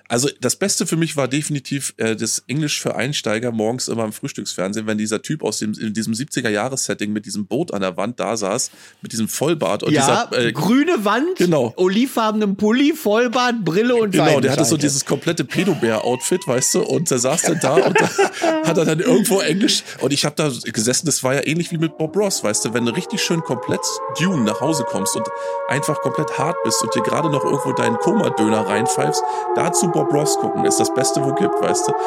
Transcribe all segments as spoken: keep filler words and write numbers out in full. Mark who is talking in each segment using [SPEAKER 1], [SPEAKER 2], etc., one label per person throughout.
[SPEAKER 1] Also das Beste für mich war definitiv äh, das Englisch für Einsteiger morgens immer im Frühstücksfernsehen, wenn dieser Typ aus dem, in diesem siebziger-Jahres-Setting mit diesem Boot an der Wand da saß, mit diesem Vollbart und
[SPEAKER 2] ja,
[SPEAKER 1] dieser äh,
[SPEAKER 2] grüne Wand,
[SPEAKER 1] genau.
[SPEAKER 2] olivfarbenem Pulli, Vollbart, Brille und
[SPEAKER 1] Genau, der hatte so dieses komplette Pedobär-Outfit, weißt du, und der saß dann da und da hat er dann irgendwo Englisch und ich habe da gesessen, das war ja ähnlich wie mit Bob Ross, weißt du, wenn du richtig schön komplett Dune nach Hause kommst und einfach komplett hart bist und dir gerade noch irgendwo deinen Koma-Döner reinpfeifst, dazu Bob Ross gucken, ist das Beste, wo gibt, weißt du.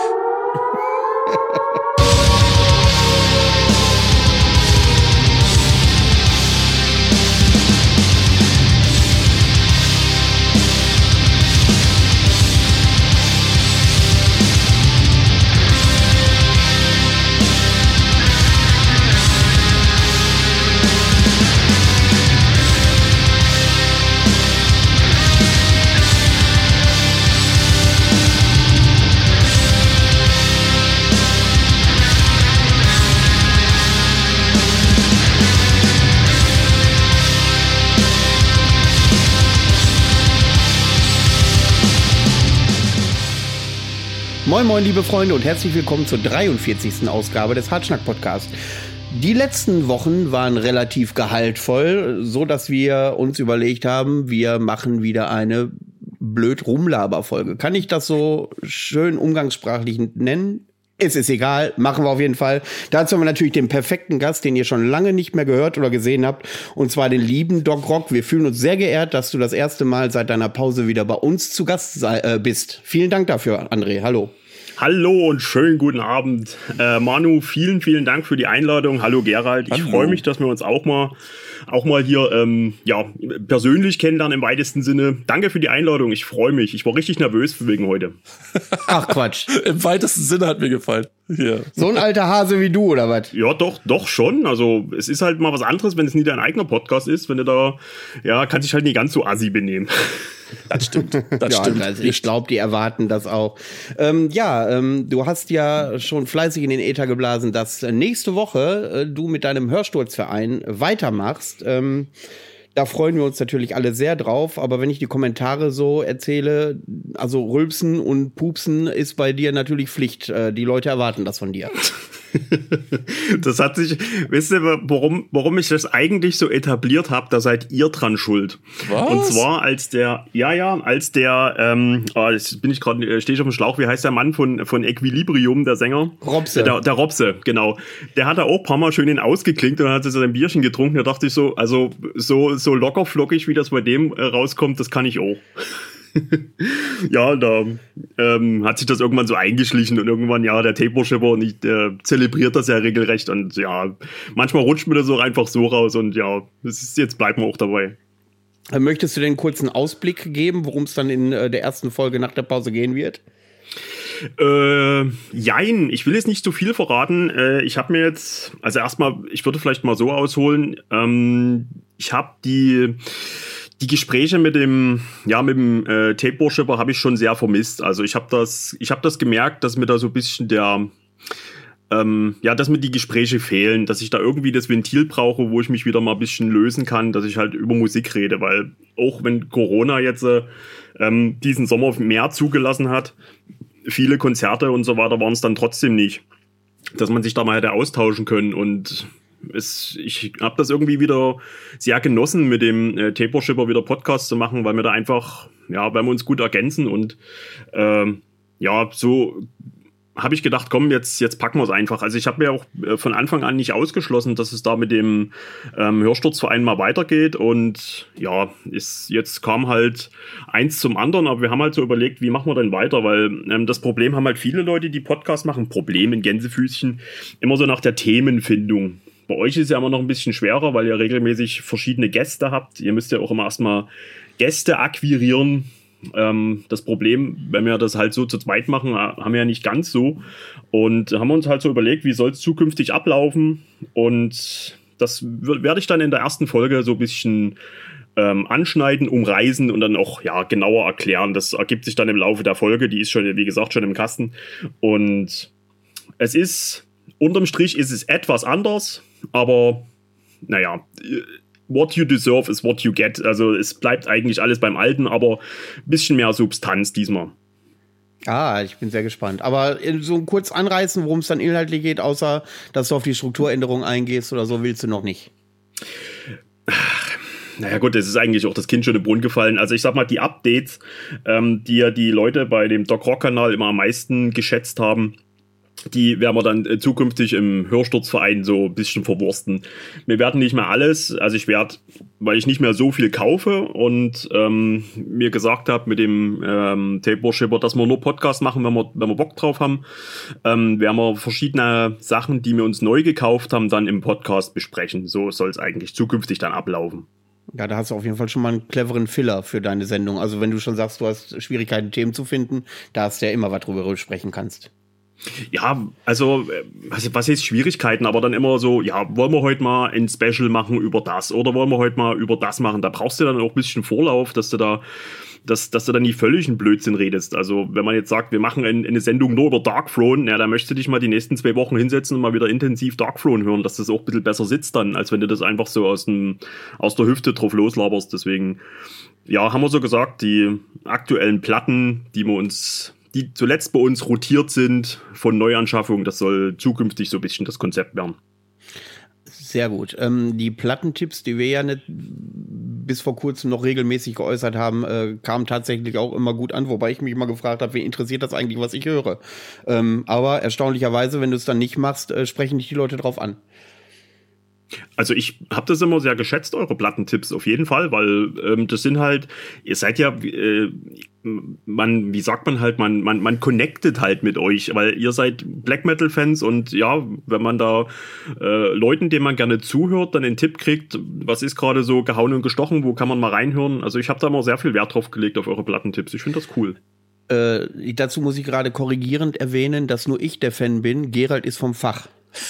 [SPEAKER 2] Moin moin liebe Freunde und herzlich willkommen zur dreiundvierzigsten Ausgabe des Hartschnack-Podcast. Die letzten Wochen waren relativ gehaltvoll, so dass wir uns überlegt haben, wir machen wieder eine blöd Rumlaber-Folge. Kann ich das so schön umgangssprachlich nennen? Es ist egal, machen wir auf jeden Fall. Dazu haben wir natürlich den perfekten Gast, den ihr schon lange nicht mehr gehört oder gesehen habt, und zwar den lieben Doc Rock. Wir fühlen uns sehr geehrt, dass du das erste Mal seit deiner Pause wieder bei uns zu Gast sei, äh, bist. Vielen Dank dafür, André. Hallo.
[SPEAKER 3] Hallo und schönen guten Abend. Äh, Manu, vielen, vielen Dank für die Einladung. Hallo Gerald. Ich freue mich, dass wir uns auch mal, auch mal hier ähm, ja, persönlich kennenlernen im weitesten Sinne. Danke für die Einladung. Ich freue mich. Ich war richtig nervös wegen heute.
[SPEAKER 2] Ach Quatsch.
[SPEAKER 1] Im weitesten Sinne hat mir gefallen. Ja.
[SPEAKER 2] So ein alter Hase wie du, oder was?
[SPEAKER 3] Ja, doch, doch schon. Also es ist halt mal was anderes, wenn es nie dein eigener Podcast ist. Wenn du da, ja, kannst dich halt nicht ganz so assi benehmen.
[SPEAKER 1] Das stimmt, das
[SPEAKER 2] ja,
[SPEAKER 1] stimmt.
[SPEAKER 2] Also ich glaube, die erwarten das auch. Ähm, ja, ähm, du hast ja schon fleißig in den Äther geblasen, dass nächste Woche äh, du mit deinem Hörsturzverein weitermachst. Ähm, da freuen wir uns natürlich alle sehr drauf. Aber wenn ich die Kommentare so erzähle, also Rülpsen und Pupsen ist bei dir natürlich Pflicht. Äh, die Leute erwarten das von dir.
[SPEAKER 3] Das hat sich, wisst ihr, warum, warum ich das eigentlich so etabliert habe, da seid ihr dran schuld.
[SPEAKER 1] Was?
[SPEAKER 3] Und zwar als der, ja, ja, als der, ähm, oh, jetzt bin ich gerade, stehe ich auf dem Schlauch, wie heißt der Mann von, von Equilibrium, der Sänger?
[SPEAKER 2] Robse.
[SPEAKER 3] Der, der Robse, genau. Der hat da auch ein paar Mal schön ihn ausgeklinkt und dann hat er sein Bierchen getrunken. Da dachte ich so, also so, so locker flockig, wie das bei dem äh, rauskommt, das kann ich auch. Ja, da ähm, hat sich das irgendwann so eingeschlichen und irgendwann, ja, der Tape-Worshipper und ich äh, zelebriert das ja regelrecht und ja, manchmal rutscht mir das auch einfach so raus und ja, das ist, jetzt bleibt man auch dabei.
[SPEAKER 2] Möchtest du denn einen kurzen Ausblick geben, worum es dann in äh, der ersten Folge nach der Pause gehen wird?
[SPEAKER 3] Äh, jein, ich will jetzt nicht zu viel verraten. Äh, ich habe mir jetzt, also erstmal, ich würde vielleicht mal so ausholen, ähm, ich habe die Die Gespräche mit dem, ja, mit dem äh, Tape-Worshipper habe ich schon sehr vermisst. Also ich habe das, ich habe das gemerkt, dass mir da so ein bisschen der, ähm, ja, dass mir die Gespräche fehlen, dass ich da irgendwie das Ventil brauche, wo ich mich wieder mal ein bisschen lösen kann, dass ich halt über Musik rede, weil auch wenn Corona jetzt äh, ähm, diesen Sommer mehr zugelassen hat, viele Konzerte und so weiter waren es dann trotzdem nicht, dass man sich da mal hätte austauschen können und Es, ich habe das irgendwie wieder sehr genossen, mit dem äh, Tape-Worshipper wieder Podcast zu machen, weil wir da einfach, ja, weil wir uns gut ergänzen und ähm, ja, so habe ich gedacht, komm, jetzt, jetzt packen wir es einfach. Also ich habe mir auch äh, von Anfang an nicht ausgeschlossen, dass es da mit dem ähm, Hörsturzverein mal weitergeht und ja, ist, jetzt kam halt eins zum anderen, aber wir haben halt so überlegt, wie machen wir denn weiter, weil ähm, das Problem haben halt viele Leute, die Podcasts machen, Problem in Gänsefüßchen, immer so nach der Themenfindung. Bei euch ist es ja immer noch ein bisschen schwerer, weil ihr regelmäßig verschiedene Gäste habt. Ihr müsst ja auch immer erstmal Gäste akquirieren. Ähm, das Problem, wenn wir das halt so zu zweit machen, haben wir ja nicht ganz so. Und haben wir uns halt so überlegt, wie soll es zukünftig ablaufen. Und das w- werde ich dann in der ersten Folge so ein bisschen ähm, anschneiden, umreißen und dann auch ja genauer erklären. Das ergibt sich dann im Laufe der Folge. Die ist schon, wie gesagt, schon im Kasten. Und es ist, unterm Strich ist es etwas anders. Aber, naja, what you deserve is what you get. Also es bleibt eigentlich alles beim Alten, aber ein bisschen mehr Substanz diesmal.
[SPEAKER 2] Ah, ich bin sehr gespannt. Aber so kurz anreißen, worum es dann inhaltlich geht, außer dass du auf die Strukturänderung eingehst oder so, willst du noch nicht?
[SPEAKER 3] Ach, naja gut, es ist eigentlich auch das Kind schon im Brunnen gefallen. Also ich sag mal, die Updates, ähm, die ja die Leute bei dem Doc Rock-Kanal immer am meisten geschätzt haben, die werden wir dann äh, zukünftig im Hörsturzverein so ein bisschen verwursten. Wir werden nicht mehr alles, also ich werde, weil ich nicht mehr so viel kaufe und ähm, mir gesagt habe mit dem ähm, Tape-Worshipper, dass wir nur Podcast machen, wenn wir, wenn wir Bock drauf haben, ähm, werden wir verschiedene Sachen, die wir uns neu gekauft haben, dann im Podcast besprechen. So soll es eigentlich zukünftig dann ablaufen.
[SPEAKER 2] Ja, da hast du auf jeden Fall schon mal einen cleveren Filler für deine Sendung. Also wenn du schon sagst, du hast Schwierigkeiten, Themen zu finden, da hast du ja immer was drüber sprechen kannst.
[SPEAKER 3] Ja, also was, was ist Schwierigkeiten, aber dann immer so, ja, wollen wir heute mal ein Special machen über das oder wollen wir heute mal über das machen? Da brauchst du dann auch ein bisschen Vorlauf, dass du da, dass, dass du dann nicht völlig einen Blödsinn redest. Also wenn man jetzt sagt, wir machen ein, eine Sendung nur über Darkthrone, ja, da möchtest du dich mal die nächsten zwei Wochen hinsetzen und mal wieder intensiv Darkthrone hören, dass das auch ein bisschen besser sitzt dann, als wenn du das einfach so aus, dem, aus der Hüfte drauf loslaberst. Deswegen, ja, haben wir so gesagt, die aktuellen Platten, die wir uns... die zuletzt bei uns rotiert sind von Neuanschaffungen, das soll zukünftig so ein bisschen das Konzept werden.
[SPEAKER 2] Sehr gut. Ähm, die Plattentipps, die wir ja nicht bis vor kurzem noch regelmäßig geäußert haben, äh, kamen tatsächlich auch immer gut an, wobei ich mich immer gefragt habe, wen interessiert das eigentlich, was ich höre? Ähm, aber erstaunlicherweise, wenn du es dann nicht machst, äh, sprechen dich die Leute drauf an.
[SPEAKER 3] Also ich habe das immer sehr geschätzt, eure Plattentipps auf jeden Fall, weil ähm, das sind halt, ihr seid ja, äh, man, wie sagt man halt, man, man, man connectet halt mit euch, weil ihr seid Black Metal Fans und ja, wenn man da äh, Leuten, denen man gerne zuhört, dann einen Tipp kriegt, was ist gerade so gehauen und gestochen, wo kann man mal reinhören? Also ich habe da immer sehr viel Wert drauf gelegt auf eure Plattentipps. Ich finde das cool.
[SPEAKER 2] Äh, dazu muss ich gerade korrigierend erwähnen, dass nur ich der Fan bin. Gerald ist vom Fach.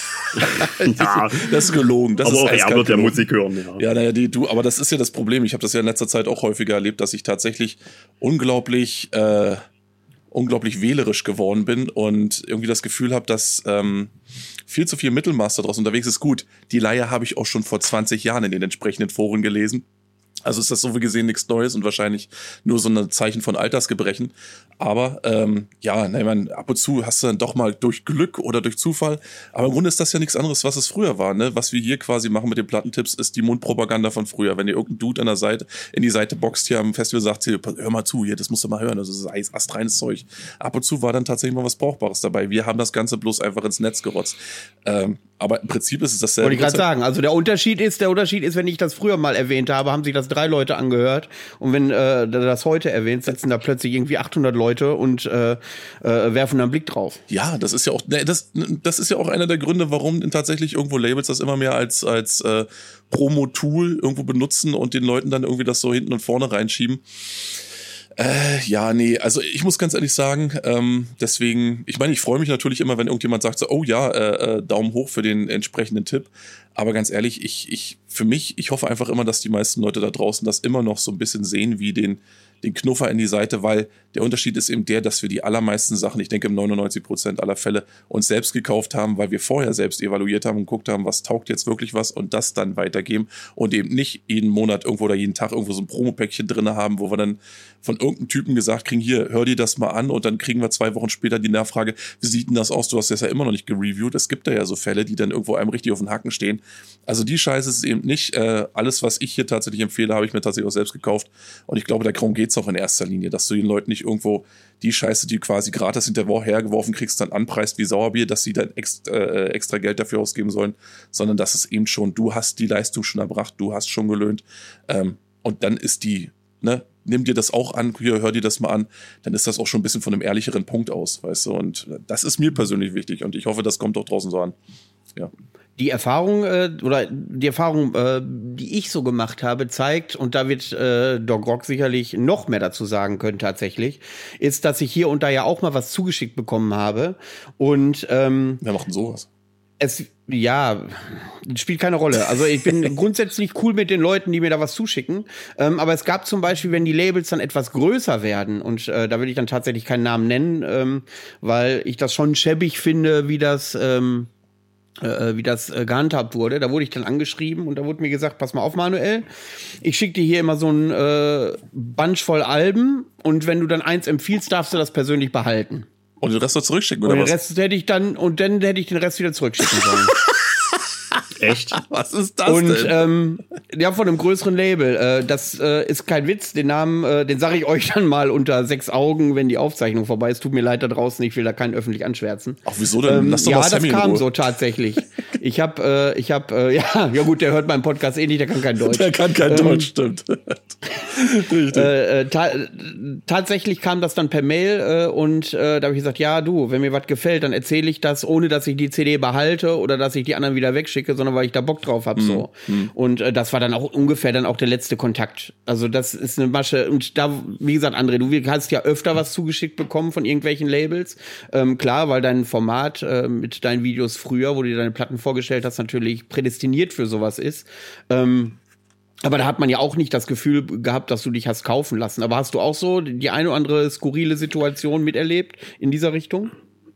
[SPEAKER 1] Ja, das ist gelogen. Das
[SPEAKER 3] aber
[SPEAKER 1] ist
[SPEAKER 3] auch er wird ja Musik hören. Ja,
[SPEAKER 1] ja naja, die, du, aber das ist ja das Problem. Ich habe das ja in letzter Zeit auch häufiger erlebt, dass ich tatsächlich unglaublich, äh, unglaublich wählerisch geworden bin und irgendwie das Gefühl habe, dass ähm, viel zu viel Mittelmaß da draußen unterwegs ist. Gut, die Leier habe ich auch schon vor zwanzig Jahren in den entsprechenden Foren gelesen. Also ist das so wie gesehen nichts Neues und wahrscheinlich nur so ein Zeichen von Altersgebrechen. Aber ähm, ja, ne, man, ab und zu hast du dann doch mal durch Glück oder durch Zufall. Aber im Grunde ist das ja nichts anderes, was es früher war. Ne? Was wir hier quasi machen mit den Plattentipps, ist die Mundpropaganda von früher. Wenn ihr irgendein Dude an der Seite in die Seite boxt hier am Festival, sagt hier, hör mal zu, hier, das musst du mal hören. Das ist astreines Zeug. Ab und zu war dann tatsächlich mal was Brauchbares dabei. Wir haben das Ganze bloß einfach ins Netz gerotzt. Ähm, aber im Prinzip ist es dasselbe.
[SPEAKER 2] Wollte ich gerade sagen. Also der Unterschied ist, der Unterschied ist, wenn ich das früher mal erwähnt habe, haben sich das drei Leute angehört. Und wenn äh, das heute erwähnt, sitzen da plötzlich irgendwie achthundert Leute und äh, äh, werfen da einen Blick drauf.
[SPEAKER 1] Ja, das ist ja auch, ne, das, das ist ja auch einer der Gründe, warum tatsächlich irgendwo Labels das immer mehr als, als äh, Promo-Tool irgendwo benutzen und den Leuten dann irgendwie das so hinten und vorne reinschieben. Äh, ja, nee, also ich muss ganz ehrlich sagen, ähm, deswegen, ich meine, ich freue mich natürlich immer, wenn irgendjemand sagt so, oh ja, äh, äh, Daumen hoch für den entsprechenden Tipp, aber ganz ehrlich, ich, ich, für mich, ich hoffe einfach immer, dass die meisten Leute da draußen das immer noch so ein bisschen sehen wie den, den Knuffer in die Seite, weil der Unterschied ist eben der, dass wir die allermeisten Sachen, ich denke im neunundneunzig Prozent aller Fälle, uns selbst gekauft haben, weil wir vorher selbst evaluiert haben und geguckt haben, was taugt jetzt wirklich was und das dann weitergeben und eben nicht jeden Monat irgendwo oder jeden Tag irgendwo so ein Promopäckchen drin haben, wo wir dann von irgendeinem Typen gesagt kriegen, hier, hör dir das mal an und dann kriegen wir zwei Wochen später die Nachfrage, wie sieht denn das aus? Du hast das ja immer noch nicht gereviewt. Es gibt da ja so Fälle, die dann irgendwo einem richtig auf den Hacken stehen. Also die Scheiße ist eben nicht. Äh, alles, was ich hier tatsächlich empfehle, habe ich mir tatsächlich auch selbst gekauft und ich glaube, darum geht's auch in erster Linie, dass du den Leuten nicht irgendwo die Scheiße, die quasi gratis hinter der Woche hergeworfen kriegst, dann anpreist wie Sauerbier, dass sie dann extra, äh, extra Geld dafür ausgeben sollen, sondern dass es eben schon, du hast die Leistung schon erbracht, du hast schon gelöhnt ähm, und dann ist die, ne, nimm dir das auch an, hier, hör dir das mal an, dann ist das auch schon ein bisschen von einem ehrlicheren Punkt aus, weißt du, und das ist mir persönlich wichtig und ich hoffe, das kommt auch draußen so an, ja.
[SPEAKER 2] Die Erfahrung äh, oder die Erfahrung, äh, die ich so gemacht habe, zeigt, und da wird äh, Doc Rock sicherlich noch mehr dazu sagen können tatsächlich, ist, dass ich hier und da ja auch mal was zugeschickt bekommen habe und ähm,
[SPEAKER 1] wer macht denn sowas?
[SPEAKER 2] Es, ja, spielt keine Rolle. Also ich bin grundsätzlich cool mit den Leuten, die mir da was zuschicken. Ähm, aber es gab zum Beispiel, wenn die Labels dann etwas größer werden, und äh, da will ich dann tatsächlich keinen Namen nennen, ähm, weil ich das schon schäbig finde, wie das, ähm, äh, wie das äh, gehandhabt wurde. Da wurde ich dann angeschrieben und da wurde mir gesagt, pass mal auf, Manuel, ich schicke dir hier immer so ein äh, Bunch voll Alben und wenn du dann eins empfiehlst, darfst du das persönlich behalten.
[SPEAKER 1] Und den Rest noch zurückschicken, oder
[SPEAKER 2] und den
[SPEAKER 1] was?
[SPEAKER 2] Rest hätte ich dann, und dann hätte ich den Rest wieder zurückschicken sollen.
[SPEAKER 3] Echt?
[SPEAKER 1] Was ist das
[SPEAKER 2] und,
[SPEAKER 1] denn?
[SPEAKER 2] Ähm, ja, von einem größeren Label. Äh, das äh, ist kein Witz. Den Namen, äh, den sage ich euch dann mal unter sechs Augen, wenn die Aufzeichnung vorbei ist. Tut mir leid da draußen, ich will da keinen öffentlich anschwärzen.
[SPEAKER 1] Ach, wieso denn?
[SPEAKER 2] Ähm,
[SPEAKER 1] Lass doch
[SPEAKER 2] ja,
[SPEAKER 1] mal Sammy
[SPEAKER 2] das
[SPEAKER 1] in
[SPEAKER 2] kam
[SPEAKER 1] Ruhe.
[SPEAKER 2] so tatsächlich. Ich hab, äh, ich hab, äh, ja, ja gut, der hört meinen Podcast eh nicht, der kann kein Deutsch.
[SPEAKER 1] Der kann kein
[SPEAKER 2] ähm,
[SPEAKER 1] Deutsch, stimmt. Richtig.
[SPEAKER 2] Äh, äh, ta tatsächlich kam das dann per Mail äh, und äh, da habe ich gesagt, ja du, wenn mir was gefällt, dann erzähle ich das, ohne dass ich die C D behalte oder dass ich die anderen wieder wegschicke, sondern weil ich da Bock drauf habe. So. Mhm. Und äh, das war dann auch ungefähr dann auch der letzte Kontakt. Also das ist eine Masche. Und da, wie gesagt, André, du hast ja öfter was zugeschickt bekommen von irgendwelchen Labels. Ähm, klar, weil dein Format äh, mit deinen Videos früher, wo du dir deine Platten vorgestellt hast, natürlich prädestiniert für sowas ist. Ähm, Aber da hat man ja auch nicht das Gefühl gehabt, dass du dich hast kaufen lassen. Aber hast du auch so die eine oder andere skurrile Situation miterlebt in dieser Richtung?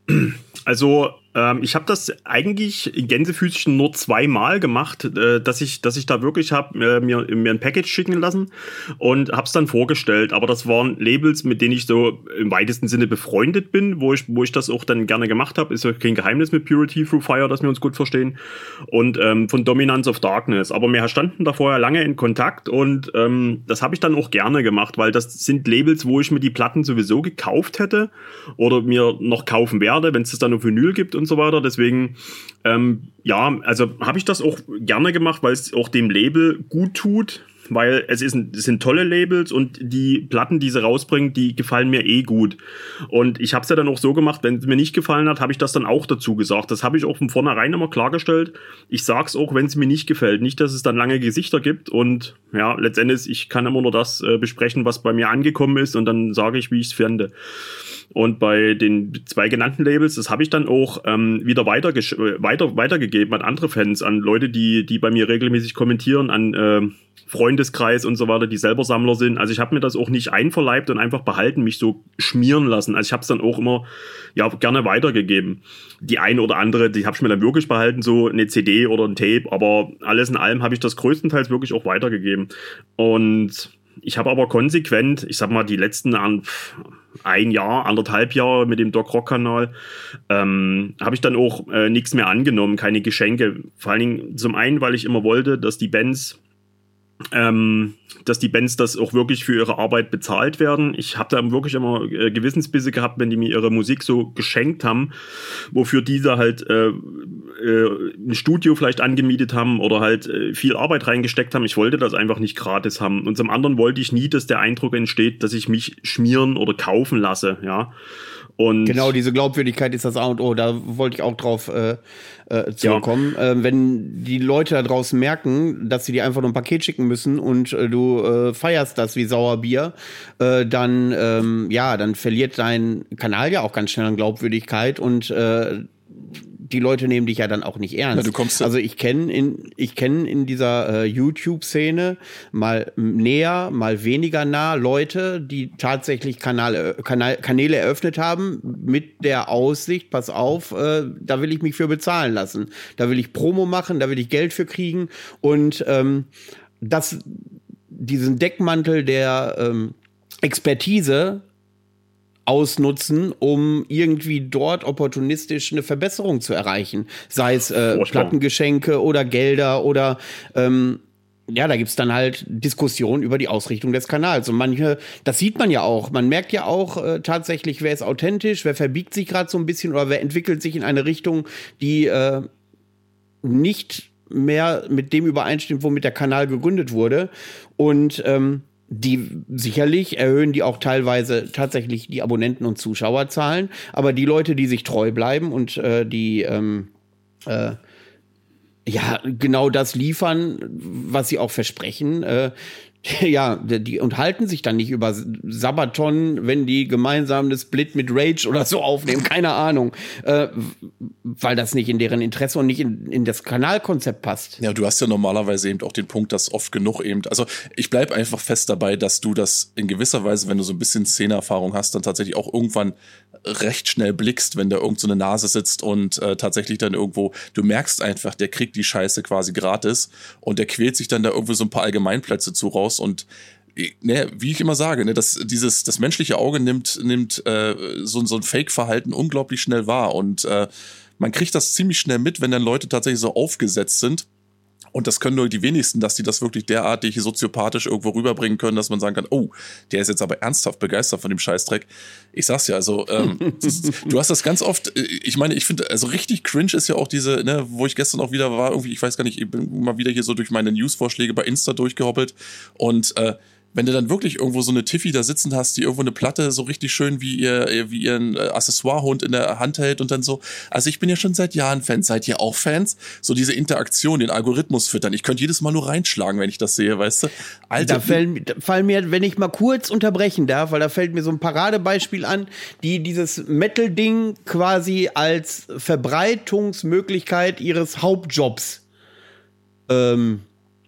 [SPEAKER 3] Also ähm, ich habe das eigentlich in Gänsefüßchen nur zweimal gemacht, äh, dass ich, dass ich da wirklich habe äh, mir, mir ein Package schicken lassen und habe es dann vorgestellt. Aber das waren Labels, mit denen ich so im weitesten Sinne befreundet bin, wo ich, wo ich das auch dann gerne gemacht habe. Ist ja kein Geheimnis mit Purity Through Fire, dass wir uns gut verstehen. Und ähm, von Dominance of Darkness. Aber wir standen da vorher lange in Kontakt und ähm, das habe ich dann auch gerne gemacht, weil das sind Labels, wo ich mir die Platten sowieso gekauft hätte oder mir noch kaufen werde, wenn es das dann auf Vinyl gibt und so weiter. Deswegen, ähm, ja, also habe ich das auch gerne gemacht, weil es auch dem Label gut tut, weil es, ist ein, es sind tolle Labels und die Platten, die sie rausbringen, die gefallen mir eh gut. Und ich habe es ja dann auch so gemacht, wenn es mir nicht gefallen hat, habe ich das dann auch dazu gesagt. Das habe ich auch von vornherein immer klargestellt. Ich sag's auch, wenn es mir nicht gefällt. Nicht, dass es dann lange Gesichter gibt und ja, letztendlich, ich kann immer nur das äh, besprechen, was bei mir angekommen ist und dann sage ich, wie ich es finde. Und bei den zwei genannten Labels, das habe ich dann auch ähm, wieder weiter, weiter, weitergegeben an andere Fans, an Leute, die, die bei mir regelmäßig kommentieren, an äh, Freundeskreis und so weiter, die selber Sammler sind. Also ich habe mir das auch nicht einverleibt und einfach behalten, mich so schmieren lassen. Also ich habe es dann auch immer ja gerne weitergegeben. Die eine oder andere, die habe ich mir dann wirklich behalten, so eine C D oder ein Tape, aber alles in allem habe ich das größtenteils wirklich auch weitergegeben. Und ich habe aber konsequent, ich sag mal, die letzten ein Jahr, anderthalb Jahre mit dem Doc Rock Kanal, ähm, habe ich dann auch äh, nichts mehr angenommen, keine Geschenke. Vor allen Dingen zum einen, weil ich immer wollte, dass die Bands Ähm, dass die Bands das auch wirklich für ihre Arbeit bezahlt werden. Ich habe da wirklich immer äh, Gewissensbisse gehabt, wenn die mir ihre Musik so geschenkt haben, wofür diese halt äh, äh, ein Studio vielleicht angemietet haben oder halt äh, viel Arbeit reingesteckt haben. Ich wollte das einfach nicht gratis haben. Und zum anderen wollte ich nie, dass der Eindruck entsteht, dass ich mich schmieren oder kaufen lasse, ja. Und
[SPEAKER 2] genau, diese Glaubwürdigkeit ist das A und O. Da wollte ich auch drauf äh, äh, zurückkommen. Ja. Äh, wenn die Leute da draußen merken, dass sie dir einfach nur ein Paket schicken müssen und äh, du äh, feierst das wie Sauerbier, äh, dann ähm, ja, dann verliert dein Kanal ja auch ganz schnell an Glaubwürdigkeit und äh, die Leute nehmen dich ja dann auch nicht ernst.
[SPEAKER 1] Ja, du kommst
[SPEAKER 2] also ich kenne in ich kenne in dieser äh, YouTube-Szene mal näher, mal weniger nah Leute, die tatsächlich Kanal, Kanal, Kanäle eröffnet haben mit der Aussicht, pass auf, äh, da will ich mich für bezahlen lassen. Da will ich Promo machen, da will ich Geld für kriegen und ähm, das, diesen Deckmantel der ähm, Expertise ausnutzen, um irgendwie dort opportunistisch eine Verbesserung zu erreichen. Sei es äh, Plattengeschenke oder Gelder oder ähm, ja, da gibt's dann halt Diskussionen über die Ausrichtung des Kanals. Und manche, das sieht man ja auch. Man merkt ja auch äh, tatsächlich, wer ist authentisch, wer verbiegt sich gerade so ein bisschen oder wer entwickelt sich in eine Richtung, die äh, nicht mehr mit dem übereinstimmt, womit der Kanal gegründet wurde. Und ähm, die sicherlich erhöhen die auch teilweise tatsächlich die Abonnenten- und Zuschauerzahlen, aber die Leute, die sich treu bleiben und äh, die ähm, äh, ja genau das liefern, was sie auch versprechen, äh, ja, die unterhalten sich dann nicht über Sabaton, wenn die gemeinsam eine Split mit Rage oder so aufnehmen, keine Ahnung, äh, weil das nicht in deren Interesse und nicht in, in das Kanalkonzept passt.
[SPEAKER 1] Ja, du hast ja normalerweise eben auch den Punkt, dass oft genug eben, also ich bleib einfach fest dabei, dass du das in gewisser Weise, wenn du so ein bisschen Szeneerfahrung hast, dann tatsächlich auch irgendwann recht schnell blickst, wenn da irgend so eine Nase sitzt und äh, tatsächlich dann irgendwo, du merkst einfach, der kriegt die Scheiße quasi gratis und der quält sich dann da irgendwie so ein paar Allgemeinplätze zu raus und ne, wie ich immer sage, ne, das, dieses, das menschliche Auge nimmt, nimmt äh, so, so ein Fake-Verhalten unglaublich schnell wahr und äh, man kriegt das ziemlich schnell mit, wenn dann Leute tatsächlich so aufgesetzt sind. Und das können nur die wenigsten, dass die das wirklich derartig soziopathisch irgendwo rüberbringen können, dass man sagen kann, oh, der ist jetzt aber ernsthaft begeistert von dem Scheißdreck. Ich sag's ja, also ähm, du hast das ganz oft, ich meine, ich finde, also richtig cringe ist ja auch diese, ne, wo ich gestern auch wieder war, irgendwie, ich weiß gar nicht, ich bin mal wieder hier so durch meine Newsvorschläge bei Insta durchgehoppelt und äh, wenn du dann wirklich irgendwo so eine Tiffy da sitzen hast, die irgendwo eine Platte so richtig schön wie ihr wie ihren Accessoirehund in der Hand hält und dann so, also ich bin ja schon seit Jahren Fan, seid ihr auch Fans? So diese Interaktion, den Algorithmus füttern. Ich könnte jedes Mal nur reinschlagen, wenn ich das sehe, weißt du? Alter,
[SPEAKER 2] da fallen, da fallen mir, wenn ich mal kurz unterbrechen darf, weil da fällt mir so ein Paradebeispiel an, die dieses Metal-Ding quasi als Verbreitungsmöglichkeit ihres Hauptjobs ähm,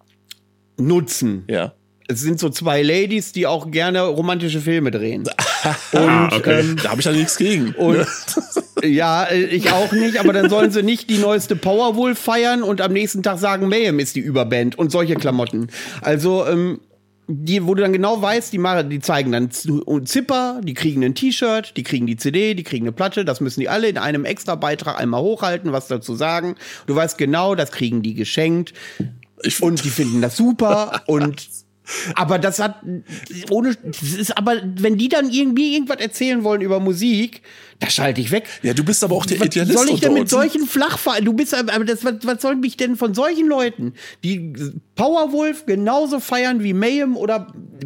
[SPEAKER 2] nutzen.
[SPEAKER 1] Ja.
[SPEAKER 2] Es sind so zwei Ladies, die auch gerne romantische Filme drehen. Und
[SPEAKER 1] ah, okay.
[SPEAKER 2] ähm,
[SPEAKER 1] da habe ich ja nichts gegen.
[SPEAKER 2] Und, ja, ich auch nicht, aber dann sollen sie nicht die neueste Powerwolf feiern und am nächsten Tag sagen, Mayhem ist die Überband und solche Klamotten. Also, ähm, die, wo du dann genau weißt, die machen, die zeigen dann Zipper, die kriegen ein T-Shirt, die kriegen die C D, die kriegen eine Platte, das müssen die alle in einem extra Beitrag einmal hochhalten, was dazu sagen. Du weißt genau, das kriegen die geschenkt. Ich und die finden das super und aber das hat ohne das ist aber wenn die dann irgendwie irgendwas erzählen wollen über Musik, da schalte ich weg.
[SPEAKER 1] Ja, du bist aber auch der Idealist.
[SPEAKER 2] Was soll ich denn mit
[SPEAKER 1] uns?
[SPEAKER 2] solchen Flachfallen? Du bist aber das was, was soll mich denn von solchen Leuten, die Powerwolf genauso feiern wie Mayhem oder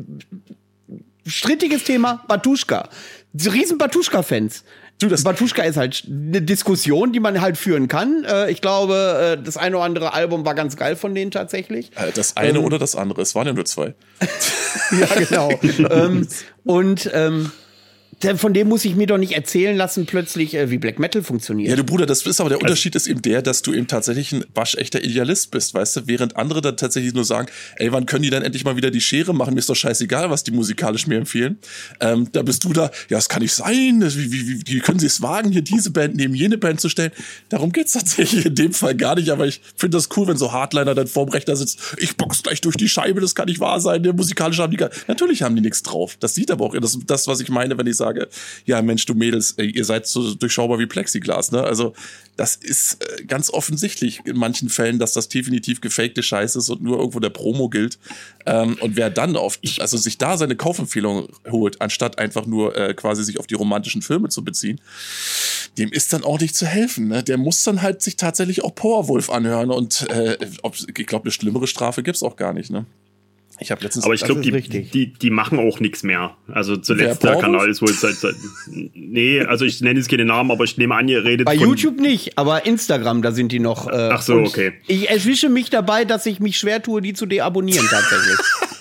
[SPEAKER 2] strittiges Thema Batuschka. Riesen Batuschka-Fans. Du, das Batuschka ist halt eine Diskussion, die man halt führen kann. Äh, ich glaube, äh, das eine oder andere Album war ganz geil von denen tatsächlich.
[SPEAKER 1] Das eine
[SPEAKER 2] ähm,
[SPEAKER 1] oder das andere, es waren ja nur zwei.
[SPEAKER 2] Ja, genau. ähm, und ähm, von dem muss ich mir doch nicht erzählen lassen, plötzlich, äh, wie Black Metal funktioniert.
[SPEAKER 1] Ja, du Bruder, das ist aber der Unterschied ist eben der, dass du eben tatsächlich ein waschechter Idealist bist, weißt du? Während andere dann tatsächlich nur sagen, ey, wann können die dann endlich mal wieder die Schere machen? Mir ist doch scheißegal, was die musikalisch mir empfehlen. Ähm, da bist du da, ja, das kann nicht sein. Wie, wie, wie können sie es wagen, hier diese Band neben jene Band zu stellen? Darum geht's tatsächlich in dem Fall gar nicht, aber ich finde das cool, wenn so Hardliner dann vorm Rechner sitzt. Ich box gleich durch die Scheibe, das kann nicht wahr sein. Der musikalische haben die gar Natürlich haben die nichts drauf. Das sieht aber auch, das ist das, was ich meine, wenn ich sage, ja, Mensch, du Mädels, ihr seid so durchschaubar wie Plexiglas, ne? Also, das ist ganz offensichtlich in manchen Fällen, dass das definitiv gefakte Scheiß ist und nur irgendwo der Promo gilt. Ähm, und wer dann auf, also sich da seine Kaufempfehlung holt, anstatt einfach nur äh, quasi sich auf die romantischen Filme zu beziehen, dem ist dann auch nicht zu helfen, ne? Der muss dann halt sich tatsächlich auch Powerwolf anhören und äh, ob, ich glaube, eine schlimmere Strafe gibt's auch gar nicht, ne? Ich habe letztens.
[SPEAKER 3] Aber ich glaube, die, die, die machen auch nichts mehr. Also zuletzt der Kanal ist wohl seit, seit. Nee, also ich nenne jetzt keine Namen, aber ich nehme an, ihr redet
[SPEAKER 2] bei
[SPEAKER 3] von
[SPEAKER 2] YouTube nicht, aber Instagram, da sind die noch. Äh,
[SPEAKER 3] Ach so, okay.
[SPEAKER 2] Ich erwische mich dabei, dass ich mich schwer tue, die zu deabonnieren tatsächlich.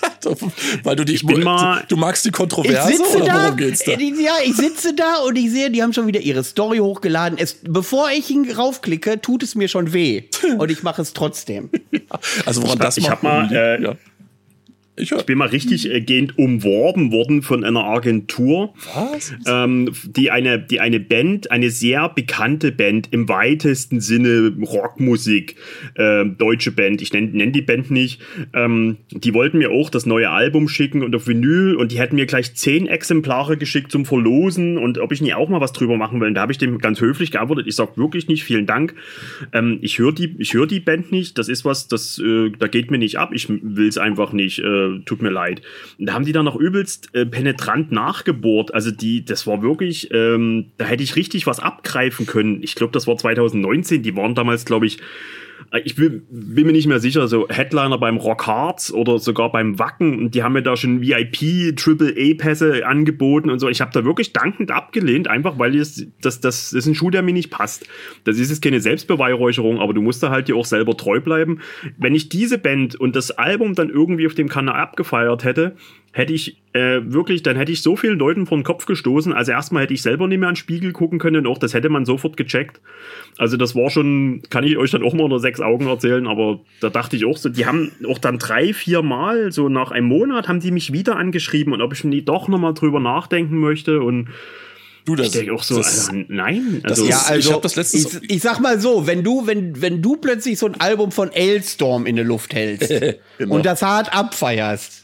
[SPEAKER 1] Weil du die,
[SPEAKER 3] ich bin mal,
[SPEAKER 1] du magst die Kontroverse
[SPEAKER 2] ich sitze
[SPEAKER 1] oder
[SPEAKER 2] da,
[SPEAKER 1] worum geht's da?
[SPEAKER 2] Ja, ich sitze da und ich sehe, die haben schon wieder ihre Story hochgeladen. Es, bevor ich ihn raufklicke, tut es mir schon weh. Und ich mache es trotzdem.
[SPEAKER 1] Also woran
[SPEAKER 3] ich,
[SPEAKER 1] das
[SPEAKER 3] ich
[SPEAKER 1] macht,
[SPEAKER 3] hab mal, äh,
[SPEAKER 1] ja. Ich,
[SPEAKER 3] ich bin mal richtig äh, gehend umworben worden von einer Agentur,
[SPEAKER 1] Was?
[SPEAKER 3] Ähm, die eine, die eine Band, eine sehr bekannte Band im weitesten Sinne Rockmusik, äh, deutsche Band, ich nenne nenn die Band nicht, ähm, die wollten mir auch das neue Album schicken und auf Vinyl und die hätten mir gleich zehn Exemplare geschickt zum Verlosen und ob ich nicht auch mal was drüber machen will. Und da habe ich dem ganz höflich geantwortet, ich sag wirklich nicht, vielen Dank. Ähm, ich höre die, ich höre die Band nicht, das ist was, das, äh, da geht mir nicht ab, ich will es einfach nicht. Äh, tut mir leid. Und da haben die dann noch übelst äh, penetrant nachgebohrt. Also die, das war wirklich, ähm, da hätte ich richtig was abgreifen können. Ich glaube, das war zwanzig neunzehn. Die waren damals, glaube ich, ich bin, bin mir nicht mehr sicher, so Headliner beim Rock Hearts oder sogar beim Wacken. Und die haben mir da schon V I P, Triple A Pässe angeboten und so. Ich habe da wirklich dankend abgelehnt, einfach weil das, das, das, das ist ein Schuh, der mir nicht passt. Das ist jetzt keine Selbstbeweihräucherung, aber du musst da halt dir auch selber treu bleiben. Wenn ich diese Band und das Album dann irgendwie auf dem Kanal abgefeiert hätte, hätte ich äh, wirklich, dann hätte ich so vielen Leuten vor den Kopf gestoßen. Also erstmal hätte ich selber nicht mehr an den Spiegel gucken können, auch das hätte man sofort gecheckt. Also das war schon, kann ich euch dann auch mal unter sechs Augen erzählen, aber da dachte ich auch so, die haben auch dann drei, vier Mal, so nach einem Monat, haben die mich wieder angeschrieben und ob ich nie doch nochmal drüber nachdenken möchte und
[SPEAKER 1] Du, das,
[SPEAKER 3] ich denke auch so,
[SPEAKER 1] das,
[SPEAKER 3] also, nein.
[SPEAKER 1] das
[SPEAKER 3] Also,
[SPEAKER 1] ist,
[SPEAKER 2] Ja, also,
[SPEAKER 1] ich habe das letztens.
[SPEAKER 2] ich, ich sag mal so, wenn du, wenn, wenn du plötzlich so ein Album von Ailstorm in der Luft hältst
[SPEAKER 1] Genau.
[SPEAKER 2] und das hart abfeierst.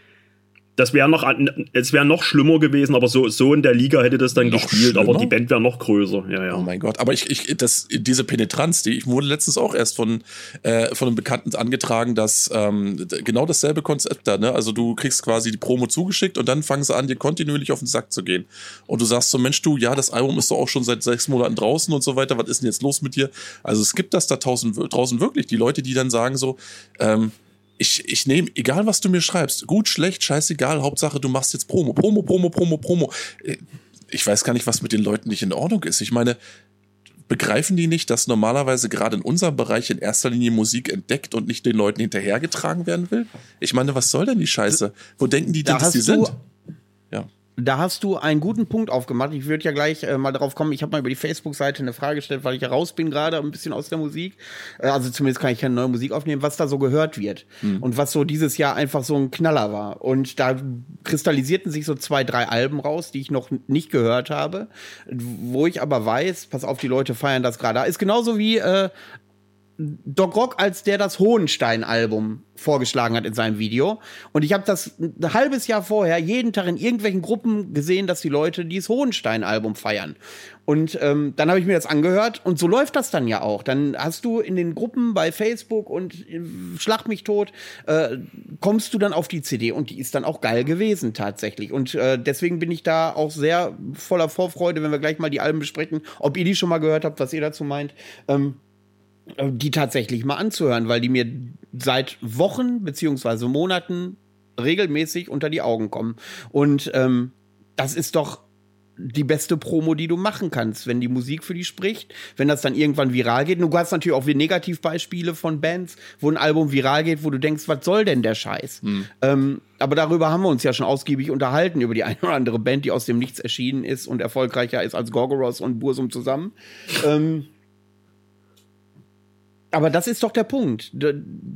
[SPEAKER 3] Das wäre noch, es wäre noch schlimmer gewesen, aber so, so in der Liga hätte das dann
[SPEAKER 1] Noch
[SPEAKER 3] gespielt,
[SPEAKER 1] schlimmer?
[SPEAKER 3] aber die Band wäre noch größer. Ja, ja.
[SPEAKER 1] Oh mein Gott, aber ich, ich, das, diese Penetranz, die ich wurde letztens auch erst von, äh, von einem Bekannten angetragen, dass ähm, genau dasselbe Konzept da, ne? Also du kriegst quasi die Promo zugeschickt und dann fangen sie an, dir kontinuierlich auf den Sack zu gehen. Und du sagst so, Mensch, du, ja, das Album ist doch auch schon seit sechs Monaten draußen und so weiter, was ist denn jetzt los mit dir? Also es gibt das da draußen, draußen wirklich, die Leute, die dann sagen so, ähm, Ich, ich nehme, egal was du mir schreibst, gut, schlecht, scheißegal, Hauptsache du machst jetzt Promo, Promo, Promo, Promo, Promo. Ich weiß gar nicht, was mit den Leuten nicht in Ordnung ist. Ich meine, begreifen die nicht, dass normalerweise gerade in unserem Bereich in erster Linie Musik entdeckt und nicht den Leuten hinterhergetragen werden will? Ich meine, was soll denn die Scheiße? Wo denken die denn,
[SPEAKER 2] Da
[SPEAKER 1] dass die
[SPEAKER 2] hast du-
[SPEAKER 1] sind? Ja.
[SPEAKER 2] Da hast du einen guten Punkt aufgemacht. Ich würde ja gleich äh, mal darauf kommen. Ich habe mal über die Facebook-Seite eine Frage gestellt, weil ich ja raus bin gerade ein bisschen aus der Musik. Äh, also zumindest kann ich keine neue Musik aufnehmen, was da so gehört wird. Hm. Und was so dieses Jahr einfach so ein Knaller war. Und da kristallisierten sich so zwei, drei Alben raus, die ich noch nicht gehört habe. Wo ich aber weiß, pass auf, die Leute feiern das gerade. Ist genauso wie äh, Doc Rock, als der das Hohenstein-Album vorgeschlagen hat in seinem Video. Und ich habe das ein halbes Jahr vorher jeden Tag in irgendwelchen Gruppen gesehen, dass die Leute dieses Hohenstein-Album feiern. Und ähm, dann habe ich mir das angehört und so läuft das dann ja auch. Dann hast du in den Gruppen bei Facebook und äh, Schlag mich tot, äh, kommst du dann auf die C D und die ist dann auch geil gewesen tatsächlich. Und äh, deswegen bin ich da auch sehr voller Vorfreude, wenn wir gleich mal die Alben besprechen, ob ihr die schon mal gehört habt, was ihr dazu meint. Ähm, die tatsächlich mal anzuhören, weil die mir seit Wochen beziehungsweise Monaten regelmäßig unter die Augen kommen. Und ähm, das ist doch die beste Promo, die du machen kannst, wenn die Musik für die spricht, wenn das dann irgendwann viral geht. Und du hast natürlich auch wie Negativbeispiele von Bands, wo ein Album viral geht, wo du denkst, was soll denn der Scheiß? Hm. Ähm, aber darüber haben wir uns ja schon ausgiebig unterhalten, über die eine oder andere Band, die aus dem Nichts erschienen ist und erfolgreicher ist als Gorgoroth und Bursum zusammen. ähm, Aber das ist doch der Punkt. Da,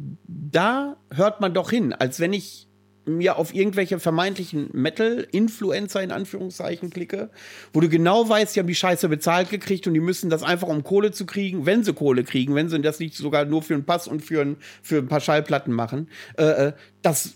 [SPEAKER 2] da hört man doch hin, als wenn ich mir auf irgendwelche vermeintlichen Metal-Influencer in Anführungszeichen klicke, wo du genau weißt, die haben die Scheiße bezahlt gekriegt und die müssen das einfach, um Kohle zu kriegen, wenn sie Kohle kriegen, wenn sie das nicht sogar nur für einen Pass und für ein, für ein paar Schallplatten machen, äh, das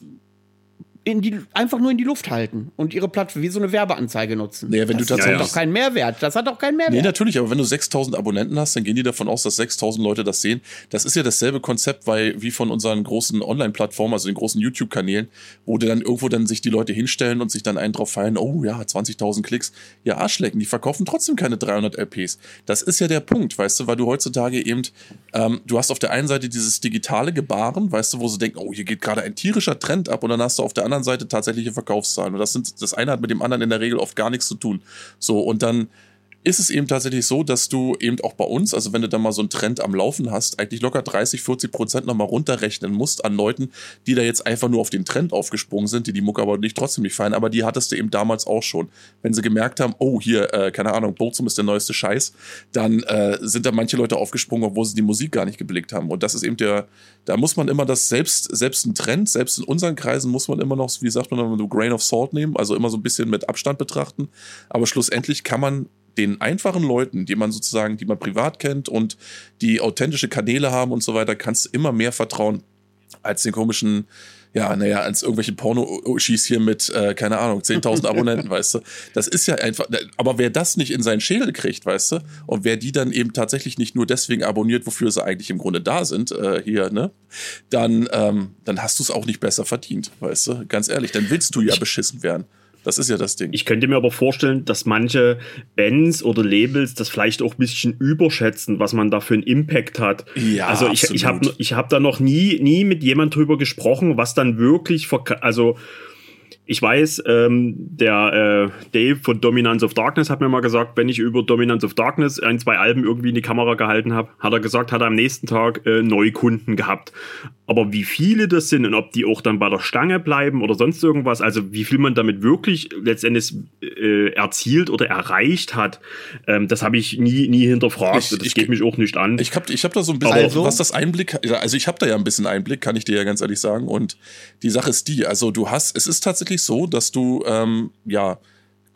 [SPEAKER 2] in die, einfach nur in die Luft halten und ihre Plattform wie so eine Werbeanzeige nutzen.
[SPEAKER 1] Naja, wenn
[SPEAKER 2] das
[SPEAKER 1] du tatsächlich
[SPEAKER 2] hat doch keinen Mehrwert. Das hat doch keinen Mehrwert.
[SPEAKER 1] Nee, natürlich, aber wenn du sechstausend Abonnenten hast, dann gehen die davon aus, dass sechstausend Leute das sehen. Das ist ja dasselbe Konzept, weil wie von unseren großen Online-Plattformen, also den großen YouTube-Kanälen, wo dann irgendwo dann sich die Leute hinstellen und sich dann einen drauf feiern, oh ja, zwanzigtausend Klicks. Ja, Arschlecken, die verkaufen trotzdem keine dreihundert L Ps. Das ist ja der Punkt, weißt du, weil du heutzutage eben, ähm, du hast auf der einen Seite dieses digitale Gebaren, weißt du, wo sie denken, oh, hier geht gerade ein tierischer Trend ab und dann hast du auf der anderen Seite tatsächliche Verkaufszahlen. Und das sind, das eine hat mit dem anderen in der Regel oft gar nichts zu tun. So, und dann ist es eben tatsächlich so, dass du eben auch bei uns, also wenn du da mal so einen Trend am Laufen hast, eigentlich locker dreißig, vierzig Prozent nochmal runterrechnen musst an Leuten, die da jetzt einfach nur auf den Trend aufgesprungen sind, die die Mucke aber nicht trotzdem nicht feiern, aber die hattest du eben damals auch schon. Wenn sie gemerkt haben, oh, hier, äh, keine Ahnung, Burzum ist der neueste Scheiß, dann äh, sind da manche Leute aufgesprungen, obwohl sie die Musik gar nicht geblickt haben. Und das ist eben der, da muss man immer das selbst, selbst ein Trend, selbst in unseren Kreisen muss man immer noch, wie sagt man, so Grain of Salt nehmen, also immer so ein bisschen mit Abstand betrachten. Aber schlussendlich kann man den einfachen Leuten, die man sozusagen, die man privat kennt und die authentische Kanäle haben und so weiter, kannst du immer mehr vertrauen als den komischen, ja, naja, als irgendwelche Porno-Uschis hier mit, äh, keine Ahnung, zehntausend Abonnenten, weißt du. Das ist ja einfach, aber wer das nicht in seinen Schädel kriegt, weißt du, und wer die dann eben tatsächlich nicht nur deswegen abonniert, wofür sie eigentlich im Grunde da sind, äh, hier, ne, dann, ähm, dann hast du es auch nicht besser verdient, weißt du, ganz ehrlich, dann willst du ja beschissen werden. Das ist ja das Ding.
[SPEAKER 3] Ich könnte mir aber vorstellen, dass manche Bands oder Labels das vielleicht auch ein bisschen überschätzen, was man da für einen Impact hat.
[SPEAKER 1] Ja,
[SPEAKER 3] also ich, ich habe ich hab da noch nie, nie mit jemand drüber gesprochen, was dann wirklich, verka- also ich weiß, ähm, der äh, Dave von Dominance of Darkness hat mir mal gesagt, wenn ich über Dominance of Darkness ein, zwei Alben irgendwie in die Kamera gehalten habe, hat er gesagt, hat er am nächsten Tag äh, Neukunden gehabt. Aber wie viele das sind und ob die auch dann bei der Stange bleiben oder sonst irgendwas, also wie viel man damit wirklich letztendlich äh, erzielt oder erreicht hat, ähm, das habe ich nie nie hinterfragt.
[SPEAKER 1] Ich,
[SPEAKER 3] das
[SPEAKER 1] ich,
[SPEAKER 3] geht mich auch nicht an.
[SPEAKER 1] Ich habe ich hab da so ein bisschen, also, was das Einblick, also ich habe da ja ein bisschen Einblick, kann ich dir ja ganz ehrlich sagen. Und die Sache ist die, also du hast, es ist tatsächlich so, dass du, ähm, ja,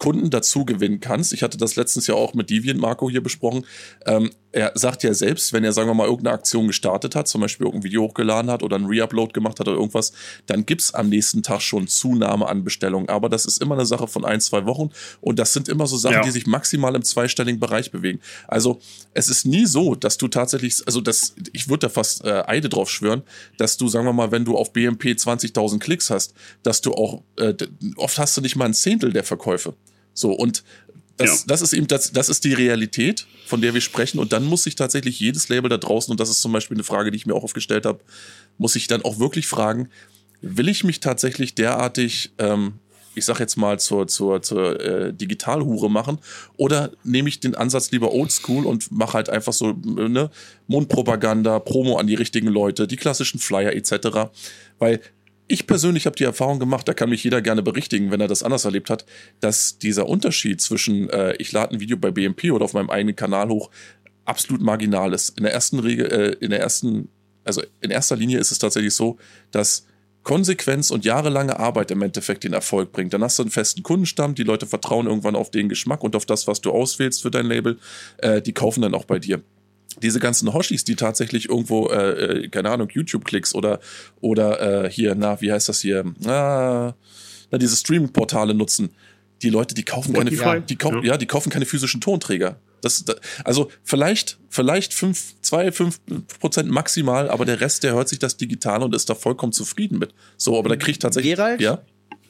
[SPEAKER 1] Kunden dazu gewinnen kannst. Ich hatte das letztens ja auch mit Deviant Marco hier besprochen. Ähm, er sagt ja selbst, wenn er, sagen wir mal, irgendeine Aktion gestartet hat, zum Beispiel irgendein Video hochgeladen hat oder ein Reupload gemacht hat oder irgendwas, dann gibt's am nächsten Tag schon Zunahme an Bestellungen. Aber das ist immer eine Sache von ein, zwei Wochen und das sind immer so Sachen, ja. die sich maximal im zweistelligen Bereich bewegen. Also es ist nie so, dass du tatsächlich, also das, ich würde da fast äh, Eide drauf schwören, dass du, sagen wir mal, wenn du auf B M P zwanzigtausend Klicks hast, dass du auch, äh, oft hast du nicht mal ein Zehntel der Verkäufe. So, und das, ja. das ist eben, das, das ist die Realität, von der wir sprechen. Und dann muss sich tatsächlich jedes Label da draußen, und das ist zum Beispiel eine Frage, die ich mir auch aufgestellt habe, muss ich dann auch wirklich fragen, will ich mich tatsächlich derartig, ähm, ich sag jetzt mal, zur, zur, zur äh, Digitalhure machen, oder nehme ich den Ansatz lieber oldschool und mache halt einfach so ne, Mundpropaganda, Promo an die richtigen Leute, die klassischen Flyer et cetera. Weil ich persönlich habe die Erfahrung gemacht, da kann mich jeder gerne berichtigen, wenn er das anders erlebt hat, dass dieser Unterschied zwischen äh, ich lade ein Video bei B M P oder auf meinem eigenen Kanal hoch absolut marginal ist. In der ersten Regel, äh, in der ersten, also in erster Linie ist es tatsächlich so, dass Konsequenz und jahrelange Arbeit im Endeffekt den Erfolg bringt. Dann hast du einen festen Kundenstamm, die Leute vertrauen irgendwann auf den Geschmack und auf das, was du auswählst für dein Label, äh, die kaufen dann auch bei dir. Diese ganzen Hoshis, die tatsächlich irgendwo, äh, keine Ahnung, YouTube-Klicks oder oder äh, hier, na, wie heißt das hier, ah, na, diese Streaming-Portale nutzen, die Leute, die kaufen keine,
[SPEAKER 3] ja.
[SPEAKER 1] die kaufen,
[SPEAKER 3] ja.
[SPEAKER 1] ja, die kaufen keine physischen Tonträger. Das, das, also vielleicht, vielleicht fünf, zwei, fünf Prozent maximal, aber der Rest, der hört sich das digital und ist da vollkommen zufrieden mit. So, aber da kriegt tatsächlich,
[SPEAKER 2] Gerald?
[SPEAKER 1] ja.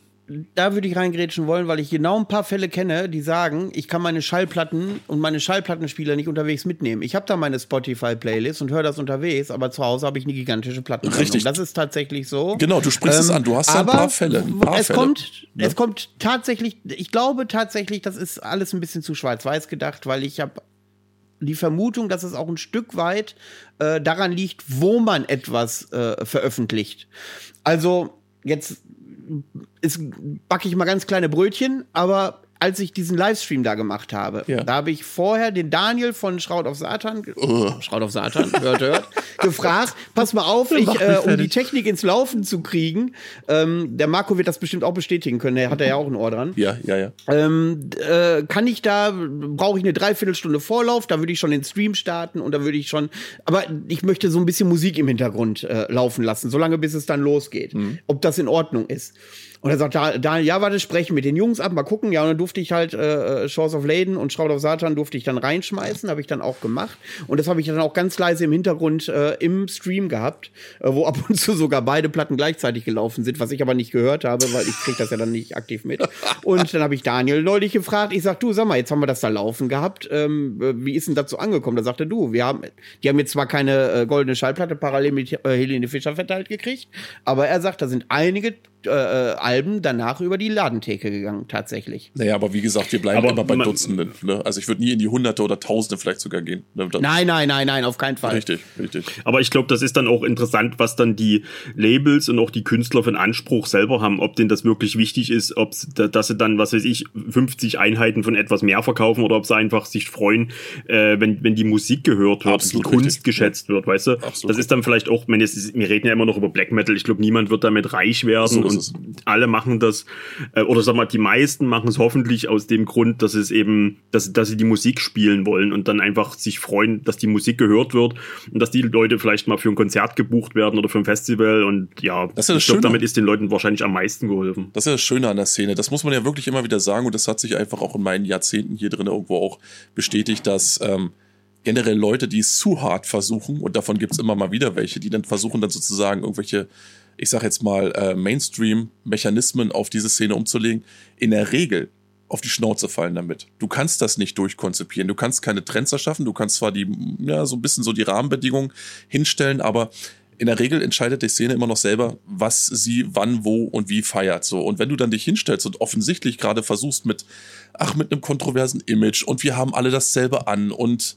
[SPEAKER 2] Da würde ich reingrätschen wollen, weil ich genau ein paar Fälle kenne, die sagen, ich kann meine Schallplatten und meine Schallplattenspieler nicht unterwegs mitnehmen. Ich habe da meine Spotify-Playlist und höre das unterwegs, aber zu Hause habe ich eine gigantische Plattensammlung.
[SPEAKER 1] Richtig.
[SPEAKER 2] Das ist tatsächlich so.
[SPEAKER 1] Genau, du sprichst ähm, es an. Du hast ja ein paar Fälle. Ein paar
[SPEAKER 2] es,
[SPEAKER 1] Fälle.
[SPEAKER 2] Kommt,
[SPEAKER 1] ja?
[SPEAKER 2] es kommt tatsächlich, ich glaube tatsächlich, das ist alles ein bisschen zu schwarz-weiß gedacht, weil ich habe die Vermutung, dass es auch ein Stück weit äh, daran liegt, wo man etwas äh, veröffentlicht. Also jetzt ist, backe ich mal ganz kleine Brötchen, aber als ich diesen Livestream da gemacht habe, ja. da habe ich vorher den Daniel von Shroud of Satan, uh. Shroud of Satan, hört, hört, gefragt, pass mal auf, ich, äh, um die Technik ins Laufen zu kriegen, ähm, der Marco wird das bestimmt auch bestätigen können, der hat ja auch ein Ohr dran.
[SPEAKER 1] Ja, ja, ja.
[SPEAKER 2] Ähm, äh, kann ich da, brauche ich eine Dreiviertelstunde Vorlauf, da würde ich schon den Stream starten und da würde ich schon, aber ich möchte so ein bisschen Musik im Hintergrund äh, laufen lassen, solange bis es dann losgeht, mhm. ob das in Ordnung ist. Und er sagt, Daniel, ja, warte, sprechen mit den Jungs ab, mal gucken. Ja, und dann durfte ich halt äh, Shores of Laden und Shroud of Satan durfte ich dann reinschmeißen, habe ich dann auch gemacht. Und das habe ich dann auch ganz leise im Hintergrund äh, im Stream gehabt, äh, wo ab und zu sogar beide Platten gleichzeitig gelaufen sind, was ich aber nicht gehört habe, weil ich krieg das ja dann nicht aktiv mit. Und dann habe ich Daniel neulich gefragt, ich sag, du, sag mal, jetzt haben wir das da laufen gehabt, ähm, wie ist denn dazu angekommen? Da sagte du, wir haben, die haben jetzt zwar keine äh, goldene Schallplatte parallel mit äh, Helene Fischer verteilt gekriegt, aber er sagt, da sind einige Äh, Alben danach über die Ladentheke gegangen, tatsächlich.
[SPEAKER 1] Naja, aber wie gesagt, wir bleiben aber immer bei Dutzenden. Ne? Also ich würde nie in die Hunderte oder Tausende vielleicht sogar gehen. Ne?
[SPEAKER 2] Nein, nein, nein, nein, auf keinen Fall.
[SPEAKER 1] Richtig, richtig.
[SPEAKER 3] Aber ich glaube, das ist dann auch interessant, was dann die Labels und auch die Künstler für einen Anspruch selber haben, ob denen das wirklich wichtig ist, ob dass sie dann, was weiß ich, fünfzig Einheiten von etwas mehr verkaufen oder ob sie einfach sich freuen, äh, wenn wenn die Musik gehört wird,
[SPEAKER 1] Absolut
[SPEAKER 3] die Kunst
[SPEAKER 1] richtig.
[SPEAKER 3] geschätzt wird, weißt du?
[SPEAKER 1] Absolut.
[SPEAKER 3] Das ist dann vielleicht auch, wenn es, wir reden ja immer noch über Black Metal, ich glaube, niemand wird damit reich werden.
[SPEAKER 1] So
[SPEAKER 3] und alle machen das, äh, oder sag mal, die meisten machen es hoffentlich aus dem Grund, dass es eben, dass, dass sie die Musik spielen wollen und dann einfach sich freuen, dass die Musik gehört wird und dass die Leute vielleicht mal für ein Konzert gebucht werden oder für ein Festival und ja,
[SPEAKER 1] das ist ja das
[SPEAKER 3] ich glaube,
[SPEAKER 1] Schöne.
[SPEAKER 3] damit ist den Leuten wahrscheinlich am meisten geholfen.
[SPEAKER 1] Das ist ja das Schöne an der Szene. Das muss man ja wirklich immer wieder sagen und das hat sich einfach auch in meinen Jahrzehnten hier drin irgendwo auch bestätigt, dass ähm, generell Leute, die es zu hart versuchen, und davon gibt es immer mal wieder welche, die dann versuchen dann sozusagen irgendwelche, ich sag jetzt mal, äh, Mainstream-Mechanismen auf diese Szene umzulegen, in der Regel auf die Schnauze fallen damit. Du kannst das nicht durchkonzipieren. Du kannst keine Trends erschaffen. Du kannst zwar die, ja, so ein bisschen so die Rahmenbedingungen hinstellen, aber in der Regel entscheidet die Szene immer noch selber, was sie wann, wo und wie feiert. So. Und wenn du dann dich hinstellst und offensichtlich gerade versuchst mit, ach, mit einem kontroversen Image und wir haben alle dasselbe an und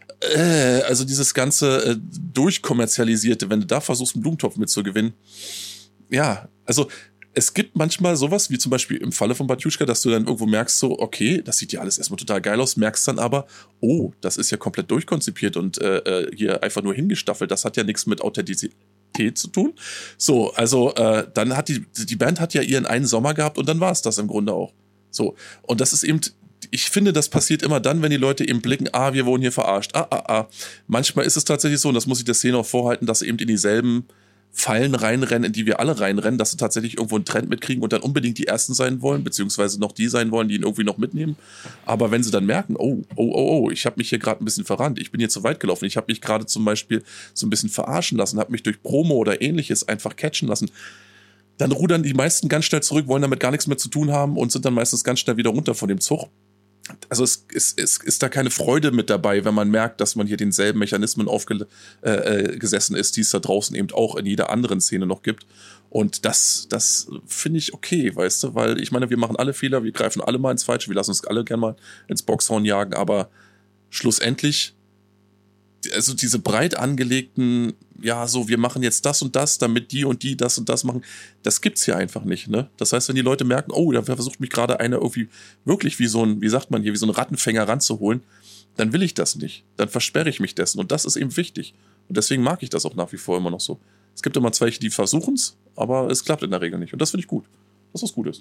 [SPEAKER 1] Äh, also dieses ganze äh, durchkommerzialisierte, wenn du da versuchst, einen Blumentopf mitzugewinnen. Ja, also es gibt manchmal sowas, wie zum Beispiel im Falle von Batjuschka, dass du dann irgendwo merkst, so, okay, das sieht ja alles erstmal total geil aus, merkst dann aber, oh, das ist ja komplett durchkonzipiert und äh, hier einfach nur hingestaffelt, das hat ja nichts mit Authentizität zu tun. So, also äh, dann hat die, die Band hat ja ihren einen Sommer gehabt und dann war es das im Grunde auch. So. Und das ist eben, ich finde, das passiert immer dann, wenn die Leute eben blicken, ah, wir wurden hier verarscht, ah, ah, ah. Manchmal ist es tatsächlich so, und das muss ich der Szene auch vorhalten, dass sie eben in dieselben Fallen reinrennen, in die wir alle reinrennen, dass sie tatsächlich irgendwo einen Trend mitkriegen und dann unbedingt die Ersten sein wollen, beziehungsweise noch die sein wollen, die ihn irgendwie noch mitnehmen. Aber wenn sie dann merken, oh, oh, oh, oh, ich habe mich hier gerade ein bisschen verrannt, ich bin hier zu weit gelaufen, ich habe mich gerade zum Beispiel so ein bisschen verarschen lassen, habe mich durch Promo oder ähnliches einfach catchen lassen, dann rudern die meisten ganz schnell zurück, wollen damit gar nichts mehr zu tun haben und sind dann meistens ganz schnell wieder runter von dem Zug. Also es, es, es ist da keine Freude mit dabei, wenn man merkt, dass man hier denselben Mechanismen aufgesessen äh, ist, die es da draußen eben auch in jeder anderen Szene noch gibt. Und das, das finde ich okay, weißt du, weil ich meine, wir machen alle Fehler, wir greifen alle mal ins Falsche, wir lassen uns alle gerne mal ins Boxhorn jagen, aber schlussendlich, also diese breit angelegten, ja, so, wir machen jetzt das und das, damit die und die das und das machen, das gibt's hier einfach nicht, ne? Das heißt, wenn die Leute merken, oh, da versucht mich gerade einer irgendwie wirklich wie so ein, wie sagt man hier, wie so ein Rattenfänger ranzuholen, dann will ich das nicht. Dann versperre ich mich dessen. Und das ist eben wichtig. Und deswegen mag ich das auch nach wie vor immer noch so. Es gibt immer zwei, die versuchen's, aber es klappt in der Regel nicht. Und das finde ich gut. Das ist was Gutes.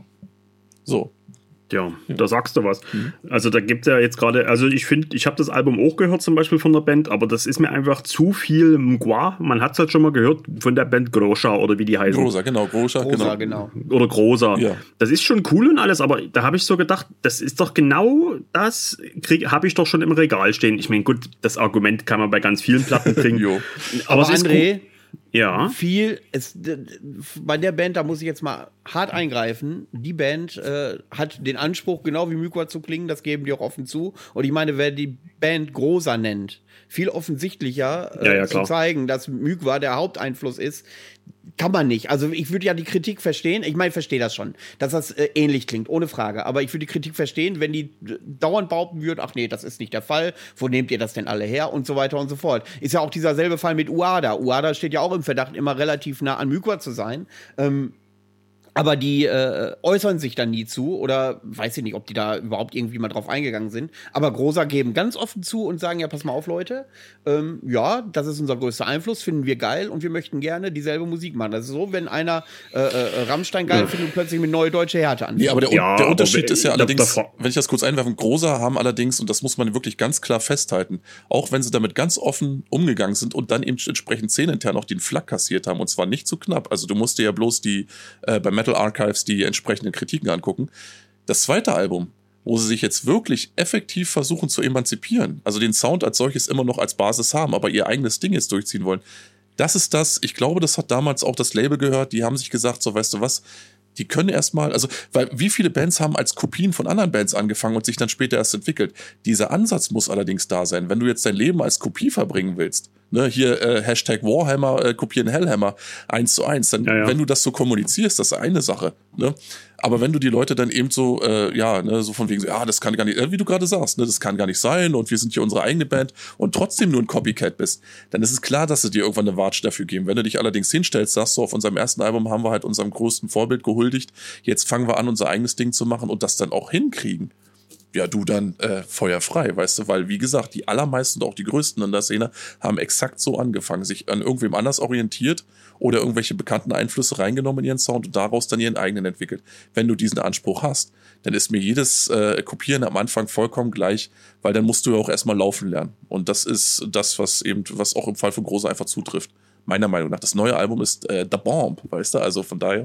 [SPEAKER 1] So.
[SPEAKER 3] Ja, da sagst du was. Mhm. Also da gibt es ja jetzt gerade, also ich finde, ich habe das Album auch gehört zum Beispiel von der Band, aber das ist mir einfach zu viel Mgwa. Man hat es halt schon mal gehört von der Band Groscha oder wie die heißen.
[SPEAKER 1] Großer, genau, Großer,
[SPEAKER 2] Großer,
[SPEAKER 1] genau.
[SPEAKER 2] genau.
[SPEAKER 3] Oder Großer.
[SPEAKER 1] Ja.
[SPEAKER 3] Das ist schon cool und alles, aber da habe ich so gedacht, das ist doch genau das, habe ich doch schon im Regal stehen. Ich meine, gut, das Argument kann man bei ganz vielen Platten kriegen.
[SPEAKER 2] aber,
[SPEAKER 3] aber
[SPEAKER 2] aber
[SPEAKER 3] es
[SPEAKER 2] André,
[SPEAKER 3] ist cool. Ja.
[SPEAKER 2] Viel, es, bei der Band, da muss ich jetzt mal hart eingreifen. Die Band äh, hat den Anspruch, genau wie Mykwa zu klingen, das geben die auch offen zu. Und ich meine, wer die Band Großer nennt, viel offensichtlicher äh,
[SPEAKER 3] ja, ja,
[SPEAKER 2] zu zeigen, dass Mykwa der Haupteinfluss ist, kann man nicht. Also ich würde ja die Kritik verstehen, ich meine, ich verstehe das schon, dass das äh, ähnlich klingt, ohne Frage. Aber ich würde die Kritik verstehen, wenn die äh, dauernd behaupten würden, ach nee, das ist nicht der Fall, wo nehmt ihr das denn alle her und so weiter und so fort. Ist ja auch dieser selbe Fall mit Uada. Uada steht ja auch im Verdacht, immer relativ nah an Mykwa zu sein. Ähm, aber die äh, äußern sich dann nie zu oder weiß ich nicht, ob die da überhaupt irgendwie mal drauf eingegangen sind. Aber Großer geben ganz offen zu und sagen, ja, pass mal auf, Leute, ähm, ja, das ist unser größter Einfluss, finden wir geil und wir möchten gerne dieselbe Musik machen. Das ist so, wenn einer äh, äh, Rammstein geil ja. findet und plötzlich mit Neue Deutsche Härte anfängt.
[SPEAKER 1] Nee, aber der,
[SPEAKER 3] ja,
[SPEAKER 1] der Unterschied ist ja allerdings,
[SPEAKER 3] davor.
[SPEAKER 1] wenn ich das kurz einwerfen, Großer haben allerdings, und das muss man wirklich ganz klar festhalten, auch wenn sie damit ganz offen umgegangen sind und dann eben entsprechend szenenintern auch den Flack kassiert haben, und zwar nicht zu knapp. Also du musst dir ja bloß die äh, bei Metal Archives die entsprechenden Kritiken angucken. Das zweite Album, wo sie sich jetzt wirklich effektiv versuchen zu emanzipieren, also den Sound als solches immer noch als Basis haben, aber ihr eigenes Ding jetzt durchziehen wollen, das ist das, ich glaube, das hat damals auch das Label gehört, die haben sich gesagt, so weißt du was, die können erstmal, also, weil wie viele Bands haben als Kopien von anderen Bands angefangen und sich dann später erst entwickelt. Dieser Ansatz muss allerdings da sein. Wenn du jetzt dein Leben als Kopie verbringen willst, ne, hier äh, Hashtag Warhammer, äh, kopieren Hellhammer, eins zu eins, dann, ja, ja. wenn du das so kommunizierst, das ist eine Sache, ne? Aber wenn du die Leute dann eben so, äh, ja, ne, so von wegen, ja, das kann gar nicht, äh, wie du gerade sagst, ne, das kann gar nicht sein und wir sind hier unsere eigene Band und trotzdem nur ein Copycat bist, dann ist es klar, dass sie dir irgendwann eine Watsch dafür geben. Wenn du dich allerdings hinstellst, sagst du, auf unserem ersten Album haben wir halt unserem größten Vorbild gehuldigt, jetzt fangen wir an, unser eigenes Ding zu machen und das dann auch hinkriegen. Ja, du dann äh, feuerfrei, weißt du, weil wie gesagt, die allermeisten und auch die Größten in der Szene haben exakt so angefangen, sich an irgendwem anders orientiert oder irgendwelche bekannten Einflüsse reingenommen in ihren Sound und daraus dann ihren eigenen entwickelt. Wenn du diesen Anspruch hast, dann ist mir jedes äh, Kopieren am Anfang vollkommen gleich, weil dann musst du ja auch erstmal laufen lernen. Und das ist das, was eben, was auch im Fall von Großer einfach zutrifft. Meiner Meinung nach. Das neue Album ist äh, The Bomb, weißt du, also von daher,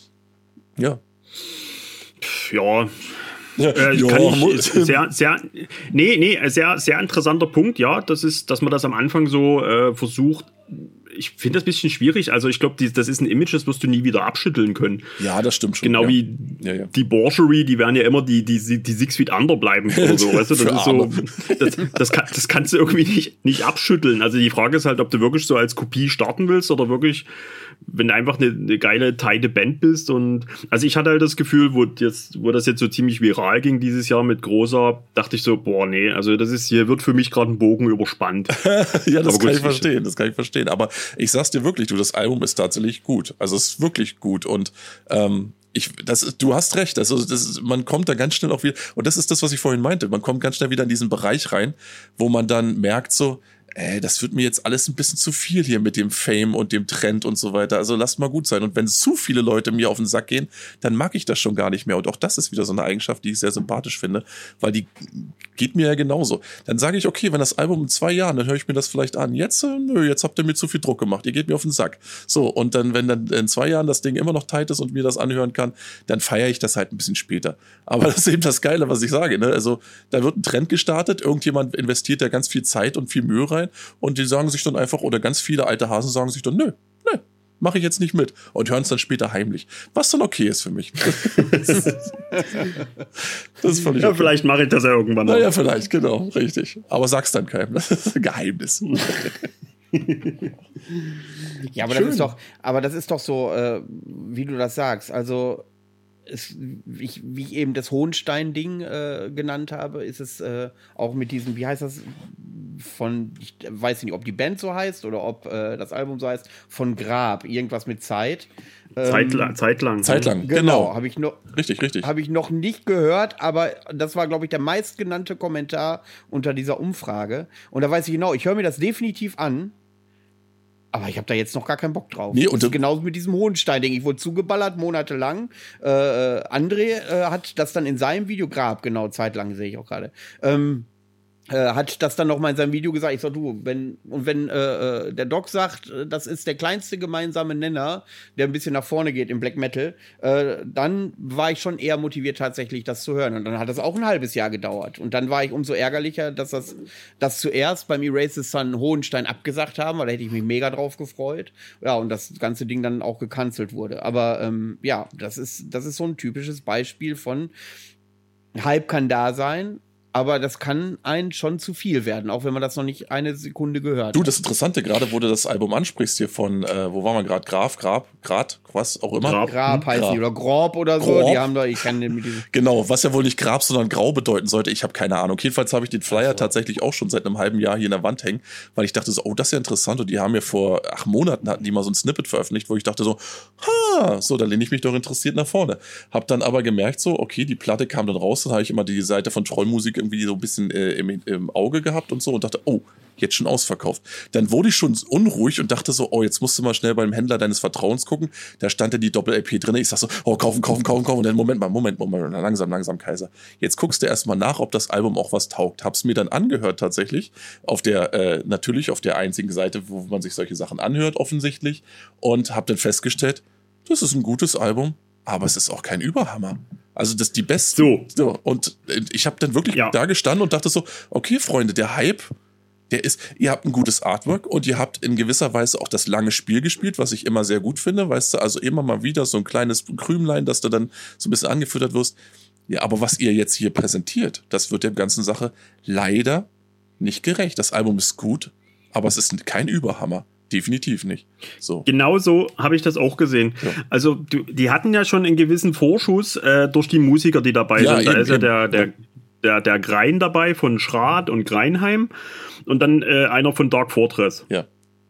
[SPEAKER 1] ja.
[SPEAKER 3] Ja, Äh, ja, kann ich sehr, sehr, nee, nee, sehr, sehr interessanter Punkt, ja, das ist, dass man das am Anfang so äh, versucht. Ich finde das ein bisschen schwierig. Also ich glaube, das ist ein Image, das wirst du nie wieder abschütteln können.
[SPEAKER 1] Ja, das stimmt schon.
[SPEAKER 3] Genau
[SPEAKER 1] ja.
[SPEAKER 3] wie
[SPEAKER 1] ja, ja.
[SPEAKER 3] die Borchery, die werden ja immer die, die, die Six Feet Under bleiben oder so. Weißt du, das ist so, das, das, kann, das kannst du irgendwie nicht, nicht abschütteln. Also die Frage ist halt, ob du wirklich so als Kopie starten willst oder wirklich, wenn du einfach eine, eine geile, tighte Band bist. Und also ich hatte halt das Gefühl, wo, jetzt, wo das jetzt so ziemlich viral ging dieses Jahr mit Großer, dachte ich so, boah, nee, also das ist, hier wird für mich gerade ein Bogen überspannt.
[SPEAKER 1] Ja, das gut, kann ich verstehen, das kann ich verstehen. Aber ich sag's dir wirklich, du, das Album ist tatsächlich gut. Also es ist wirklich gut und ähm, ich, das, du hast recht, also das, man kommt da ganz schnell auch wieder, und das ist das, was ich vorhin meinte, man kommt ganz schnell wieder in diesen Bereich rein, wo man dann merkt so, ey, das wird mir jetzt alles ein bisschen zu viel hier mit dem Fame und dem Trend und so weiter. Also lasst mal gut sein. Und wenn zu viele Leute mir auf den Sack gehen, dann mag ich das schon gar nicht mehr. Und auch das ist wieder so eine Eigenschaft, die ich sehr sympathisch finde, weil die geht mir ja genauso. Dann sage ich, okay, wenn das Album in zwei Jahren, dann höre ich mir das vielleicht an. Jetzt, äh, nö, jetzt habt ihr mir zu viel Druck gemacht. Ihr geht mir auf den Sack. So, und dann, wenn dann in zwei Jahren das Ding immer noch tight ist und mir das anhören kann, dann feiere ich das halt ein bisschen später. Aber das ist eben das Geile, was ich sage. Ne? Also da wird ein Trend gestartet, irgendjemand investiert da ganz viel Zeit und viel Mühe rein und die sagen sich dann einfach, oder ganz viele alte Hasen sagen sich dann, nö, nö, mache ich jetzt nicht mit und hören es dann später heimlich. Was dann okay ist für mich. Das ist völlig
[SPEAKER 3] ja,
[SPEAKER 1] okay.
[SPEAKER 3] Vielleicht mache ich das ja irgendwann noch.
[SPEAKER 1] Naja, vielleicht, genau, richtig. Aber sag's dann keinem. Das ist ein Geheimnis.
[SPEAKER 2] Ja, aber
[SPEAKER 1] Schön.
[SPEAKER 2] das ist doch, aber das ist doch so, äh, wie du das sagst. Also es, ich, wie ich eben das Hohenstein-Ding äh, genannt habe, ist es äh, auch mit diesem, wie heißt das, von, ich weiß nicht, ob die Band so heißt oder ob äh, das Album so heißt, von Grab, irgendwas mit Zeit.
[SPEAKER 3] Zeitlang.
[SPEAKER 2] Ähm,
[SPEAKER 3] Zeitlang.
[SPEAKER 1] Zeitlang,
[SPEAKER 2] genau,
[SPEAKER 1] genau.
[SPEAKER 2] habe ich noch.
[SPEAKER 1] Richtig, richtig.
[SPEAKER 2] Habe ich noch nicht gehört, aber das war, glaube ich, der meistgenannte Kommentar unter dieser Umfrage. Und da weiß ich genau, ich höre mir das definitiv an, aber ich habe da jetzt noch gar keinen Bock drauf.
[SPEAKER 1] Nee, und
[SPEAKER 2] das ist genauso mit diesem Hohenstein-Ding. Ich wurde zugeballert, monatelang. Äh, André äh, hat das dann in seinem Video, Grab, genau, zeitlang sehe ich auch gerade, ähm, äh, hat das dann noch mal in seinem Video gesagt. Ich sag, du, wenn, und wenn äh, der Doc sagt, das ist der kleinste gemeinsame Nenner, der ein bisschen nach vorne geht im Black Metal, äh, dann war ich schon eher motiviert, tatsächlich das zu hören. Und dann hat das auch ein halbes Jahr gedauert. Und dann war ich umso ärgerlicher, dass das, das zuerst beim Erase the Sun Hohenstein abgesagt haben, weil da hätte ich mich mega drauf gefreut. Ja, und das ganze Ding dann auch gecancelt wurde. Aber ähm, ja, das ist, das ist so ein typisches Beispiel von Hype kann da sein, aber das kann einen schon zu viel werden, auch wenn man das noch nicht eine Sekunde gehört
[SPEAKER 1] Du,
[SPEAKER 2] hat.
[SPEAKER 1] das Interessante, gerade wo du das Album ansprichst hier von, äh, wo waren wir gerade? Graf, Grab, Grad, was auch immer.
[SPEAKER 3] Grab.
[SPEAKER 2] Grab heißt
[SPEAKER 1] Grab.
[SPEAKER 2] die oder Grob oder so.
[SPEAKER 1] Grob.
[SPEAKER 2] Die haben da, ich kann den mit diesem.
[SPEAKER 1] Genau, was ja wohl nicht Grab, sondern Grau bedeuten sollte. Ich habe keine Ahnung. Jedenfalls habe ich den Flyer tatsächlich auch schon seit einem halben Jahr hier in der Wand hängen, weil ich dachte so, oh, das ist ja interessant. Und die haben ja vor acht Monaten hatten die mal so ein Snippet veröffentlicht, wo ich dachte so, ha, so, da lehne ich mich doch interessiert nach vorne. Hab dann aber gemerkt so, okay, die Platte kam dann raus, dann habe ich immer die Seite von Trollmusik irgendwie so ein bisschen äh, im, im Auge gehabt und so und dachte, oh, jetzt schon ausverkauft. Dann wurde ich schon unruhig und dachte so, oh, jetzt musst du mal schnell beim Händler deines Vertrauens gucken. Da stand ja die Doppel-L P drin. Ich sag so, oh, kaufen, kaufen, kaufen, kaufen. Und dann, Moment mal, Moment, Moment, langsam, langsam, Kaiser. Jetzt guckst du erstmal nach, ob das Album auch was taugt. Hab's mir dann angehört tatsächlich. Auf der, äh, natürlich auf der einzigen Seite, wo man sich solche Sachen anhört, offensichtlich. Und hab dann festgestellt, das ist ein gutes Album, aber es ist auch kein Überhammer. Also das ist die beste.
[SPEAKER 3] So.
[SPEAKER 1] so. Und ich habe dann wirklich
[SPEAKER 3] Ja.
[SPEAKER 1] da gestanden und dachte so, okay, Freunde, der Hype, der ist, ihr habt ein gutes Artwork und ihr habt in gewisser Weise auch das lange Spiel gespielt, was ich immer sehr gut finde, weißt du, also immer mal wieder so ein kleines Krümlein, dass du dann so ein bisschen angefüttert wirst. Ja, aber was ihr jetzt hier präsentiert, das wird der ganzen Sache leider nicht gerecht. Das Album ist gut, aber es ist kein Überhammer. Definitiv nicht. So.
[SPEAKER 3] Genauso habe ich das auch gesehen.
[SPEAKER 1] Ja.
[SPEAKER 3] Also du, die hatten ja schon einen gewissen Vorschuss äh, durch die Musiker, die dabei
[SPEAKER 1] Ja,
[SPEAKER 3] sind. Da
[SPEAKER 1] eben,
[SPEAKER 3] ist ja
[SPEAKER 1] eben.
[SPEAKER 3] der, der, der, der Grein dabei von Schrath und Greinheim und dann äh, einer von Dark Fortress.
[SPEAKER 1] Ja.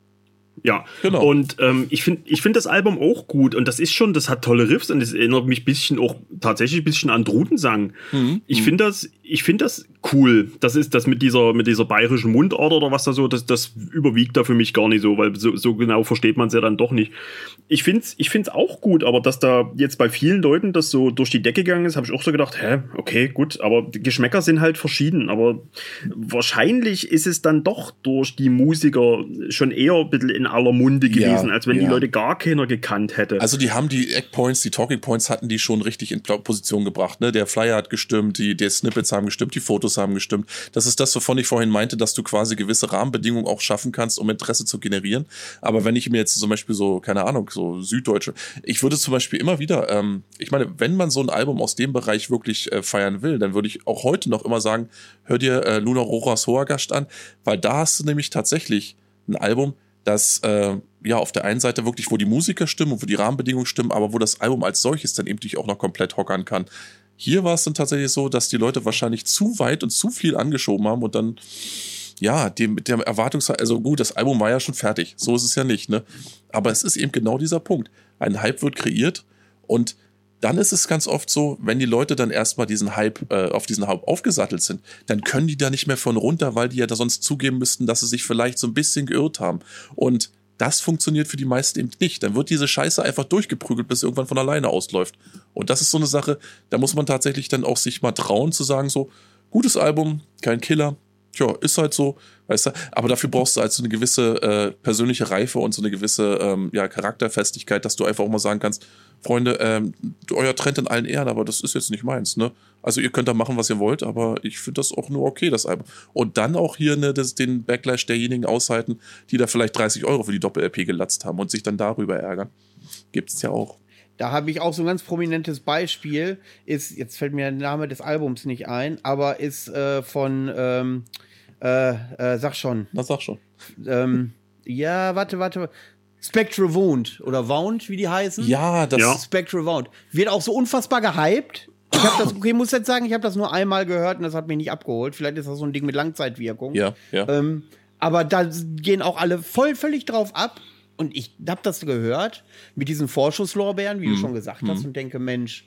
[SPEAKER 3] Ja,
[SPEAKER 1] Genau.
[SPEAKER 3] Und ähm, ich finde ich find das Album auch gut und das ist schon, das hat tolle Riffs und es erinnert mich ein bisschen auch tatsächlich ein bisschen an Drutensang.
[SPEAKER 1] Mhm.
[SPEAKER 3] Ich finde das, ich finde das cool. Das ist das mit dieser, mit dieser bayerischen Mundart oder was da so, das, das überwiegt da für mich gar nicht so, weil so, so genau versteht man es ja dann doch nicht. Ich finde es ich find's auch gut, aber dass da jetzt bei vielen Leuten das so durch die Decke gegangen ist, habe ich auch so gedacht, hä, okay, gut, aber die Geschmäcker sind halt verschieden, aber wahrscheinlich ist es dann doch durch die Musiker schon eher ein bisschen in aller Munde gewesen,
[SPEAKER 1] Ja,
[SPEAKER 3] als wenn
[SPEAKER 1] ja.
[SPEAKER 3] die Leute gar keiner gekannt hätte.
[SPEAKER 1] Also die haben die Eckpoints, die Talking Points hatten die schon richtig in Position gebracht. Ne? Der Flyer hat gestimmt, die, die Snippets haben gestimmt, die Fotos haben gestimmt. Das ist das, wovon ich vorhin meinte, dass du quasi gewisse Rahmenbedingungen auch schaffen kannst, um Interesse zu generieren. Aber wenn ich mir jetzt zum Beispiel so, keine Ahnung, so Süddeutsche, ich würde zum Beispiel immer wieder, ähm, ich meine, wenn man so ein Album aus dem Bereich wirklich äh, feiern will, dann würde ich auch heute noch immer sagen, hör dir äh, Luna Rojas Hoagast an, weil da hast du nämlich tatsächlich ein Album, das äh, ja auf der einen Seite wirklich, wo die Musiker stimmen und wo die Rahmenbedingungen stimmen, aber wo das Album als solches dann eben dich auch noch komplett hockern kann. Hier war es dann tatsächlich so, dass die Leute wahrscheinlich zu weit und zu viel angeschoben haben und dann, ja, dem, mit der Erwartungshaltung, also gut, das Album war ja schon fertig, so ist es ja nicht, ne? Aber es ist eben genau dieser Punkt. Ein Hype wird kreiert und dann ist es ganz oft so, wenn die Leute dann erstmal diesen Hype, äh, auf diesen Hype aufgesattelt sind, dann können die da nicht mehr von runter, weil die ja da sonst zugeben müssten, dass sie sich vielleicht so ein bisschen geirrt haben. Und das funktioniert für die meisten eben nicht. Dann wird diese Scheiße einfach durchgeprügelt, bis sie irgendwann von alleine ausläuft. Und das ist so eine Sache, da muss man tatsächlich dann auch sich mal trauen zu sagen so, gutes Album, kein Killer, tja, ist halt so, weißt du, aber dafür brauchst du halt so eine gewisse äh, persönliche Reife und so eine gewisse ähm, ja, Charakterfestigkeit, dass du einfach auch mal sagen kannst, Freunde, ähm, euer Trend in allen Ehren, aber das ist jetzt nicht meins, ne? Also ihr könnt da machen, was ihr wollt, aber ich finde das auch nur okay, das Album. Und dann auch hier ne, das, den Backlash derjenigen aushalten, die da vielleicht dreißig Euro für die Doppel-L P gelatzt haben und sich dann darüber ärgern. Gibt's ja auch.
[SPEAKER 2] Da habe ich auch so ein ganz prominentes Beispiel, ist, jetzt fällt mir der Name des Albums nicht ein, aber ist äh, von, ähm, äh, äh, sag schon.
[SPEAKER 1] Na, sag schon.
[SPEAKER 2] Ähm, ja, warte, warte. Spectral Wound oder Wound, wie die heißen.
[SPEAKER 1] Ja, das
[SPEAKER 3] ja.
[SPEAKER 2] Spectral Wound. Wird auch so unfassbar gehypt. Ich habe das, okay, muss jetzt sagen, ich habe das nur einmal gehört und das hat mich nicht abgeholt. Vielleicht ist das so ein Ding mit Langzeitwirkung.
[SPEAKER 1] Ja, ja.
[SPEAKER 2] Ähm, aber da gehen auch alle voll völlig drauf ab. Und ich habe das gehört mit diesen Vorschusslorbeeren, wie hm. du schon gesagt hast, hm. und denke, Mensch,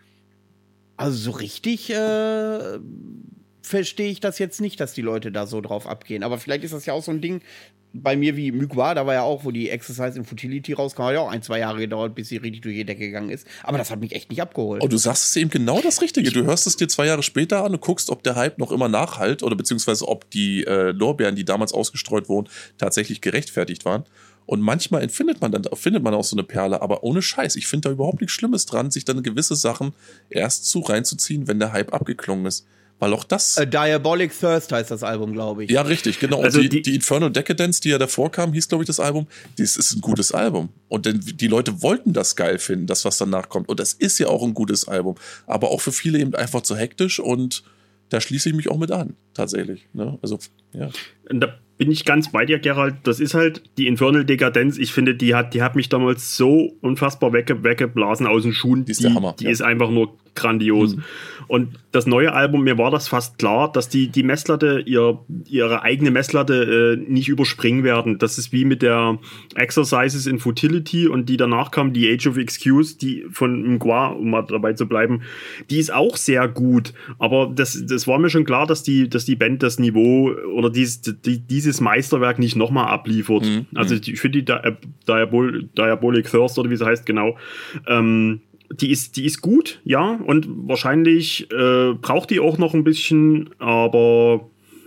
[SPEAKER 2] also so richtig äh, verstehe ich das jetzt nicht, dass die Leute da so drauf abgehen. Aber vielleicht ist das ja auch so ein Ding bei mir wie Mugwa, da war ja auch, wo die Exercise in Futility rauskam, hat ja auch ein, zwei Jahre gedauert, bis sie richtig durch die Decke gegangen ist. Aber das hat mich echt nicht abgeholt.
[SPEAKER 1] Oh, du sagst es eben genau das Richtige. Du hörst es dir zwei Jahre später an und guckst, ob der Hype noch immer nachhalt oder beziehungsweise ob die äh, Lorbeeren, die damals ausgestreut wurden, tatsächlich gerechtfertigt waren. Und manchmal findet man dann findet man auch so eine Perle, aber ohne Scheiß. Ich finde da überhaupt nichts Schlimmes dran, sich dann gewisse Sachen erst zu reinzuziehen, wenn der Hype abgeklungen ist. Weil auch das.
[SPEAKER 2] A Diabolic Thirst heißt das Album, glaube ich.
[SPEAKER 1] Ja, richtig, genau.
[SPEAKER 3] Also
[SPEAKER 1] und die,
[SPEAKER 3] die,
[SPEAKER 1] die Infernal Decadence, die ja davor kam, hieß, glaube ich, das Album. Das ist ein gutes Album. Und denn die Leute wollten das geil finden, das, was danach kommt. Und das ist ja auch ein gutes Album. Aber auch für viele eben einfach zu hektisch und da schließe ich mich auch mit an, tatsächlich. Ne? Also, ja.
[SPEAKER 3] Da bin ich ganz bei dir, Gerald. Das ist halt die Infernal Dekadenz. Ich finde, die hat, die hat mich damals so unfassbar wegge weggeblasen aus den Schuhen.
[SPEAKER 1] Die ist der Hammer.
[SPEAKER 3] Die
[SPEAKER 1] ja.
[SPEAKER 3] ist einfach nur grandios. Mhm. Und das neue Album, mir war das fast klar, dass die, die Messlatte, ihr, ihre eigene Messlatte äh, nicht überspringen werden. Das ist wie mit der Exercises in Futility und die danach kam, die Age of Excuse, die von Mgwa, um mal dabei zu bleiben, die ist auch sehr gut. Aber das, das war mir schon klar, dass die, dass die Band das Niveau oder dies, die, dieses Meisterwerk nicht nochmal abliefert. Mhm. Also ich finde die Di- Diabol- Diabolic Thirst oder wie sie heißt, genau, ähm, Die ist, die ist gut, ja, und wahrscheinlich äh, braucht die auch noch ein bisschen, aber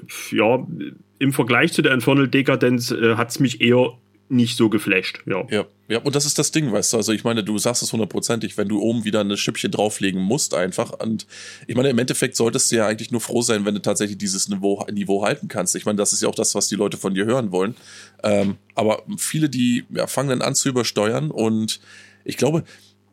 [SPEAKER 3] ja, im Vergleich zu der Infernal Decadence äh, hat es mich eher nicht so geflasht, ja.
[SPEAKER 1] ja. Ja, und das ist das Ding, weißt du, also ich meine, du sagst es hundertprozentig, wenn du oben wieder eine Schippchen drauflegen musst einfach und ich meine, im Endeffekt solltest du ja eigentlich nur froh sein, wenn du tatsächlich dieses Niveau, Niveau halten kannst. Ich meine, das ist ja auch das, was die Leute von dir hören wollen, ähm, aber viele, die ja, fangen dann an zu übersteuern und ich glaube,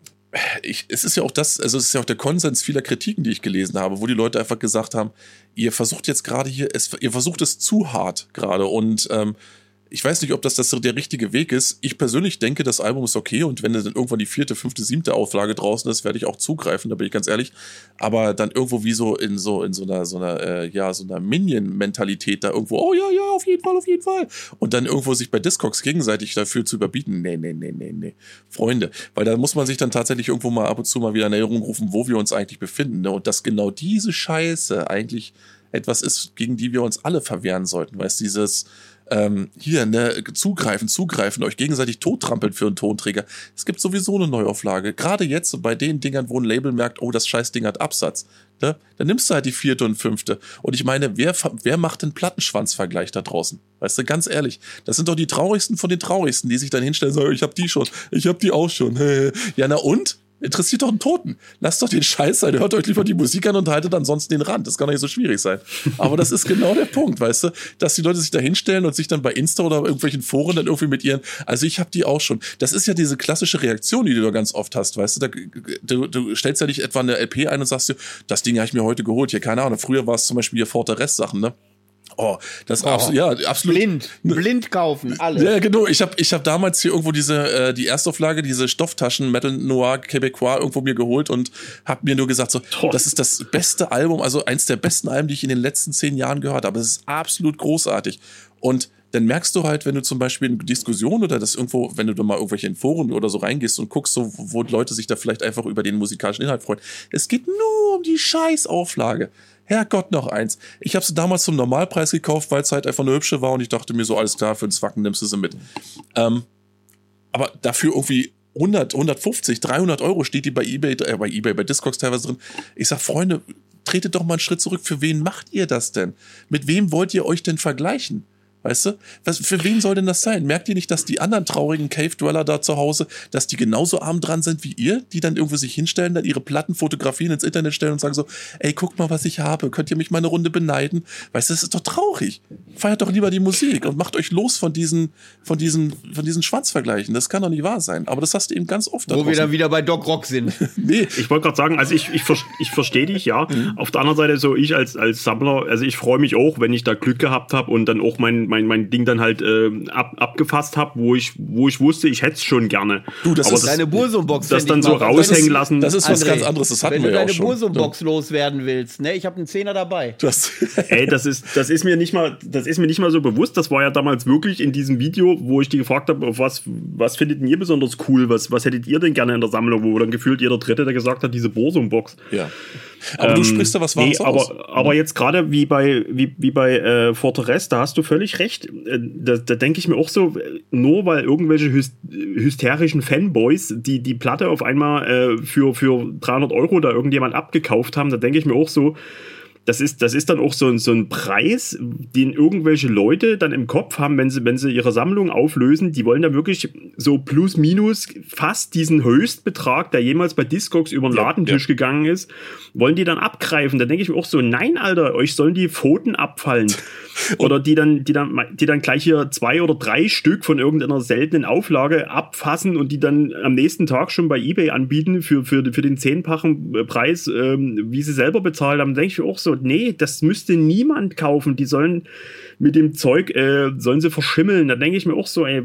[SPEAKER 1] Ich, es ist ja auch das, also es ist ja auch der Konsens vieler Kritiken, die ich gelesen habe, wo die Leute einfach gesagt haben, ihr versucht jetzt gerade hier, es, ihr versucht es zu hart gerade und ähm, ich weiß nicht, ob das, das der richtige Weg ist. Ich persönlich denke, das Album ist okay und wenn dann irgendwann die vierte, fünfte, siebte Auflage draußen ist, werde ich auch zugreifen, da bin ich ganz ehrlich. Aber dann irgendwo wie so in so in so einer so einer äh, ja so einer Minion-Mentalität da irgendwo, oh ja ja, auf jeden Fall, auf jeden Fall. Und dann irgendwo sich bei Discogs gegenseitig dafür zu überbieten, nee nee nee nee nee, Freunde, weil da muss man sich dann tatsächlich irgendwo mal ab und zu mal wieder in Erinnerung rufen, wo wir uns eigentlich befinden, ne? Und dass genau diese Scheiße eigentlich etwas ist, gegen die wir uns alle verwehren sollten, weißt dieses Ähm, hier, ne, zugreifen, zugreifen, euch gegenseitig tottrampeln für einen Tonträger. Es gibt sowieso eine Neuauflage. Gerade jetzt bei den Dingern, wo ein Label merkt, oh, das Scheißding hat Absatz. Ne? Dann nimmst du halt die vierte und fünfte. Und ich meine, wer, wer macht den Plattenschwanzvergleich da draußen? Weißt du, ganz ehrlich, das sind doch die traurigsten von den traurigsten, die sich dann hinstellen und sagen, ich hab die schon, ich hab die auch schon. Ja, na und? Interessiert doch einen Toten. Lasst doch den Scheiß sein. Hört euch lieber die Musik an und haltet ansonsten den Rand. Das kann doch nicht so schwierig sein. Aber das ist genau der Punkt, weißt du, dass die Leute sich da hinstellen und sich dann bei Insta oder irgendwelchen Foren dann irgendwie mit ihren, also ich habe die auch schon. Das ist ja diese klassische Reaktion, die du da ganz oft hast, weißt du, da, du, du stellst ja nicht etwa eine L P ein und sagst dir, das Ding habe ich mir heute geholt. Hier, keine Ahnung. Früher war es zum Beispiel hier Fortress-Sachen, ne? Oh, das ist
[SPEAKER 2] oh,
[SPEAKER 1] absolut, ja, absolut.
[SPEAKER 2] Blind, blind kaufen, alles.
[SPEAKER 1] Ja, genau. Ich habe ich hab damals hier irgendwo diese, äh, die Erstauflage, diese Stofftaschen Metal Noir Québécois irgendwo mir geholt und habe mir nur gesagt, so, Toll. Das ist das beste Album, also eins der besten Alben, die ich in den letzten zehn Jahren gehört habe. Es ist absolut großartig. Und dann merkst du halt, wenn du zum Beispiel in Diskussionen oder das irgendwo, wenn du da mal irgendwelche in Foren oder so reingehst und guckst, so, wo Leute sich da vielleicht einfach über den musikalischen Inhalt freuen. Es geht nur um die Scheißauflage. Herrgott, noch eins. Ich habe sie damals zum Normalpreis gekauft, weil es halt einfach eine hübsche war und ich dachte mir so, alles klar, für den Zwacken nimmst du sie mit. Ähm, aber dafür irgendwie hundert, hundertfünfzig, dreihundert Euro steht die bei eBay, äh, bei eBay, bei Discogs teilweise drin. Ich sag, Freunde, tretet doch mal einen Schritt zurück. Für wen macht ihr das denn? Mit wem wollt ihr euch denn vergleichen? Weißt du? Was, für wen soll denn das sein? Merkt ihr nicht, dass die anderen traurigen Cave-Dweller da zu Hause, dass die genauso arm dran sind wie ihr, die dann irgendwo sich hinstellen, dann ihre Platten fotografieren, ins Internet stellen und sagen so, ey, guck mal, was ich habe. Könnt ihr mich mal eine Runde beneiden? Weißt du, das ist doch traurig. Feiert doch lieber die Musik und macht euch los von diesen, von diesen, von diesen Schwanzvergleichen. Das kann doch nicht wahr sein. Aber das hast du eben ganz oft da
[SPEAKER 2] Wo
[SPEAKER 1] draußen.
[SPEAKER 2] wir dann wieder bei Doc Rock sind.
[SPEAKER 3] Nee. Ich wollte gerade sagen, also ich, ich, ich verstehe dich, ja. Mhm. Auf der anderen Seite, so ich als, als Sammler, also ich freue mich auch, wenn ich da Glück gehabt habe und dann auch mein, mein, mein Ding dann halt äh, ab, abgefasst habe, wo ich, wo ich wusste, ich hätte es schon gerne.
[SPEAKER 2] Du, das
[SPEAKER 3] aber
[SPEAKER 2] ist deine Bursum-Box.
[SPEAKER 3] Das dann so raushängen lassen.
[SPEAKER 1] Das ist was André, ganz anderes, das hatten wir ja auch schon.
[SPEAKER 2] Wenn du deine Bursum-Box loswerden willst, ne, ich habe einen Zehner dabei.
[SPEAKER 1] Das
[SPEAKER 3] Ey, das ist, das ist mir nicht mal, das ist mir nicht mal so bewusst. Das war ja damals wirklich in diesem Video, wo ich die gefragt habe, auf was, was findet ihr besonders cool? Was, was hättet ihr denn gerne in der Sammlung? Wo dann gefühlt jeder Dritte, der gesagt hat, diese Bursum-Box.
[SPEAKER 1] Ja. Aber ähm, du sprichst da was
[SPEAKER 3] Wahres nee,
[SPEAKER 1] aus.
[SPEAKER 3] Aber, aber jetzt gerade wie bei, wie, wie bei äh, Fortress, da hast du völlig recht. Da, da denke ich mir auch so, nur weil irgendwelche hyst hysterischen Fanboys die, die Platte auf einmal äh, für, für dreihundert Euro da irgendjemand abgekauft haben, da denke ich mir auch so, Das ist, das ist dann auch so ein, so ein Preis, den irgendwelche Leute dann im Kopf haben, wenn sie, wenn sie ihre Sammlung auflösen. Die wollen da wirklich so plus minus fast diesen Höchstbetrag, der jemals bei Discogs über den Ladentisch ja, ja. gegangen ist, wollen die dann abgreifen. Da denke ich mir auch so, nein, Alter, euch sollen die Pfoten abfallen. Oder die dann, die dann, die dann gleich hier zwei oder drei Stück von irgendeiner seltenen Auflage abfassen und die dann am nächsten Tag schon bei eBay anbieten für, für, für den zehnfachen Preis, ähm, wie sie selber bezahlt haben. Da denke ich mir auch so, nee, das müsste niemand kaufen. Die sollen mit dem Zeug, äh, sollen sie verschimmeln. Da denke ich mir auch so, ey,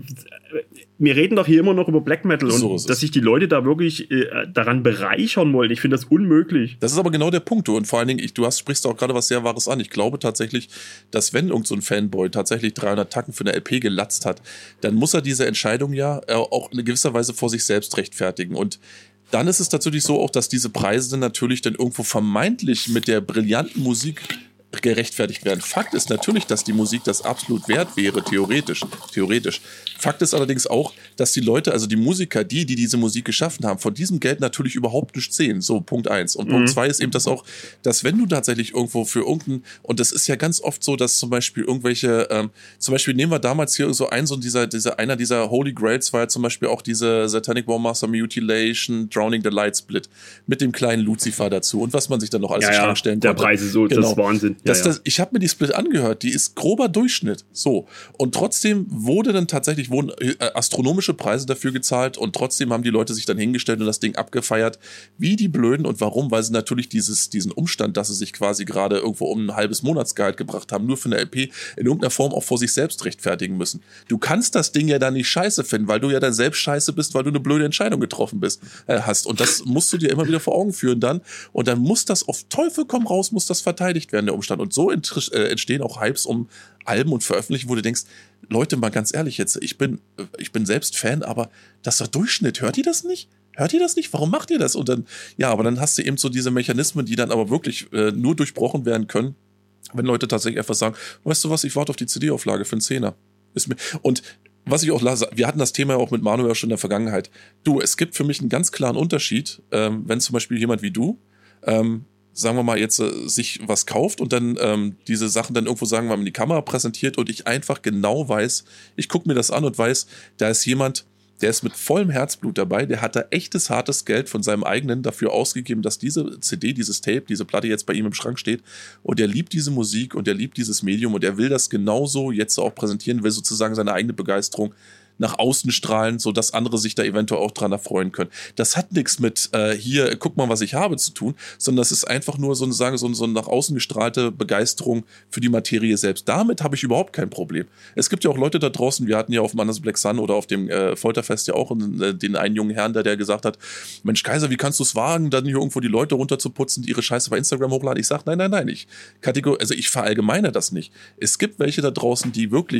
[SPEAKER 3] wir reden doch hier immer noch über Black Metal und so dass sich die Leute da wirklich äh, daran bereichern wollen. Ich finde das unmöglich.
[SPEAKER 1] Das ist aber genau der Punkt, du. Und vor allen Dingen, ich, du hast, sprichst auch gerade was sehr Wahres an. Ich glaube tatsächlich, dass wenn irgend so ein Fanboy tatsächlich dreihundert Tacken für eine L P gelatzt hat, dann muss er diese Entscheidung ja äh, auch in gewisser Weise vor sich selbst rechtfertigen. Und dann ist es natürlich so auch, dass diese Preise dann natürlich dann irgendwo vermeintlich mit der brillanten Musik gerechtfertigt werden. Fakt ist natürlich, dass die Musik das absolut wert wäre, theoretisch. Theoretisch. Fakt ist allerdings auch, dass die Leute, also die Musiker, die, die diese Musik geschaffen haben, von diesem Geld natürlich überhaupt nichts sehen. So, Punkt eins. Und mhm. Punkt zwei ist eben das auch, dass wenn du tatsächlich irgendwo für irgendeinen, und das ist ja ganz oft so, dass zum Beispiel irgendwelche, ähm, zum Beispiel nehmen wir damals hier so ein, so dieser, dieser, einer dieser Holy Grails war ja zum Beispiel auch diese Satanic Warmaster Mutilation, Drowning the Light Split, mit dem kleinen Lucifer dazu und was man sich dann noch alles
[SPEAKER 3] ja,
[SPEAKER 1] in den
[SPEAKER 3] ja,
[SPEAKER 1] Schrank stellen
[SPEAKER 3] der
[SPEAKER 1] konnte.
[SPEAKER 3] Preis ist so,
[SPEAKER 1] genau.
[SPEAKER 3] Das ist Wahnsinn.
[SPEAKER 1] Das,
[SPEAKER 3] ja,
[SPEAKER 1] das, ich habe mir die Split angehört, die ist grober Durchschnitt. So. Und trotzdem wurde dann tatsächlich wurden äh, astronomische Preise dafür gezahlt und trotzdem haben die Leute sich dann hingestellt und das Ding abgefeiert. Wie die Blöden und warum? Weil sie natürlich dieses, diesen Umstand, dass sie sich quasi gerade irgendwo um ein halbes Monatsgehalt gebracht haben, nur für eine L P, in irgendeiner Form auch vor sich selbst rechtfertigen müssen. Du kannst das Ding ja dann nicht scheiße finden, weil du ja dann selbst scheiße bist, weil du eine blöde Entscheidung getroffen bist, äh, hast. Und das musst du dir immer wieder vor Augen führen dann. Und dann muss das auf Teufel komm raus, muss das verteidigt werden, der Umstand. Und so ent- äh, entstehen auch Hypes um Alben und Veröffentlichungen, wo du denkst, Leute, mal ganz ehrlich jetzt, ich bin, ich bin selbst Fan, aber das ist der Durchschnitt, hört ihr das nicht? Hört ihr das nicht? Warum macht ihr das? Und dann, ja, aber dann hast du eben so diese Mechanismen, die dann aber wirklich äh, nur durchbrochen werden können, wenn Leute tatsächlich einfach sagen, weißt du was, ich warte auf die C D-Auflage für einen Zehner. Ist mir, und was ich auch las, wir hatten das Thema ja auch mit Manuel schon in der Vergangenheit. Du, es gibt für mich einen ganz klaren Unterschied, ähm, wenn zum Beispiel jemand wie du, ähm, sagen wir mal, jetzt äh, sich was kauft und dann ähm, diese Sachen dann irgendwo, sagen wir mal, in die Kamera präsentiert und ich einfach genau weiß, ich gucke mir das an und weiß, da ist jemand, der ist mit vollem Herzblut dabei, der hat da echtes, hartes Geld von seinem eigenen dafür ausgegeben, dass diese C D, dieses Tape, diese Platte jetzt bei ihm im Schrank steht und er liebt diese Musik und er liebt dieses Medium und er will das genauso jetzt auch präsentieren, will sozusagen seine eigene Begeisterung nach außen strahlen, so dass andere sich da eventuell auch dran erfreuen können. Das hat nichts mit äh, hier, guck mal, was ich habe zu tun, sondern das ist einfach nur so eine, sagen, so, so eine nach außen gestrahlte Begeisterung für die Materie selbst. Damit habe ich überhaupt kein Problem. Es gibt ja auch Leute da draußen, wir hatten ja auf dem Anders Black Sun oder auf dem äh, Folterfest ja auch äh, den einen jungen Herrn da, der gesagt hat, Mensch Kaiser, wie kannst du es wagen, dann hier irgendwo die Leute runterzuputzen, die ihre Scheiße bei Instagram hochladen? Ich sag, nein, nein, nein, ich Kategor- also ich verallgemeine das nicht. Es gibt welche da draußen, die wirklich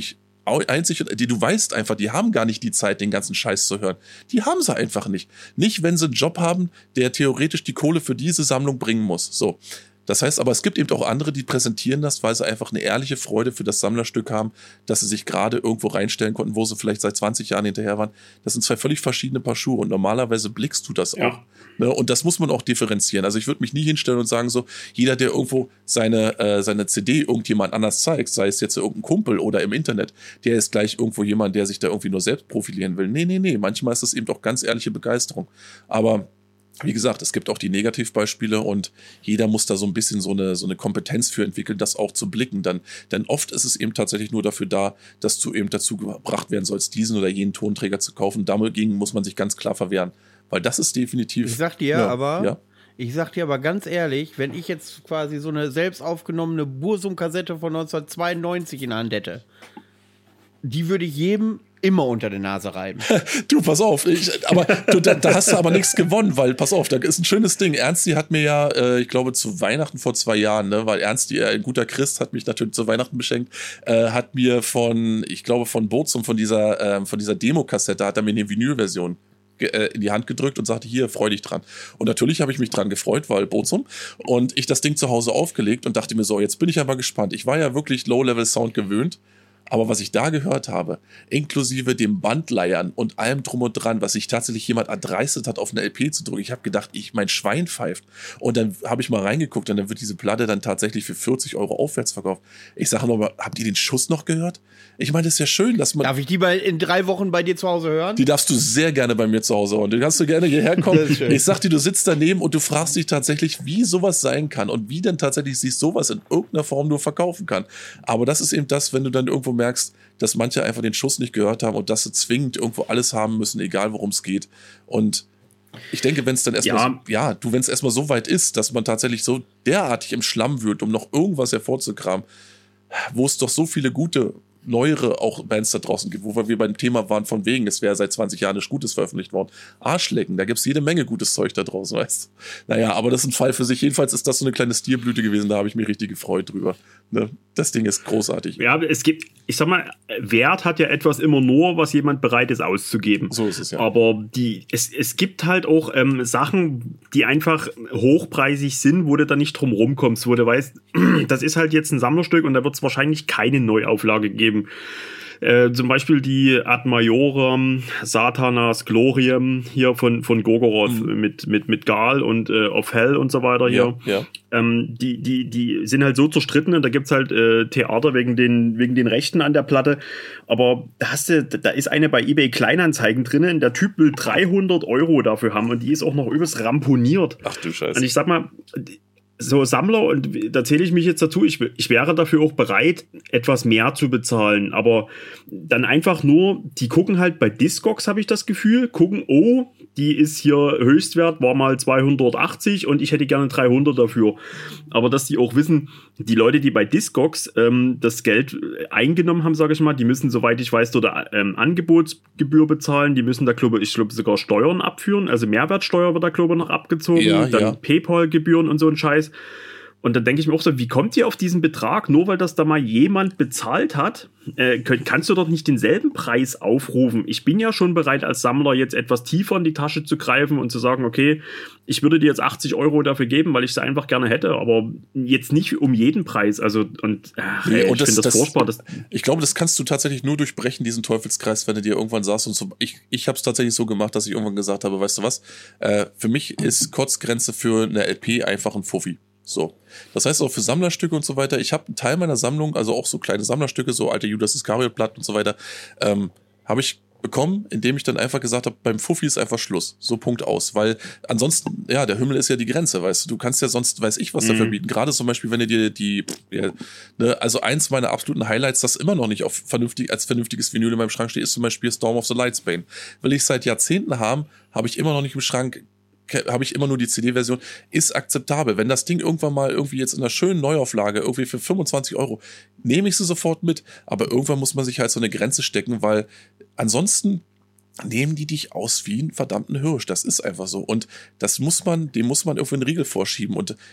[SPEAKER 1] einzig, die du weißt einfach, die haben gar nicht die Zeit, den ganzen Scheiß zu hören. Die haben sie einfach nicht. Nicht, wenn sie einen Job haben, der theoretisch die Kohle für diese Sammlung bringen muss. So. Das heißt aber, es gibt eben auch andere, die präsentieren das, weil sie einfach eine ehrliche Freude für das Sammlerstück haben, dass sie sich gerade irgendwo reinstellen konnten, wo sie vielleicht seit zwanzig Jahren hinterher waren. Das sind zwei völlig verschiedene Paar Schuhe und normalerweise blickst du das ja. auch. Ne? Und das muss man auch differenzieren. Also ich würde mich nie hinstellen und sagen so, jeder, der irgendwo seine, äh, seine C D irgendjemand anders zeigt, sei es jetzt irgendein Kumpel oder im Internet, der ist gleich irgendwo jemand, der sich da irgendwie nur selbst profilieren will. Nee, nee, nee. Manchmal ist das eben auch ganz ehrliche Begeisterung. Aber wie gesagt, es gibt auch die Negativbeispiele und jeder muss da so ein bisschen so eine, so eine Kompetenz für entwickeln, das auch zu blicken. Dann, denn oft ist es eben tatsächlich nur dafür da, dass du eben dazu gebracht werden sollst, diesen oder jenen Tonträger zu kaufen. Dagegen muss man sich ganz klar verwehren, weil das ist definitiv...
[SPEAKER 2] Ich sag dir
[SPEAKER 1] ja,
[SPEAKER 2] aber...
[SPEAKER 1] Ja.
[SPEAKER 2] Ich sag dir aber ganz ehrlich, wenn ich jetzt quasi so eine selbst aufgenommene Bursum-Kassette von neunzehnhundertzweiundneunzig in der Hand hätte, die würde ich jedem immer unter der Nase reiben.
[SPEAKER 1] Du, pass auf, ich, aber du, da, da hast du aber nichts gewonnen, weil, pass auf, da ist ein schönes Ding. Ernsti hat mir ja, äh, ich glaube, zu Weihnachten vor zwei Jahren, ne, weil Ernsti, äh, ein guter Christ, hat mich natürlich zu Weihnachten beschenkt, äh, hat mir von, ich glaube, von Bozum, von dieser, äh, von dieser Demo-Kassette, hat er mir eine Vinyl-Version in die Hand gedrückt und sagte, hier, freu dich dran. Und natürlich habe ich mich dran gefreut, weil Bozum. Und ich das Ding zu Hause aufgelegt und dachte mir so, jetzt bin ich aber gespannt. Ich war ja wirklich Low-Level-Sound gewöhnt. Aber was ich da gehört habe, inklusive dem Bandleiern und allem drum und dran, was sich tatsächlich jemand erdreistet hat, auf eine L P zu drücken, ich habe gedacht, ich mein Schwein pfeift. Und dann habe ich mal reingeguckt und dann wird diese Platte dann tatsächlich für vierzig Euro aufwärts verkauft. Ich sage nochmal, habt ihr den Schuss noch gehört? Ich meine, das ist ja schön, dass man...
[SPEAKER 2] Darf ich die bei, in drei Wochen bei dir zu Hause hören?
[SPEAKER 1] Die darfst du sehr gerne bei mir zu Hause hören. Du kannst du gerne hierher kommen. Ich sag dir, du sitzt daneben und du fragst dich tatsächlich, wie sowas sein kann und wie denn tatsächlich sich sowas in irgendeiner Form nur verkaufen kann. Aber das ist eben das, wenn du dann irgendwo merkst, dass manche einfach den Schuss nicht gehört haben und dass sie zwingend irgendwo alles haben müssen, egal worum es geht. Und ich denke, wenn es dann erstmal,
[SPEAKER 3] ja,
[SPEAKER 1] so, ja, du, wenn es erstmal so weit ist, dass man tatsächlich so derartig im Schlamm wühlt, um noch irgendwas hervorzukramen, wo es doch so viele gute, neuere auch Bands da draußen gibt, wo wir beim Thema waren von wegen, es wäre seit zwanzig Jahren nichts Gutes veröffentlicht worden. Arschlecken, da gibt's jede Menge gutes Zeug da draußen, weißt du. Naja, aber das ist ein Fall für sich. Jedenfalls ist das so eine kleine Stilblüte gewesen, da habe ich mich richtig gefreut drüber. Ne? Das Ding ist großartig.
[SPEAKER 3] Ja, es gibt, ich sag mal, Wert hat ja etwas immer nur, was jemand bereit ist auszugeben.
[SPEAKER 1] So ist es, ja.
[SPEAKER 3] Aber die, es, es gibt halt auch ähm, Sachen, die einfach hochpreisig sind, wo du da nicht drum rumkommst, wo du weißt, das ist halt jetzt ein Sammlerstück und da wird es wahrscheinlich keine Neuauflage geben. Äh, zum Beispiel die Ad Majorem Satanas Gloriam hier von, von Gorgoroth mhm. mit, mit, mit Gal und äh, Of Hell und so weiter hier.
[SPEAKER 1] Ja, ja.
[SPEAKER 3] Ähm, die, die, die sind halt so zerstritten und da gibt's halt äh, Theater wegen den, wegen den Rechten an der Platte. Aber da hast du, da ist eine bei eBay Kleinanzeigen drinnen. Der Typ will dreihundert Euro dafür haben und die ist auch noch übelst ramponiert.
[SPEAKER 1] Ach du Scheiße.
[SPEAKER 3] Und ich sag mal, so Sammler, und da zähle ich mich jetzt dazu, ich, ich wäre dafür auch bereit, etwas mehr zu bezahlen, aber dann einfach nur, die gucken halt bei Discogs, habe ich das Gefühl, gucken, oh, die ist hier Höchstwert, war mal zweihundertachtzig und ich hätte gerne dreihundert dafür. Aber dass die auch wissen, die Leute, die bei Discogs ähm, das Geld eingenommen haben, sage ich mal, die müssen, soweit ich weiß, dort ähm, Angebotsgebühr bezahlen, die müssen da, glaube ich, glaube sogar Steuern abführen, also Mehrwertsteuer wird da, glaube ich, noch abgezogen,
[SPEAKER 1] ja,
[SPEAKER 3] dann
[SPEAKER 1] ja.
[SPEAKER 3] PayPal-Gebühren und so ein Scheiß. Und dann denke ich mir auch so, wie kommt ihr auf diesen Betrag? Nur weil das da mal jemand bezahlt hat, äh, könnt, kannst du doch nicht denselben Preis aufrufen. Ich bin ja schon bereit, als Sammler jetzt etwas tiefer in die Tasche zu greifen und zu sagen, okay, ich würde dir jetzt achtzig Euro dafür geben, weil ich sie einfach gerne hätte, aber jetzt nicht um jeden Preis. Also, und, ach,
[SPEAKER 1] nee,
[SPEAKER 3] ey,
[SPEAKER 1] und
[SPEAKER 3] ich
[SPEAKER 1] das,
[SPEAKER 3] finde das, das furchtbar. Das
[SPEAKER 1] ich glaube, das kannst du tatsächlich nur durchbrechen, diesen Teufelskreis, wenn du dir irgendwann sagst und so, ich, ich habe es tatsächlich so gemacht, dass ich irgendwann gesagt habe, weißt du was, äh, für mich ist Kotzgrenze für eine L P einfach ein Fuffi. So. Das heißt auch für Sammlerstücke und so weiter. Ich habe einen Teil meiner Sammlung, also auch so kleine Sammlerstücke, so alte Judas Iscariot-Platten und so weiter, ähm, habe ich bekommen, indem ich dann einfach gesagt habe, beim Fuffi ist einfach Schluss. So Punkt aus. Weil ansonsten, ja, der Himmel ist ja die Grenze, weißt du. Du kannst ja sonst, weiß ich, was mhm. dafür bieten. Gerade zum Beispiel, wenn du dir die, ja, ne, also eins meiner absoluten Highlights, das immer noch nicht auf vernünftig, als vernünftiges Vinyl in meinem Schrank steht, ist zum Beispiel Storm of the Lightsbane. Will ich seit Jahrzehnten haben, habe ich immer noch nicht im Schrank, habe ich immer nur die C D-Version, ist akzeptabel. Wenn das Ding irgendwann mal irgendwie jetzt in einer schönen Neuauflage, irgendwie für fünfundzwanzig Euro, nehme ich sie sofort mit. Aber irgendwann muss man sich halt so eine Grenze stecken, weil ansonsten nehmen die dich aus wie einen verdammten Hirsch. Das ist einfach so. Und das muss man, dem muss man irgendwie einen Riegel vorschieben. Und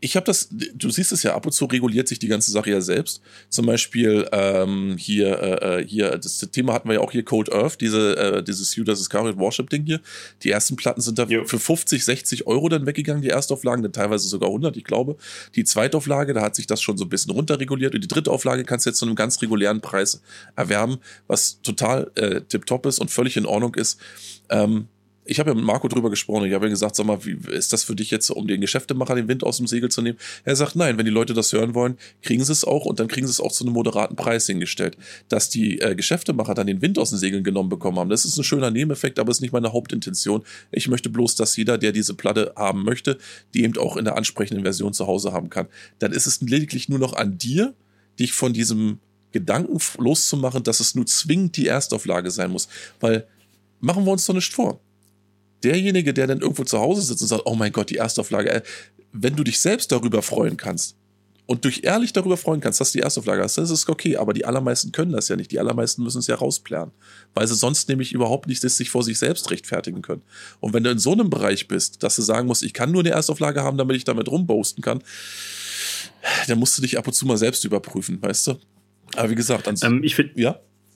[SPEAKER 1] ich habe das, du siehst es ja, ab und zu reguliert sich die ganze Sache ja selbst. Zum Beispiel ähm, hier, äh, hier, das Thema hatten wir ja auch hier, Cold Earth, diese, äh, dieses Judas Iscariot Warship-Ding hier. Die ersten Platten sind da jo. für fünfzig, sechzig Euro dann weggegangen, die Erstauflagen, dann teilweise sogar hundert, ich glaube. Die Zweitauflage, da hat sich das schon so ein bisschen runterreguliert und die dritte Auflage kannst du jetzt zu einem ganz regulären Preis erwerben, was total äh, tipptopp ist und völlig in Ordnung ist. Ähm, Ich habe ja mit Marco drüber gesprochen. Ich habe ja gesagt, sag mal, wie ist das für dich jetzt, um den Geschäftemacher den Wind aus dem Segel zu nehmen? Er sagt, nein, wenn die Leute das hören wollen, kriegen sie es auch und dann kriegen sie es auch zu einem moderaten Preis hingestellt. Dass die äh, Geschäftemacher dann den Wind aus den Segeln genommen bekommen haben, das ist ein schöner Nebeneffekt, aber ist nicht meine Hauptintention. Ich möchte bloß, dass jeder, der diese Platte haben möchte, die eben auch in der ansprechenden Version zu Hause haben kann. Dann ist es lediglich nur noch an dir, dich von diesem Gedanken loszumachen, dass es nur zwingend die Erstauflage sein muss. Weil, machen wir uns doch nicht vor. Derjenige, der dann irgendwo zu Hause sitzt und sagt, oh mein Gott, die Erstauflage, wenn du dich selbst darüber freuen kannst und dich ehrlich darüber freuen kannst, dass du die Erstauflage hast, das ist okay, aber die allermeisten können das ja nicht. Die allermeisten müssen es ja rausplären, weil sie sonst nämlich überhaupt nicht das sich vor sich selbst rechtfertigen können. Und wenn du in so einem Bereich bist, dass du sagen musst, ich kann nur eine Erstauflage haben, damit ich damit rumboasten kann, dann musst du dich ab und zu mal selbst überprüfen, weißt du? Aber wie gesagt, ansonsten,
[SPEAKER 3] ähm, ich finde,
[SPEAKER 1] ja.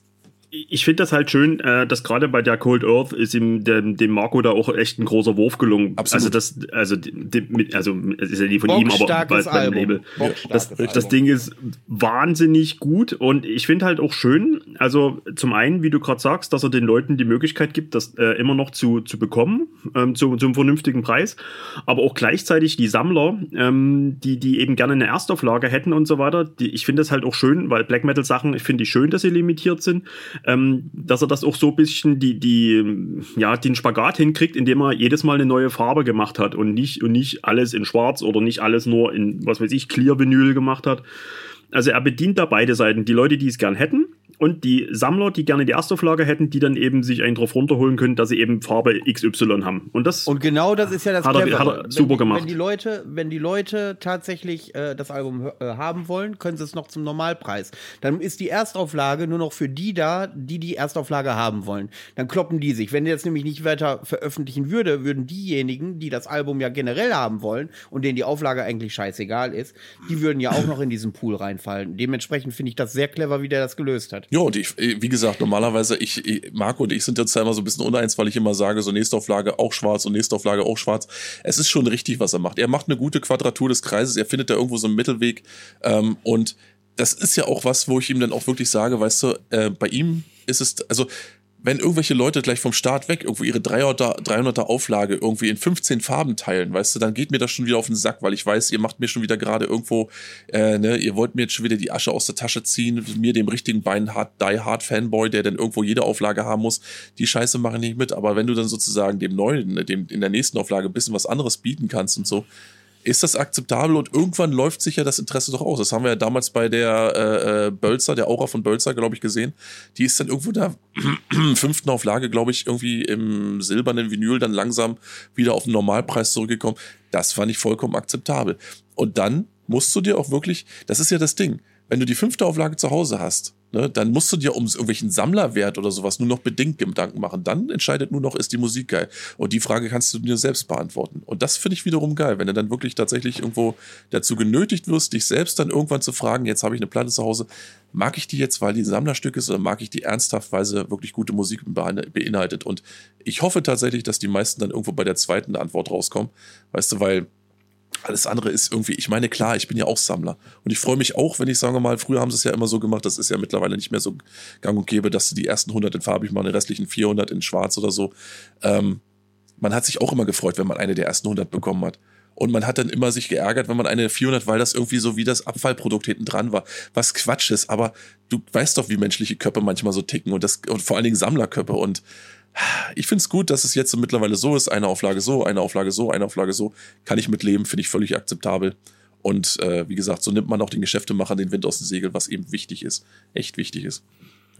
[SPEAKER 3] Ich finde das halt schön, äh, dass gerade bei der Cold Earth ist ihm dem, dem Marco da auch echt ein großer Wurf gelungen.
[SPEAKER 1] Absolut.
[SPEAKER 3] Also das, also, die, also es ist ja nie von ihm, aber bei seinem Label. Das, das Ding ist wahnsinnig gut und ich finde halt auch schön, also zum einen, wie du gerade sagst, dass er den Leuten die Möglichkeit gibt, das äh, immer noch zu, zu bekommen, ähm, zu, zum vernünftigen Preis, aber auch gleichzeitig die Sammler, ähm, die, die eben gerne eine Erstauflage hätten und so weiter, die, ich finde das halt auch schön, weil Black Metal Sachen, ich finde die schön, dass sie limitiert sind. Ähm, dass er das auch so ein bisschen die, die, ja, den Spagat hinkriegt, indem er jedes Mal eine neue Farbe gemacht hat und nicht, und nicht alles in Schwarz oder nicht alles nur in, was weiß ich, Clear-Vinyl gemacht hat. Also er bedient da beide Seiten. Die Leute, die es gern hätten und die Sammler, die gerne die Erstauflage hätten, die dann eben sich einen drauf runterholen können, dass sie eben Farbe X Y haben. Und das
[SPEAKER 2] und genau das ist ja das
[SPEAKER 3] hat er, hat er super
[SPEAKER 2] wenn,
[SPEAKER 3] gemacht.
[SPEAKER 2] Wenn die Leute, wenn die Leute tatsächlich äh, das Album äh, haben wollen, können sie es noch zum Normalpreis. Dann ist die Erstauflage nur noch für die da, die die Erstauflage haben wollen. Dann kloppen die sich. Wenn er jetzt nämlich nicht weiter veröffentlichen würde, würden diejenigen, die das Album ja generell haben wollen und denen die Auflage eigentlich scheißegal ist, die würden ja auch noch in diesen Pool reinfallen. Dementsprechend finde ich das sehr clever, wie der das gelöst hat.
[SPEAKER 1] Ja, und ich, wie gesagt, normalerweise, ich, ich, Marco und ich sind jetzt ja immer so ein bisschen uneins, weil ich immer sage, so nächste Auflage auch schwarz und nächste Auflage auch schwarz. Es ist schon richtig, was er macht. Er macht eine gute Quadratur des Kreises, er findet da irgendwo so einen Mittelweg. Ähm, und das ist ja auch was, wo ich ihm dann auch wirklich sage, weißt du, äh, bei ihm ist es, also wenn irgendwelche Leute gleich vom Start weg irgendwo ihre dreihunderter Auflage irgendwie in fünfzehn Farben teilen, weißt du, dann geht mir das schon wieder auf den Sack, weil ich weiß, ihr macht mir schon wieder gerade irgendwo, äh, ne, ihr wollt mir jetzt schon wieder die Asche aus der Tasche ziehen, mir dem richtigen Bein Hard, Die Hard Fanboy, der dann irgendwo jede Auflage haben muss, die Scheiße mache ich nicht mit, aber wenn du dann sozusagen dem neuen, dem in der nächsten Auflage ein bisschen was anderes bieten kannst und so, ist das akzeptabel und irgendwann läuft sich ja das Interesse doch aus. Das haben wir ja damals bei der äh, Bölzer, der Aura von Bölzer, glaube ich, gesehen. Die ist dann irgendwo in der fünften Auflage, glaube ich, irgendwie im silbernen Vinyl dann langsam wieder auf den Normalpreis zurückgekommen. Das fand ich vollkommen akzeptabel. Und dann musst du dir auch wirklich, das ist ja das Ding, wenn du die fünfte Auflage zu Hause hast, ne, dann musst du dir um irgendwelchen Sammlerwert oder sowas nur noch bedingt Gedanken machen. Dann entscheidet nur noch, ist die Musik geil. Und die Frage kannst du dir selbst beantworten. Und das finde ich wiederum geil, wenn du dann wirklich tatsächlich irgendwo dazu genötigt wirst, dich selbst dann irgendwann zu fragen, jetzt habe ich eine Platte zu Hause, mag ich die jetzt, weil die ein Sammlerstück ist, oder mag ich die ernsthaft, weil sie wirklich gute Musik beinhaltet? Und ich hoffe tatsächlich, dass die meisten dann irgendwo bei der zweiten Antwort rauskommen. Weißt du, weil alles andere ist irgendwie, ich meine, klar, ich bin ja auch Sammler. Und ich freue mich auch, wenn ich sage mal, früher haben sie es ja immer so gemacht, das ist ja mittlerweile nicht mehr so gang und gäbe, dass sie die ersten hundert in farbig machen, die restlichen vierhundert in schwarz oder so. Ähm, man hat sich auch immer gefreut, wenn man eine der ersten hundert bekommen hat. Und man hat dann immer sich geärgert, wenn man eine vierhundert, weil das irgendwie so wie das Abfallprodukt hinten dran war. Was Quatsch ist, aber du weißt doch, wie menschliche Köpfe manchmal so ticken und das, und vor allen Dingen Sammlerköpfe. Und ich finde es gut, dass es jetzt so mittlerweile so ist, eine Auflage so, eine Auflage so, eine Auflage so, kann ich mitleben, finde ich völlig akzeptabel. Und äh, wie gesagt, so nimmt man auch den Geschäftemachern den Wind aus dem Segel, was eben wichtig ist, echt wichtig ist. Ja.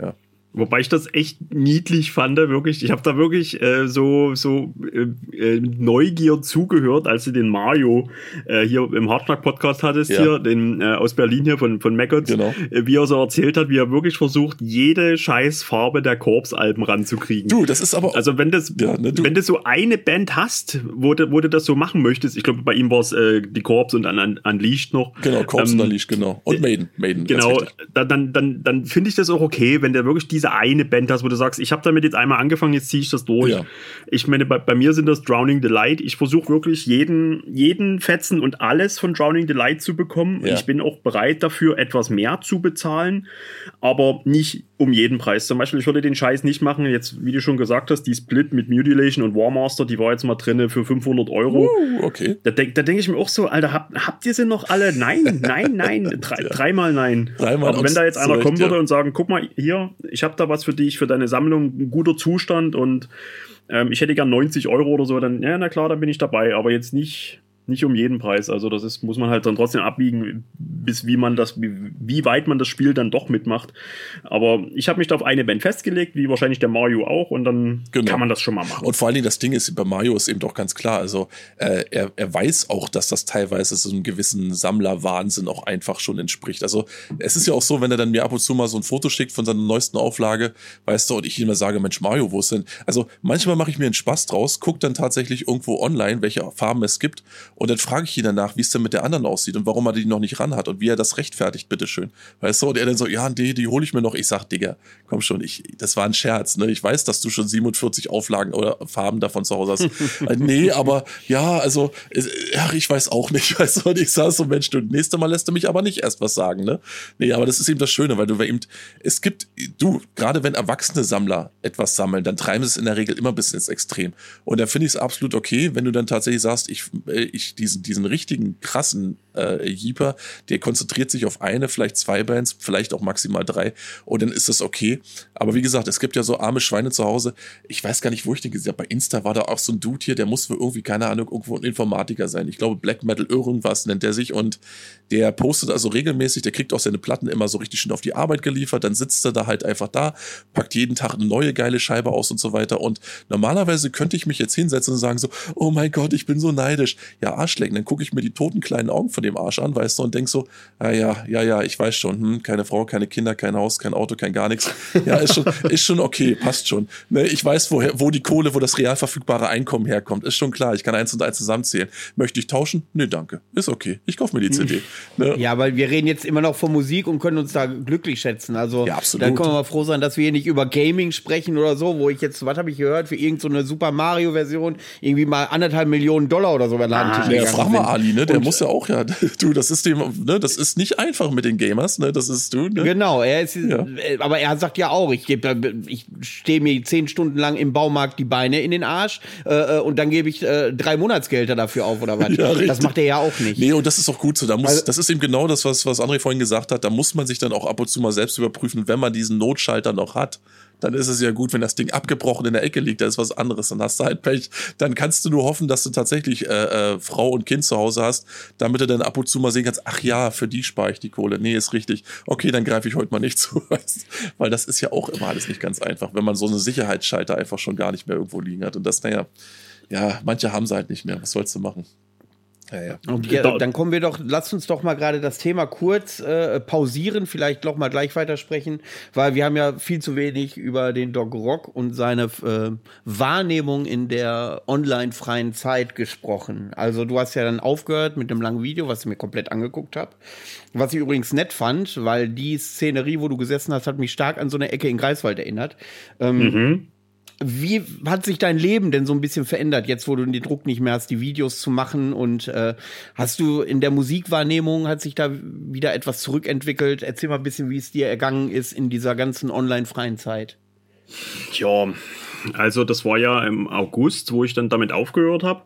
[SPEAKER 3] Wobei ich das echt niedlich fand, wirklich. Ich habe da wirklich äh, so, so äh, Neugier zugehört, als du den Mario äh, hier im Hartschnack-Podcast hattest, ja. hier, den äh, aus Berlin hier von, von Meckotz,
[SPEAKER 1] genau.
[SPEAKER 3] äh, wie er so erzählt hat, wie er wirklich versucht, jede scheiß Farbe der Corps-Alben ranzukriegen.
[SPEAKER 1] Du, das ist aber...
[SPEAKER 3] Also wenn das, ja, ne, du, wenn du so eine Band hast, wo du, wo du das so machen möchtest, ich glaube, bei ihm war es äh, die Corps und an, Unleashed noch.
[SPEAKER 1] Genau, Corps
[SPEAKER 3] ähm,
[SPEAKER 1] und Unleashed, genau. Und Maiden, Maiden.
[SPEAKER 3] Genau, dann, dann, dann, dann finde ich das auch okay, wenn der wirklich diese eine Band hast, wo du sagst, ich habe damit jetzt einmal angefangen, jetzt ziehe ich das durch. Ja. Ich meine, bei, bei mir sind das Drowning the Light. Ich versuche wirklich jeden, jeden Fetzen und alles von Drowning the Light zu bekommen. Ja. Ich bin auch bereit dafür, etwas mehr zu bezahlen, aber nicht um jeden Preis. Zum Beispiel, ich würde den Scheiß nicht machen, jetzt, wie du schon gesagt hast, die Split mit Mutilation und Warmaster, die war jetzt mal drinne für fünfhundert Euro.
[SPEAKER 1] Uh, okay.
[SPEAKER 3] Da, da denke ich mir auch so, Alter, hab, habt ihr sie noch alle? Nein, nein, nein. Drei, ja. Dreimal nein.
[SPEAKER 1] Dreimal.
[SPEAKER 3] Aber wenn da jetzt einer
[SPEAKER 1] recht,
[SPEAKER 3] kommen würde
[SPEAKER 1] ja.
[SPEAKER 3] und sagen, guck mal, hier, ich habe da was für dich, für deine Sammlung, ein guter Zustand und ähm, ich hätte gern neunzig Euro oder so, dann, ja, na klar, dann bin ich dabei, aber jetzt nicht, nicht um jeden Preis. Also das ist, muss man halt dann trotzdem abwiegen, bis wie man das, wie, wie weit man das Spiel dann doch mitmacht. Aber ich habe mich da auf eine Band festgelegt, wie wahrscheinlich der Mario auch, und dann genau. kann man das schon mal machen.
[SPEAKER 1] Und vor allen Dingen das Ding ist, bei Mario ist eben doch ganz klar, also äh, er, er weiß auch, dass das teilweise so einem gewissen Sammlerwahnsinn auch einfach schon entspricht. Also es ist ja auch so, wenn er dann mir ab und zu mal so ein Foto schickt von seiner neuesten Auflage, weißt du, und ich immer sage, Mensch, Mario, wo ist denn? Also manchmal mache ich mir einen Spaß draus, gucke dann tatsächlich irgendwo online, welche Farben es gibt, und dann frage ich ihn danach, wie es denn mit der anderen aussieht und warum er die noch nicht ran hat und wie er das rechtfertigt, bitteschön. Weißt du, und er dann so, ja, nee, die hole ich mir noch. Ich sag, Digga, komm schon, ich, das war ein Scherz, ne? Ich weiß, dass du schon siebenundvierzig Auflagen oder Farben davon zu Hause hast. Nee, aber ja, also, ja, ich weiß auch nicht, weißt du, und ich sag so, Mensch, du, nächstes Mal lässt du mich aber nicht erst was sagen, ne? Nee, aber das ist eben das Schöne, weil du eben, es gibt, du, gerade wenn erwachsene Sammler etwas sammeln, dann treiben sie es in der Regel immer bis ins Extrem. Und da finde ich es absolut okay, wenn du dann tatsächlich sagst, ich, ich, diesen diesen richtigen, krassen äh, Jeeper, der konzentriert sich auf eine, vielleicht zwei Bands, vielleicht auch maximal drei, und dann ist das okay. Aber wie gesagt, es gibt ja so arme Schweine zu Hause, ich weiß gar nicht, wo ich den gesehen habe, bei Insta war da auch so ein Dude hier, der muss für irgendwie, keine Ahnung, irgendwo ein Informatiker sein, ich glaube Black Metal irgendwas nennt der sich, und der postet also regelmäßig, der kriegt auch seine Platten immer so richtig schön auf die Arbeit geliefert, dann sitzt er da halt einfach da, packt jeden Tag eine neue geile Scheibe aus und so weiter, und normalerweise könnte ich mich jetzt hinsetzen und sagen so, oh mein Gott, ich bin so neidisch. Ja, Arschlecken, dann gucke ich mir die toten kleinen Augen von dem Arsch an, weißt du, und denk so, ja, ja, ja, ja, ich weiß schon, hm, keine Frau, keine Kinder, kein Haus, kein Auto, kein gar nichts. Ja, ist schon, ist schon okay, passt schon. Ne, ich weiß, woher, wo die Kohle, wo das real verfügbare Einkommen herkommt, ist schon klar, ich kann eins und eins zusammenzählen. Möchte ich tauschen? Nee, danke, ist okay, ich kaufe mir die C D. Ne?
[SPEAKER 2] Ja, weil wir reden jetzt immer noch von Musik und können uns da glücklich schätzen, also
[SPEAKER 1] ja, absolut.
[SPEAKER 2] Dann können wir mal froh sein, dass wir hier nicht über Gaming sprechen oder so, wo ich jetzt, was habe ich gehört, für irgendeine so Super Mario Version irgendwie mal anderthalb Millionen Dollar oder so bei
[SPEAKER 1] ah, ja, frag mal Ali, ne? Der und, muss ja auch, ja, du, das ist dem, ne, das ist nicht einfach mit den Gamers, ne? Das ist du, ne?
[SPEAKER 2] Genau, er ist, ja. aber er sagt ja auch, ich gebe, ich stehe mir zehn Stunden lang im Baumarkt die Beine in den Arsch äh, und dann gebe ich äh, drei Monatsgelder dafür auf oder was. Ja, das macht er ja auch nicht.
[SPEAKER 1] Nee, und das ist auch gut so. Da muss, also, das ist eben genau das, was, was André vorhin gesagt hat. Da muss man sich dann auch ab und zu mal selbst überprüfen, wenn man diesen Notschalter noch hat. Dann ist es ja gut, wenn das Ding abgebrochen in der Ecke liegt, da ist was anderes, dann hast du halt Pech. Dann kannst du nur hoffen, dass du tatsächlich äh, äh, Frau und Kind zu Hause hast, damit du dann ab und zu mal sehen kannst, ach ja, für die spare ich die Kohle. Nee, ist richtig. Okay, dann greife ich heute mal nicht zu. Weil das ist ja auch immer alles nicht ganz einfach, wenn man so eine Sicherheitsschalter einfach schon gar nicht mehr irgendwo liegen hat. Und das, naja, ja, manche haben sie halt nicht mehr. Was sollst du machen?
[SPEAKER 2] Ja, ja. Und ja, dann kommen wir doch, lasst uns doch mal gerade das Thema kurz äh, pausieren, vielleicht noch mal gleich weitersprechen, weil wir haben ja viel zu wenig über den Doc Rock und seine äh, Wahrnehmung in der online-freien Zeit gesprochen. Also du hast ja dann aufgehört mit einem langen Video, was ich mir komplett angeguckt habe. Was ich übrigens nett fand, weil die Szenerie, wo du gesessen hast, hat mich stark an so eine Ecke in Greifswald erinnert. Ähm, mhm. Wie hat sich dein Leben denn so ein bisschen verändert, jetzt wo du den Druck nicht mehr hast, die Videos zu machen, und äh, hast du in der Musikwahrnehmung, hat sich da wieder etwas zurückentwickelt? Erzähl mal ein bisschen, wie es dir ergangen ist in dieser ganzen online-freien Zeit.
[SPEAKER 3] Ja, also das war ja im August, wo ich dann damit aufgehört habe.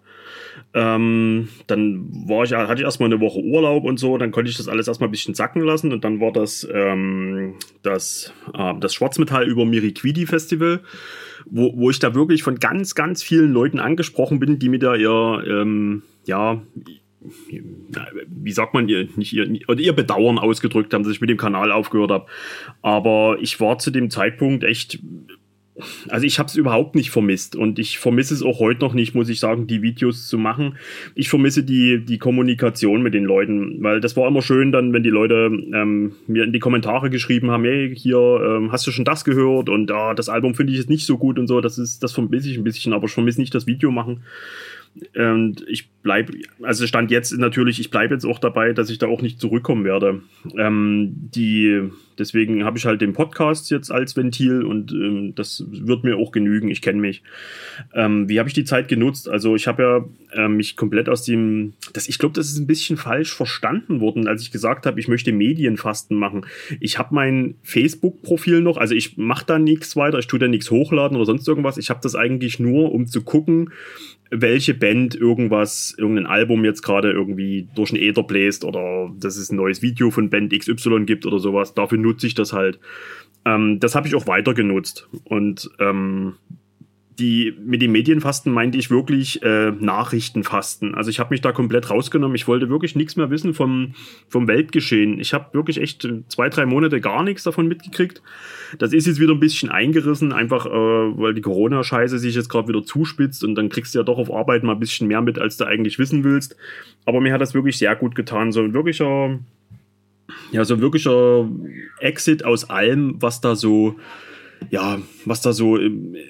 [SPEAKER 3] Ähm, dann war ich, hatte ich erstmal eine Woche Urlaub und so, dann konnte ich das alles erstmal ein bisschen sacken lassen, und dann war das ähm, das, äh, das Schwarzmetall über Miriquidi Festival, wo, wo ich da wirklich von ganz, ganz vielen Leuten angesprochen bin, die mir da ihr, ähm, ja, wie sagt man, ihr, nicht ihr, oder ihr Bedauern ausgedrückt haben, dass ich mit dem Kanal aufgehört habe. Aber ich war zu dem Zeitpunkt echt, also ich habe es überhaupt nicht vermisst und ich vermisse es auch heute noch nicht, muss ich sagen, die Videos zu machen. Ich vermisse die, die Kommunikation mit den Leuten, weil das war immer schön dann, wenn die Leute ähm, mir in die Kommentare geschrieben haben, hey, hier, ähm, hast du schon das gehört und ah, das Album finde ich jetzt nicht so gut und so, das ist, das vermisse ich ein bisschen, aber ich vermisse nicht das Video machen. Und ich bleibe, also Stand jetzt natürlich, ich bleibe jetzt auch dabei, dass ich da auch nicht zurückkommen werde. Ähm, die, deswegen habe ich halt den Podcast jetzt als Ventil und ähm, das wird mir auch genügen, ich kenne mich. Ähm, wie habe ich die Zeit genutzt? Also ich habe ja äh, mich komplett aus dem, das, ich glaube, das ist ein bisschen falsch verstanden worden, als ich gesagt habe, ich möchte Medienfasten machen. Ich habe mein Facebook-Profil noch, also ich mache da nichts weiter, ich tue da nichts hochladen oder sonst irgendwas. Ich habe das eigentlich nur, um zu gucken, welche Band irgendwas, irgendein Album jetzt gerade irgendwie durch den Äther bläst oder dass es ein neues Video von Band X Y gibt oder sowas. Dafür nutze ich das halt. Ähm, das habe ich auch weiter genutzt. Und ähm, die, mit dem Medienfasten meinte ich wirklich äh, Nachrichtenfasten. Also ich habe mich da komplett rausgenommen. Ich wollte wirklich nichts mehr wissen vom, vom Weltgeschehen. Ich habe wirklich echt zwei, drei Monate gar nichts davon mitgekriegt. Das ist jetzt wieder ein bisschen eingerissen, einfach äh, weil die Corona-Scheiße sich jetzt gerade wieder zuspitzt und dann kriegst du ja doch auf Arbeit mal ein bisschen mehr mit, als du eigentlich wissen willst. Aber mir hat das wirklich sehr gut getan. So ein wirklicher, ja, so ein wirklicher Exit aus allem, was da so, ja, was da so,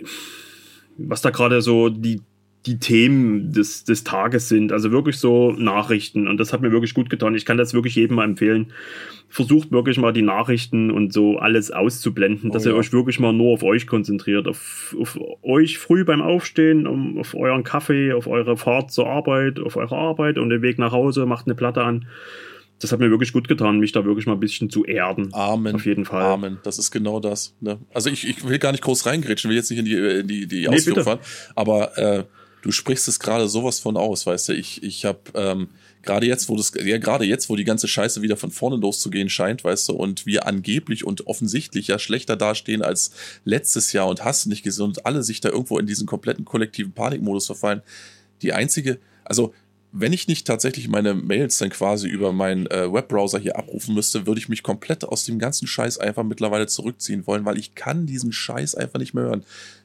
[SPEAKER 3] was da gerade so die, die Themen des, des Tages sind. Also wirklich so Nachrichten. Und das hat mir wirklich gut getan. Ich kann das wirklich jedem mal empfehlen. Versucht wirklich mal die Nachrichten und so alles auszublenden, oh, dass ihr ja. euch wirklich mal nur auf euch konzentriert. Auf, auf euch früh beim Aufstehen, um, auf euren Kaffee, auf eure Fahrt zur Arbeit, auf eure Arbeit und den Weg nach Hause, macht eine Platte an. Das hat mir wirklich gut getan, mich da wirklich mal ein bisschen zu erden.
[SPEAKER 1] Amen.
[SPEAKER 3] Auf jeden Fall.
[SPEAKER 1] Amen. Das ist genau das. Ne? Also ich, ich will gar nicht groß reingrätschen, will jetzt nicht in die, in die, die nee, Ausführung fahren. Aber äh, du sprichst es gerade sowas von aus, weißt du. Ich, ich habe ähm, gerade jetzt, wo das, ja gerade jetzt, wo die ganze Scheiße wieder von vorne loszugehen scheint, weißt du, und wir angeblich und offensichtlich ja schlechter dastehen als letztes Jahr und hast nicht gesehen und alle sich da irgendwo in diesen kompletten kollektiven Panikmodus verfallen. Die einzige, also wenn ich nicht tatsächlich meine Mails dann quasi über meinen äh, Webbrowser hier abrufen müsste, würde ich mich komplett aus dem ganzen Scheiß einfach mittlerweile zurückziehen wollen, weil ich kann diesen Scheiß einfach nicht mehr hören.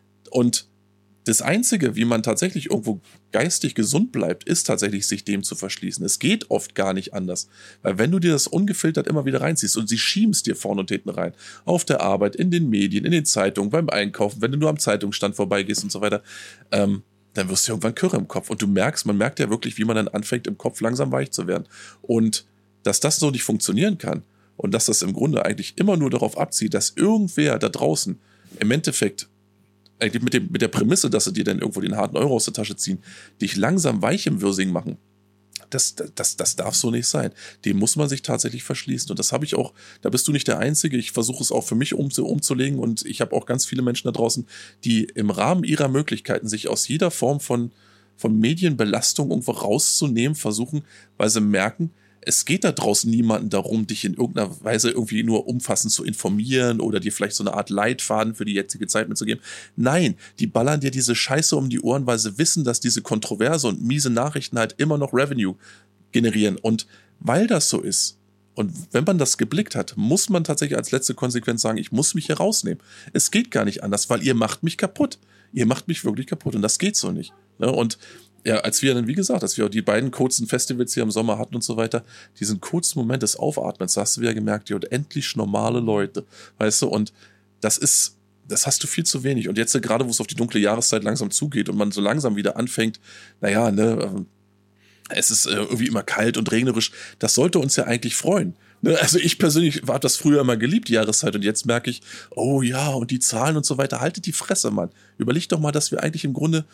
[SPEAKER 1] Und das Einzige, wie man tatsächlich irgendwo geistig gesund bleibt, ist tatsächlich, sich dem zu verschließen. Es geht oft gar nicht anders. Weil wenn du dir das ungefiltert immer wieder reinziehst und sie schieben es dir vorne und hinten rein, auf der Arbeit, in den Medien, in den Zeitungen, beim Einkaufen, wenn du nur am Zeitungsstand vorbeigehst und so weiter, ähm, dann wirst du irgendwann Kürre im Kopf. Und du merkst, man merkt ja wirklich, wie man dann anfängt, im Kopf langsam weich zu werden. Und dass das so nicht funktionieren kann und dass das im Grunde eigentlich immer nur darauf abzieht, dass irgendwer da draußen im Endeffekt eigentlich mit, dem, mit der Prämisse, dass sie dir dann irgendwo den harten Euro aus der Tasche ziehen, dich langsam weich im Würsing machen, das, das, das darf so nicht sein. Dem muss man sich tatsächlich verschließen. Und das habe ich auch, da bist du nicht der Einzige. Ich versuche es auch für mich um, umzulegen und ich habe auch ganz viele Menschen da draußen, die im Rahmen ihrer Möglichkeiten sich aus jeder Form von, von Medienbelastung irgendwo rauszunehmen versuchen, weil sie merken, es geht da draußen niemanden darum, dich in irgendeiner Weise irgendwie nur umfassend zu informieren oder dir vielleicht so eine Art Leitfaden für die jetzige Zeit mitzugeben. Nein, die ballern dir diese Scheiße um die Ohren, weil sie wissen, dass diese Kontroverse und miese Nachrichten halt immer noch Revenue generieren. Und weil das so ist, und wenn man das geblickt hat, muss man tatsächlich als letzte Konsequenz sagen, ich muss mich hier rausnehmen. Es geht gar nicht anders, weil ihr macht mich kaputt. Ihr macht mich wirklich kaputt und das geht so nicht. Und ja, als wir dann, wie gesagt, als wir die beiden kurzen Festivals hier im Sommer hatten und so weiter, diesen kurzen Moment des Aufatmens, da hast du wieder gemerkt, ja, und endlich normale Leute, weißt du, und das ist, das hast du viel zu wenig. Und jetzt gerade, wo es auf die dunkle Jahreszeit langsam zugeht und man so langsam wieder anfängt, naja, ne, es ist irgendwie immer kalt und regnerisch, das sollte uns ja eigentlich freuen. Also ich persönlich habe das früher immer geliebt, die Jahreszeit, und jetzt merke ich, oh ja, und die Zahlen und so weiter, haltet die Fresse, Mann. Überleg doch mal, dass wir eigentlich im Grunde,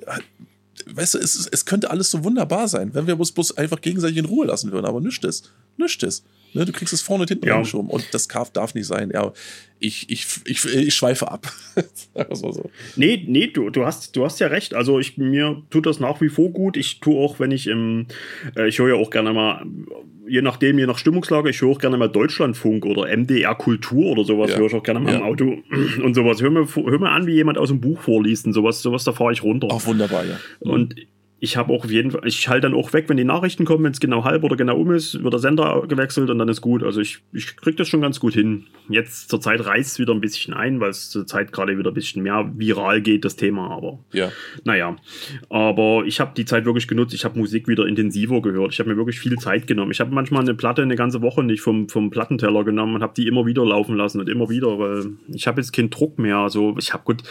[SPEAKER 1] weißt du, es, es könnte alles so wunderbar sein, wenn wir uns bloß einfach gegenseitig in Ruhe lassen würden, aber nichts ist, nichts ist. Ne, du kriegst es vorne und hinten reingeschoben und das darf nicht sein. Ja, ich, ich, ich, ich schweife ab. so, so.
[SPEAKER 3] Nee, nee, du, du, hast, du hast ja recht. Also ich, mir tut das nach wie vor gut. Ich tue auch, wenn ich im, äh, ich höre ja auch gerne mal, je nachdem, je nach Stimmungslage, ich höre auch gerne mal Deutschlandfunk oder M D R Kultur oder sowas, ja. höre ich auch gerne mal ja. im Auto und sowas. Hör mir, hör mir an, wie jemand aus dem Buch vorliest und sowas, sowas, da fahre ich runter.
[SPEAKER 1] Ach, wunderbar, ja.
[SPEAKER 3] Und ich habe auch auf jeden Fall, ich halte dann auch weg, wenn die Nachrichten kommen, wenn es genau halb oder genau um ist, wird der Sender gewechselt und dann ist gut. Also ich, ich kriege das schon ganz gut hin. Jetzt zur Zeit reißt es wieder ein bisschen ein, weil es zur Zeit gerade wieder ein bisschen mehr viral geht, das Thema. Aber
[SPEAKER 1] ja.
[SPEAKER 3] Naja, aber ich habe die Zeit wirklich genutzt. Ich habe Musik wieder intensiver gehört. Ich habe mir wirklich viel Zeit genommen. Ich habe manchmal eine Platte eine ganze Woche nicht vom, vom Plattenteller genommen und habe die immer wieder laufen lassen und immer wieder, weil ich habe jetzt keinen Druck mehr. Also ich habe gut...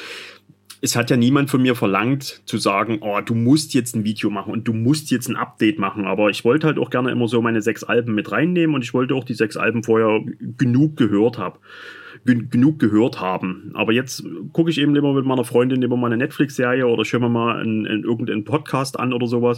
[SPEAKER 3] Es hat ja niemand von mir verlangt, zu sagen, oh, du musst jetzt ein Video machen und du musst jetzt ein Update machen. Aber ich wollte halt auch gerne immer so meine sechs Alben mit reinnehmen und ich wollte auch die sechs Alben vorher genug gehört haben. genug gehört haben. Aber jetzt gucke ich eben immer mit meiner Freundin immer mal eine Netflix-Serie oder schaue mir mal einen, einen, irgendeinen Podcast an oder sowas.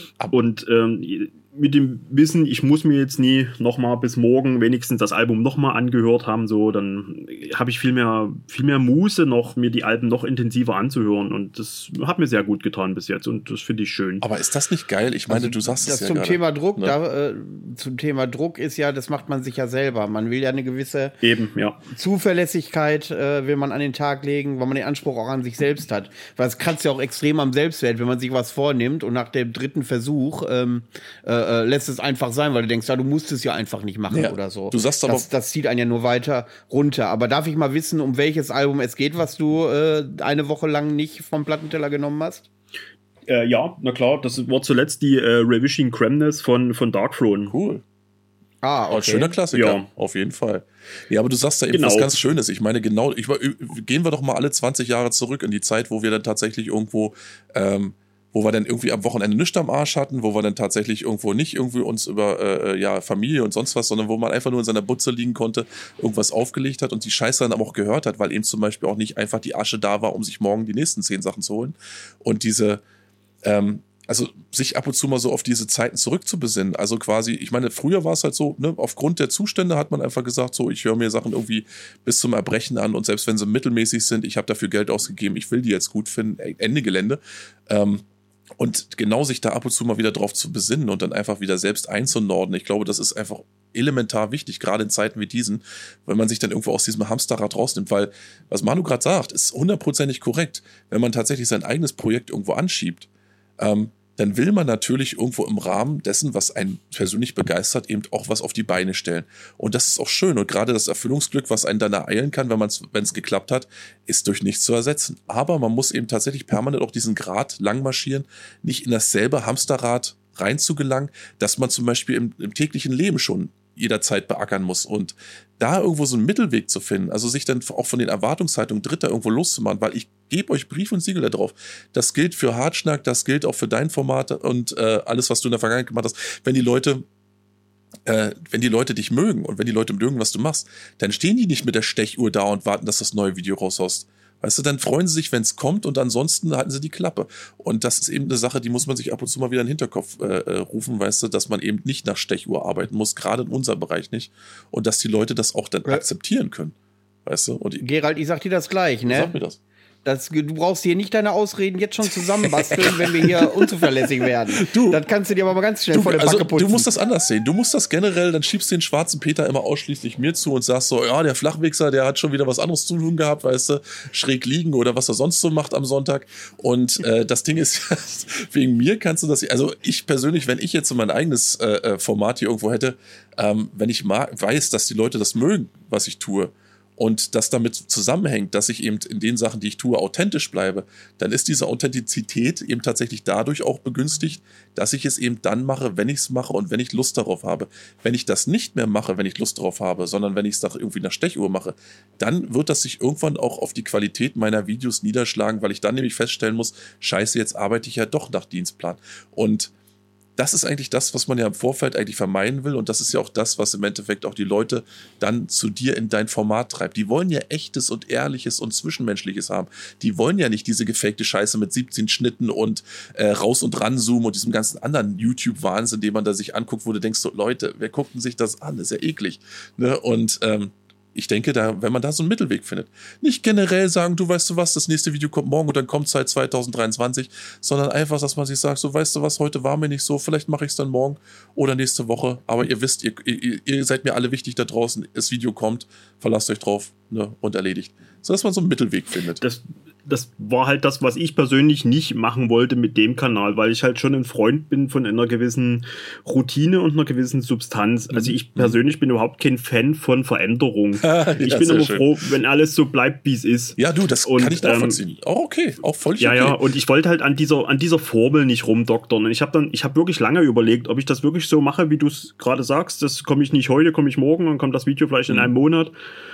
[SPEAKER 3] Und ähm, mit dem Wissen, ich muss mir jetzt nie nochmal bis morgen wenigstens das Album nochmal angehört haben, so, dann habe ich viel mehr, viel mehr Muße noch, mir die Alben noch intensiver anzuhören. Und das hat mir sehr gut getan bis jetzt und das finde ich schön.
[SPEAKER 1] Aber ist das nicht geil? Ich meine,
[SPEAKER 2] also,
[SPEAKER 1] du sagst es
[SPEAKER 2] das
[SPEAKER 1] ja
[SPEAKER 2] zum
[SPEAKER 1] gerade,
[SPEAKER 2] Thema Druck,
[SPEAKER 1] ne?
[SPEAKER 2] da, äh, zum Thema Druck ist ja, das macht man sich ja selber. Man will ja eine gewisse
[SPEAKER 3] eben, ja.
[SPEAKER 2] Zuverlässigkeit äh, will man an den Tag legen, weil man den Anspruch auch an sich selbst hat. Weil es kratzt ja auch extrem am Selbstwert, wenn man sich was vornimmt und nach dem dritten Versuch ähm, äh, lässt es einfach sein, weil du denkst, ja, du musst es ja einfach nicht machen
[SPEAKER 1] ja,
[SPEAKER 2] oder so.
[SPEAKER 1] Du sagst aber,
[SPEAKER 2] das, das zieht einen ja nur weiter runter. Aber darf ich mal wissen, um welches Album es geht, was du äh, eine Woche lang nicht vom Plattenteller genommen hast?
[SPEAKER 3] Äh, ja, na klar, das war zuletzt die äh, Ravishing Cramness von, von Darkthrone.
[SPEAKER 1] Cool.
[SPEAKER 2] Ah, okay.
[SPEAKER 1] Ein schöner Klassiker,
[SPEAKER 3] ja.
[SPEAKER 1] Auf jeden Fall. Ja, aber du sagst da eben
[SPEAKER 3] genau.
[SPEAKER 1] was ganz Schönes. Ich meine, genau, ich, gehen wir doch mal alle zwanzig Jahre zurück in die Zeit, wo wir dann tatsächlich irgendwo, ähm, wo wir dann irgendwie am Wochenende nichts am Arsch hatten, wo wir dann tatsächlich irgendwo nicht irgendwie uns über äh, ja, Familie und sonst was, sondern wo man einfach nur in seiner Butze liegen konnte, irgendwas aufgelegt hat und die Scheiße dann aber auch gehört hat, weil eben zum Beispiel auch nicht einfach die Asche da war, um sich morgen die nächsten zehn Sachen zu holen. Und diese, ähm, also sich ab und zu mal so auf diese Zeiten zurückzubesinnen. Also quasi, ich meine, früher war es halt so, ne, aufgrund der Zustände hat man einfach gesagt, so, ich höre mir Sachen irgendwie bis zum Erbrechen an und selbst wenn sie mittelmäßig sind, ich habe dafür Geld ausgegeben, ich will die jetzt gut finden, Ende Gelände. Ähm, Und genau sich da ab und zu mal wieder drauf zu besinnen und dann einfach wieder selbst einzunorden. Ich glaube, das ist einfach elementar wichtig, gerade in Zeiten wie diesen, wenn man sich dann irgendwo aus diesem Hamsterrad rausnimmt. Weil, was Manu gerade sagt, ist hundertprozentig korrekt. Wenn man tatsächlich sein eigenes Projekt irgendwo anschiebt, ähm, dann will man natürlich irgendwo im Rahmen dessen, was einen persönlich begeistert, eben auch was auf die Beine stellen. Und das ist auch schön. Und gerade das Erfüllungsglück, was einen dann ereilen kann, wenn man es, wenn es geklappt hat, ist durch nichts zu ersetzen. Aber man muss eben tatsächlich permanent auch diesen Grad lang marschieren, nicht in dasselbe Hamsterrad reinzugelangen, dass man zum Beispiel im, im täglichen Leben schon jederzeit beackern muss. Und da irgendwo so einen Mittelweg zu finden, also sich dann auch von den Erwartungshaltungen Dritter irgendwo loszumachen, weil ich gebe euch Brief und Siegel da drauf. Das gilt für Hartschnack, das gilt auch für dein Format und äh, alles, was du in der Vergangenheit gemacht hast. Wenn die Leute äh, wenn die Leute dich mögen und wenn die Leute mögen, was du machst, dann stehen die nicht mit der Stechuhr da und warten, dass das neue Video raushaust. Weißt du, dann freuen sie sich, wenn es kommt und ansonsten halten sie die Klappe. Und das ist eben eine Sache, die muss man sich ab und zu mal wieder in den Hinterkopf äh, rufen, weißt du, dass man eben nicht nach Stechuhr arbeiten muss, gerade in unserem Bereich nicht. Und dass die Leute das auch dann ja. akzeptieren können. Weißt du? Und
[SPEAKER 2] Gerald, ich sag dir das gleich, ne?
[SPEAKER 1] Sag mir das.
[SPEAKER 2] Das, du brauchst hier nicht deine Ausreden jetzt schon zusammenbasteln, wenn wir hier unzuverlässig werden. Du, das kannst du dir aber mal ganz schnell
[SPEAKER 1] du,
[SPEAKER 2] vor der
[SPEAKER 1] also,
[SPEAKER 2] Backe putzen.
[SPEAKER 1] Du musst das anders sehen. Du musst das generell, dann schiebst du den schwarzen Peter immer ausschließlich mir zu und sagst so, ja, der Flachwichser, der hat schon wieder was anderes zu tun gehabt, weißt du, schräg liegen oder was er sonst so macht am Sonntag. Und äh, das Ding ist, wegen mir kannst du das, also ich persönlich, wenn ich jetzt so mein eigenes äh, Format hier irgendwo hätte, ähm, wenn ich mag, weiß, dass die Leute das mögen, was ich tue, und das damit zusammenhängt, dass ich eben in den Sachen, die ich tue, authentisch bleibe, dann ist diese Authentizität eben tatsächlich dadurch auch begünstigt, dass ich es eben dann mache, wenn ich es mache und wenn ich Lust darauf habe. Wenn ich das nicht mehr mache, wenn ich Lust darauf habe, sondern wenn ich es irgendwie nach Stechuhr mache, dann wird das sich irgendwann auch auf die Qualität meiner Videos niederschlagen, weil ich dann nämlich feststellen muss, scheiße, jetzt arbeite ich ja doch nach Dienstplan. Und das ist eigentlich das, was man ja im Vorfeld eigentlich vermeiden will und das ist ja auch das, was im Endeffekt auch die Leute dann zu dir in dein Format treibt. Die wollen ja echtes und ehrliches und Zwischenmenschliches haben. Die wollen ja nicht diese gefakte Scheiße mit siebzehn Schnitten und äh, raus und ran zoomen und diesem ganzen anderen YouTube-Wahnsinn, den man da sich anguckt, wo du denkst, so, Leute, wer guckt denn sich das an? Das ist ja eklig. Ne? Und ähm, ich denke, da, wenn man da so einen Mittelweg findet, nicht generell sagen, du weißt du was, das nächste Video kommt morgen und dann kommt es halt zwanzig dreiundzwanzig, sondern einfach, dass man sich sagt, so weißt du was, heute war mir nicht so, vielleicht mache ich es dann morgen oder nächste Woche, aber ihr wisst, ihr, ihr, ihr seid mir alle wichtig da draußen, das Video kommt, verlasst euch drauf, ne, und erledigt. So, dass man so einen Mittelweg findet.
[SPEAKER 3] Das das war halt das, was ich persönlich nicht machen wollte mit dem Kanal, weil ich halt schon ein Freund bin von einer gewissen Routine und einer gewissen Substanz. Also ich persönlich bin überhaupt kein Fan von Veränderung.
[SPEAKER 1] Ja,
[SPEAKER 3] ich bin immer
[SPEAKER 1] schön.
[SPEAKER 3] froh, wenn alles so bleibt, wie es ist.
[SPEAKER 1] Ja, du, das
[SPEAKER 3] und,
[SPEAKER 1] kann ich nachvollziehen. Ähm, oh, okay, auch völlig
[SPEAKER 3] ja,
[SPEAKER 1] okay.
[SPEAKER 3] Ja, ja, und ich wollte halt an dieser, an dieser Formel nicht rumdoktern. Und ich habe dann, ich habe wirklich lange überlegt, ob ich das wirklich so mache, wie du es gerade sagst. Das komme ich nicht heute, komme ich morgen, dann kommt das Video vielleicht in mhm. einem Monat.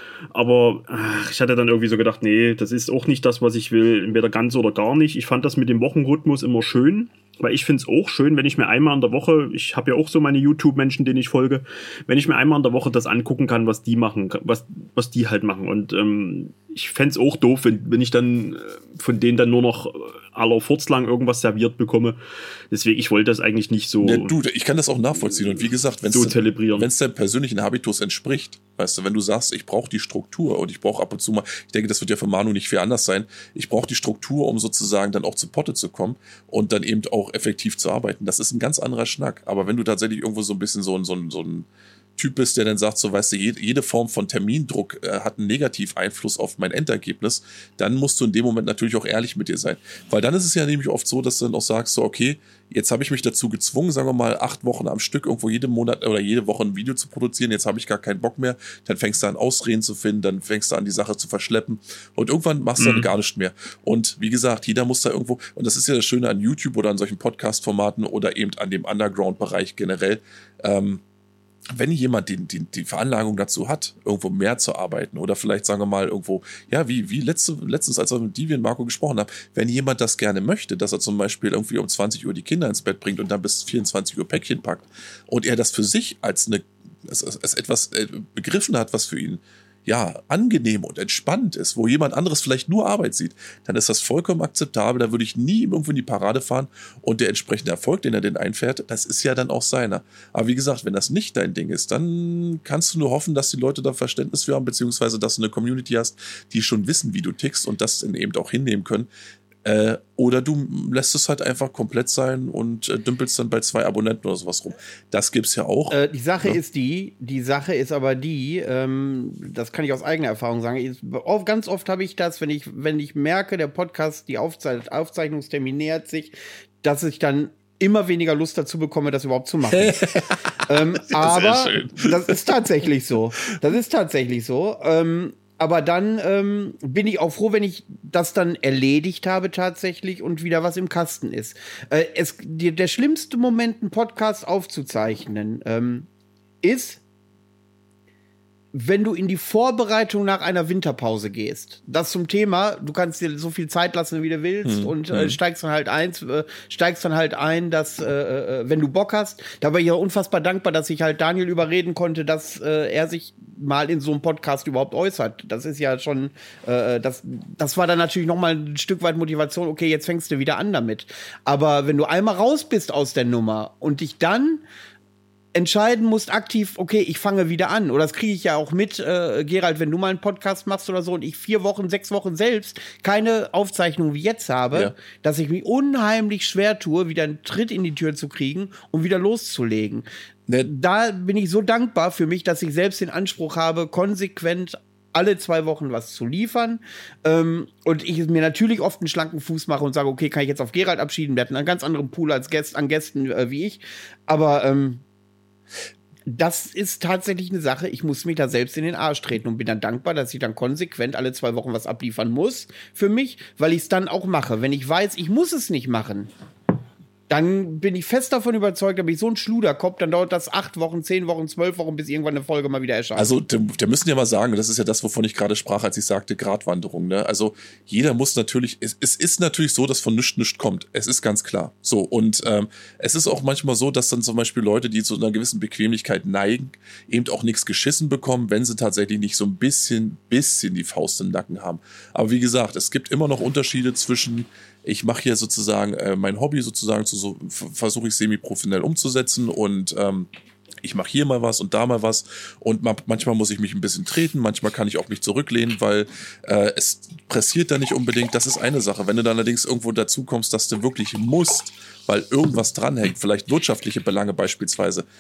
[SPEAKER 3] Aber ach, ich hatte dann irgendwie so gedacht, nee, das ist auch nicht das, was ich will, entweder ganz oder gar nicht. Ich fand das mit dem Wochenrhythmus immer schön, weil ich finde es auch schön, wenn ich mir einmal in der Woche, ich habe ja auch so meine YouTube-Menschen, denen ich folge, wenn ich mir einmal in der Woche das angucken kann, was die machen, was, was die halt machen. Und ähm, ich fände es auch doof, wenn, wenn ich dann von denen dann nur noch aller Furz lang irgendwas serviert bekomme. Deswegen, ich wollte das eigentlich nicht so.
[SPEAKER 1] Ja, du, ich kann das auch nachvollziehen. Und wie gesagt, wenn es
[SPEAKER 3] so zelebrieren.
[SPEAKER 1] Wenn es deinem persönlichen Habitus entspricht, weißt du, wenn du sagst, ich brauche die Struktur und ich brauche ab und zu mal, ich denke, das wird ja für Manu nicht viel anders sein, ich brauche die Struktur, um sozusagen dann auch zu Potte zu kommen und dann eben auch effektiv zu arbeiten. Das ist ein ganz anderer Schnack. Aber wenn du tatsächlich irgendwo so ein bisschen so ein, so ein, so ein Typ bist, der dann sagt, so weißt du, jede, jede Form von Termindruck äh, hat einen Negativeinfluss auf mein Endergebnis, dann musst du in dem Moment natürlich auch ehrlich mit dir sein. Weil dann ist es ja nämlich oft so, dass du dann auch sagst, so okay, jetzt habe ich mich dazu gezwungen, sagen wir mal, acht Wochen am Stück irgendwo jeden Monat oder jede Woche ein Video zu produzieren, jetzt habe ich gar keinen Bock mehr, dann fängst du an Ausreden zu finden, dann fängst du an die Sache zu verschleppen und irgendwann machst du mhm. dann gar nichts mehr. Und wie gesagt, jeder muss da irgendwo, und das ist ja das Schöne an YouTube oder an solchen Podcast-Formaten oder eben an dem Underground-Bereich generell, ähm, wenn jemand die, die, die Veranlagung dazu hat, irgendwo mehr zu arbeiten oder vielleicht, sagen wir mal, irgendwo, ja, wie, wie letzte, letztens, als wir mit Divi und Marco gesprochen haben, wenn jemand das gerne möchte, dass er zum Beispiel irgendwie um zwanzig Uhr die Kinder ins Bett bringt und dann bis vierundzwanzig Uhr Päckchen packt und er das für sich als, eine, als, als etwas begriffen hat, was für ihn ja, angenehm und entspannt ist, wo jemand anderes vielleicht nur Arbeit sieht, dann ist das vollkommen akzeptabel. Da würde ich nie irgendwo in die Parade fahren und der entsprechende Erfolg, den er denn einfährt, das ist ja dann auch seiner. Aber wie gesagt, wenn das nicht dein Ding ist, dann kannst du nur hoffen, dass die Leute da Verständnis für haben, beziehungsweise dass du eine Community hast, die schon wissen, wie du tickst und das dann eben auch hinnehmen können. Äh, oder du lässt es halt einfach komplett sein und äh, dümpelst dann bei zwei Abonnenten oder sowas rum. Das gibt's ja auch.
[SPEAKER 2] Äh, die Sache
[SPEAKER 1] ja.
[SPEAKER 2] ist die, die Sache ist aber die, ähm, das kann ich aus eigener Erfahrung sagen, ich, oft, ganz oft habe ich das, wenn ich, wenn ich merke, der Podcast, die Aufze- Aufzeichnungstermin nähert sich, dass ich dann immer weniger Lust dazu bekomme, das überhaupt zu machen. ähm, aber das ist tatsächlich so. Das ist tatsächlich so. Ähm, Aber dann ähm, bin ich auch froh, wenn ich das dann erledigt habe tatsächlich und wieder was im Kasten ist. Äh, es, die, der schlimmste Moment, einen Podcast aufzuzeichnen, ähm, ist, wenn du in die Vorbereitung nach einer Winterpause gehst. Das zum Thema, du kannst dir so viel Zeit lassen, wie du willst, hm, und äh, hm. steigst dann halt ein, äh, steigst dann halt ein, dass, äh, wenn du Bock hast. Da war ich ja unfassbar dankbar, dass ich halt Daniel überreden konnte, dass äh, er sich mal in so einem Podcast überhaupt äußert. Das ist ja schon, äh, das, das war dann natürlich noch mal ein Stück weit Motivation, okay, jetzt fängst du wieder an damit. Aber wenn du einmal raus bist aus der Nummer und dich dann entscheiden musst aktiv, okay, ich fange wieder an. Oder das kriege ich ja auch mit, äh, Gerald, wenn du mal einen Podcast machst oder so und ich vier Wochen, sechs Wochen selbst keine Aufzeichnung wie jetzt habe, ja. dass ich mich unheimlich schwer tue, wieder einen Tritt in die Tür zu kriegen und wieder loszulegen. Ne. Da bin ich so dankbar für mich, dass ich selbst den Anspruch habe, konsequent alle zwei Wochen was zu liefern. Ähm, und ich mir natürlich oft einen schlanken Fuß mache und sage, okay, kann ich jetzt auf Gerald abschieden? Wir hatten einen ganz anderen Pool als Gäst, an Gästen äh, wie ich. Aber ähm, das ist tatsächlich eine Sache, ich muss mich da selbst in den Arsch treten und bin dann dankbar, dass ich dann konsequent alle zwei Wochen was abliefern muss für mich, weil ich es dann auch mache. Wenn ich weiß, ich muss es nicht machen, dann bin ich fest davon überzeugt, da bin ich so ein Schluderkopf, dann dauert das acht Wochen, zehn Wochen, zwölf Wochen, bis irgendwann eine Folge mal wieder erscheint.
[SPEAKER 1] Also, wir müssen ja mal sagen, das ist ja das, wovon ich gerade sprach, als ich sagte, Gratwanderung, ne? Also, jeder muss natürlich, es, es ist natürlich so, dass von nichts nichts kommt. Es ist ganz klar. So, und ähm, es ist auch manchmal so, dass dann zum Beispiel Leute, die zu einer gewissen Bequemlichkeit neigen, eben auch nichts geschissen bekommen, wenn sie tatsächlich nicht so ein bisschen, bisschen die Faust im Nacken haben. Aber wie gesagt, es gibt immer noch Unterschiede zwischen ich mache hier sozusagen äh, mein Hobby sozusagen, zu so, versuche ich semi-professionell umzusetzen und ähm, ich mache hier mal was und da mal was und ma- manchmal muss ich mich ein bisschen treten, manchmal kann ich auch mich zurücklehnen, weil äh, es pressiert da nicht unbedingt, das ist eine Sache. Wenn du dann allerdings irgendwo dazu kommst, dass du wirklich musst, weil irgendwas dranhängt, vielleicht wirtschaftliche Belange beispielsweise,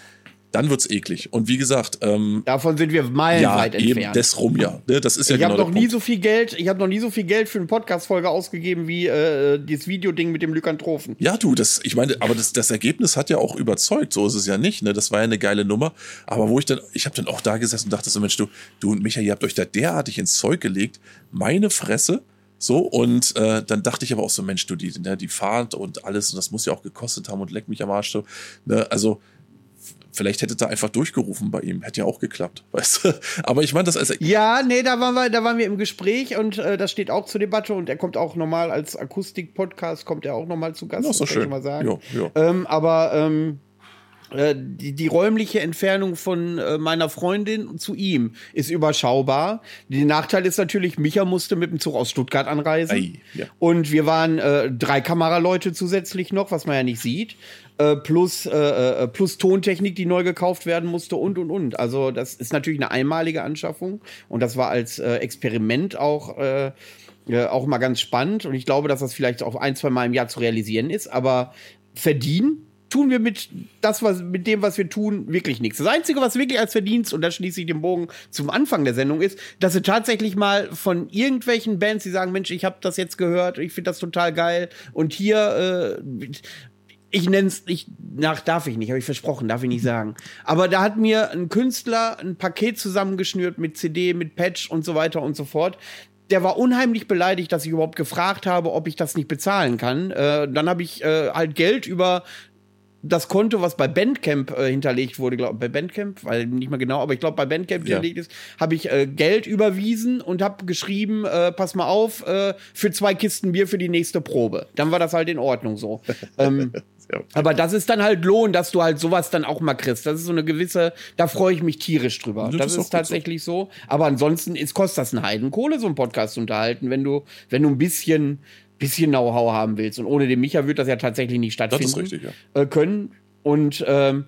[SPEAKER 1] dann wird's eklig. Und wie gesagt, ähm,
[SPEAKER 2] davon sind wir meilenweit
[SPEAKER 1] ja,
[SPEAKER 2] entfernt.
[SPEAKER 1] Eben des rum, ja. Ne, das ist ja
[SPEAKER 2] ich
[SPEAKER 1] genau
[SPEAKER 2] habe noch
[SPEAKER 1] der
[SPEAKER 2] nie
[SPEAKER 1] Punkt.
[SPEAKER 2] so viel Geld, ich habe noch nie so viel Geld für eine Podcast-Folge ausgegeben wie äh, dieses Videoding mit dem Lykantrophen.
[SPEAKER 1] Ja, du, das, ich meine, aber das, das Ergebnis hat ja auch überzeugt, so ist es ja nicht, ne? Das war ja eine geile Nummer. Aber wo ich dann, ich habe dann auch da gesessen und dachte so, Mensch, du, du und Micha, ihr habt euch da derartig ins Zeug gelegt, meine Fresse. So, und äh, dann dachte ich aber auch so, Mensch, du, die, ne, die Fahrt und alles, und das muss ja auch gekostet haben und leck mich am Arsch. So, ne? Also, vielleicht hätte er einfach durchgerufen bei ihm. Hätte ja auch geklappt, weißt du? Aber ich meine das als...
[SPEAKER 2] Ja, nee, da waren wir, da waren wir im Gespräch und äh, das steht auch zur Debatte und er kommt auch nochmal als Akustik-Podcast, kommt er auch nochmal zu Gast.
[SPEAKER 1] Ja, ist doch
[SPEAKER 2] das kann ich
[SPEAKER 1] schön.
[SPEAKER 2] mal sagen.
[SPEAKER 1] Jo, jo.
[SPEAKER 2] Ähm, aber ähm, äh, die, die räumliche Entfernung von äh, meiner Freundin zu ihm ist überschaubar. Der Nachteil ist natürlich, Micha musste mit dem Zug aus Stuttgart anreisen.
[SPEAKER 1] Ei, ja.
[SPEAKER 2] Und wir waren äh, drei Kameraleute zusätzlich noch, was man ja nicht sieht. Äh, plus, äh, äh, plus Tontechnik, die neu gekauft werden musste und, und, und. Also das ist natürlich eine einmalige Anschaffung. Und das war als äh, Experiment auch, äh, äh, auch mal ganz spannend. Und ich glaube, dass das vielleicht auch ein, zwei Mal im Jahr zu realisieren ist. Aber verdienen tun wir mit, das, was, mit dem, was wir tun, wirklich nichts. Das Einzige, was wirklich als Verdienst, und da schließe ich den Bogen zum Anfang der Sendung, ist, dass wir tatsächlich mal von irgendwelchen Bands, die sagen, Mensch, ich habe das jetzt gehört, ich finde das total geil. Und hier... Äh, Ich nenn's, ich, nach, darf ich nicht, habe ich versprochen, darf ich nicht sagen. Aber da hat mir ein Künstler ein Paket zusammengeschnürt mit C D, mit Patch und so weiter und so fort. Der war unheimlich beleidigt, dass ich überhaupt gefragt habe, ob ich das nicht bezahlen kann. Äh, dann habe ich äh, halt Geld über das Konto, was bei Bandcamp äh, hinterlegt wurde, glaube bei Bandcamp, weil nicht mehr genau, aber ich glaube bei Bandcamp
[SPEAKER 1] ja.
[SPEAKER 2] hinterlegt ist, habe ich äh, Geld überwiesen und habe geschrieben, äh, pass mal auf, äh, für zwei Kisten Bier für die nächste Probe. Dann war das halt in Ordnung so. ähm,
[SPEAKER 1] Ja.
[SPEAKER 2] Aber das ist dann halt Lohn, dass du halt sowas dann auch mal kriegst. Das ist so eine gewisse, da freue ich mich tierisch drüber.
[SPEAKER 1] Ja,
[SPEAKER 2] das,
[SPEAKER 1] das ist
[SPEAKER 2] ist tatsächlich so. so. Aber ansonsten ist, kostet das einen Heidenkohle, so einen Podcast zu unterhalten, wenn du, wenn du ein bisschen, bisschen Know-how haben willst. Und ohne den Micha wird das ja tatsächlich nicht stattfinden
[SPEAKER 1] Das ist richtig, ja.
[SPEAKER 2] äh, können. Und ähm,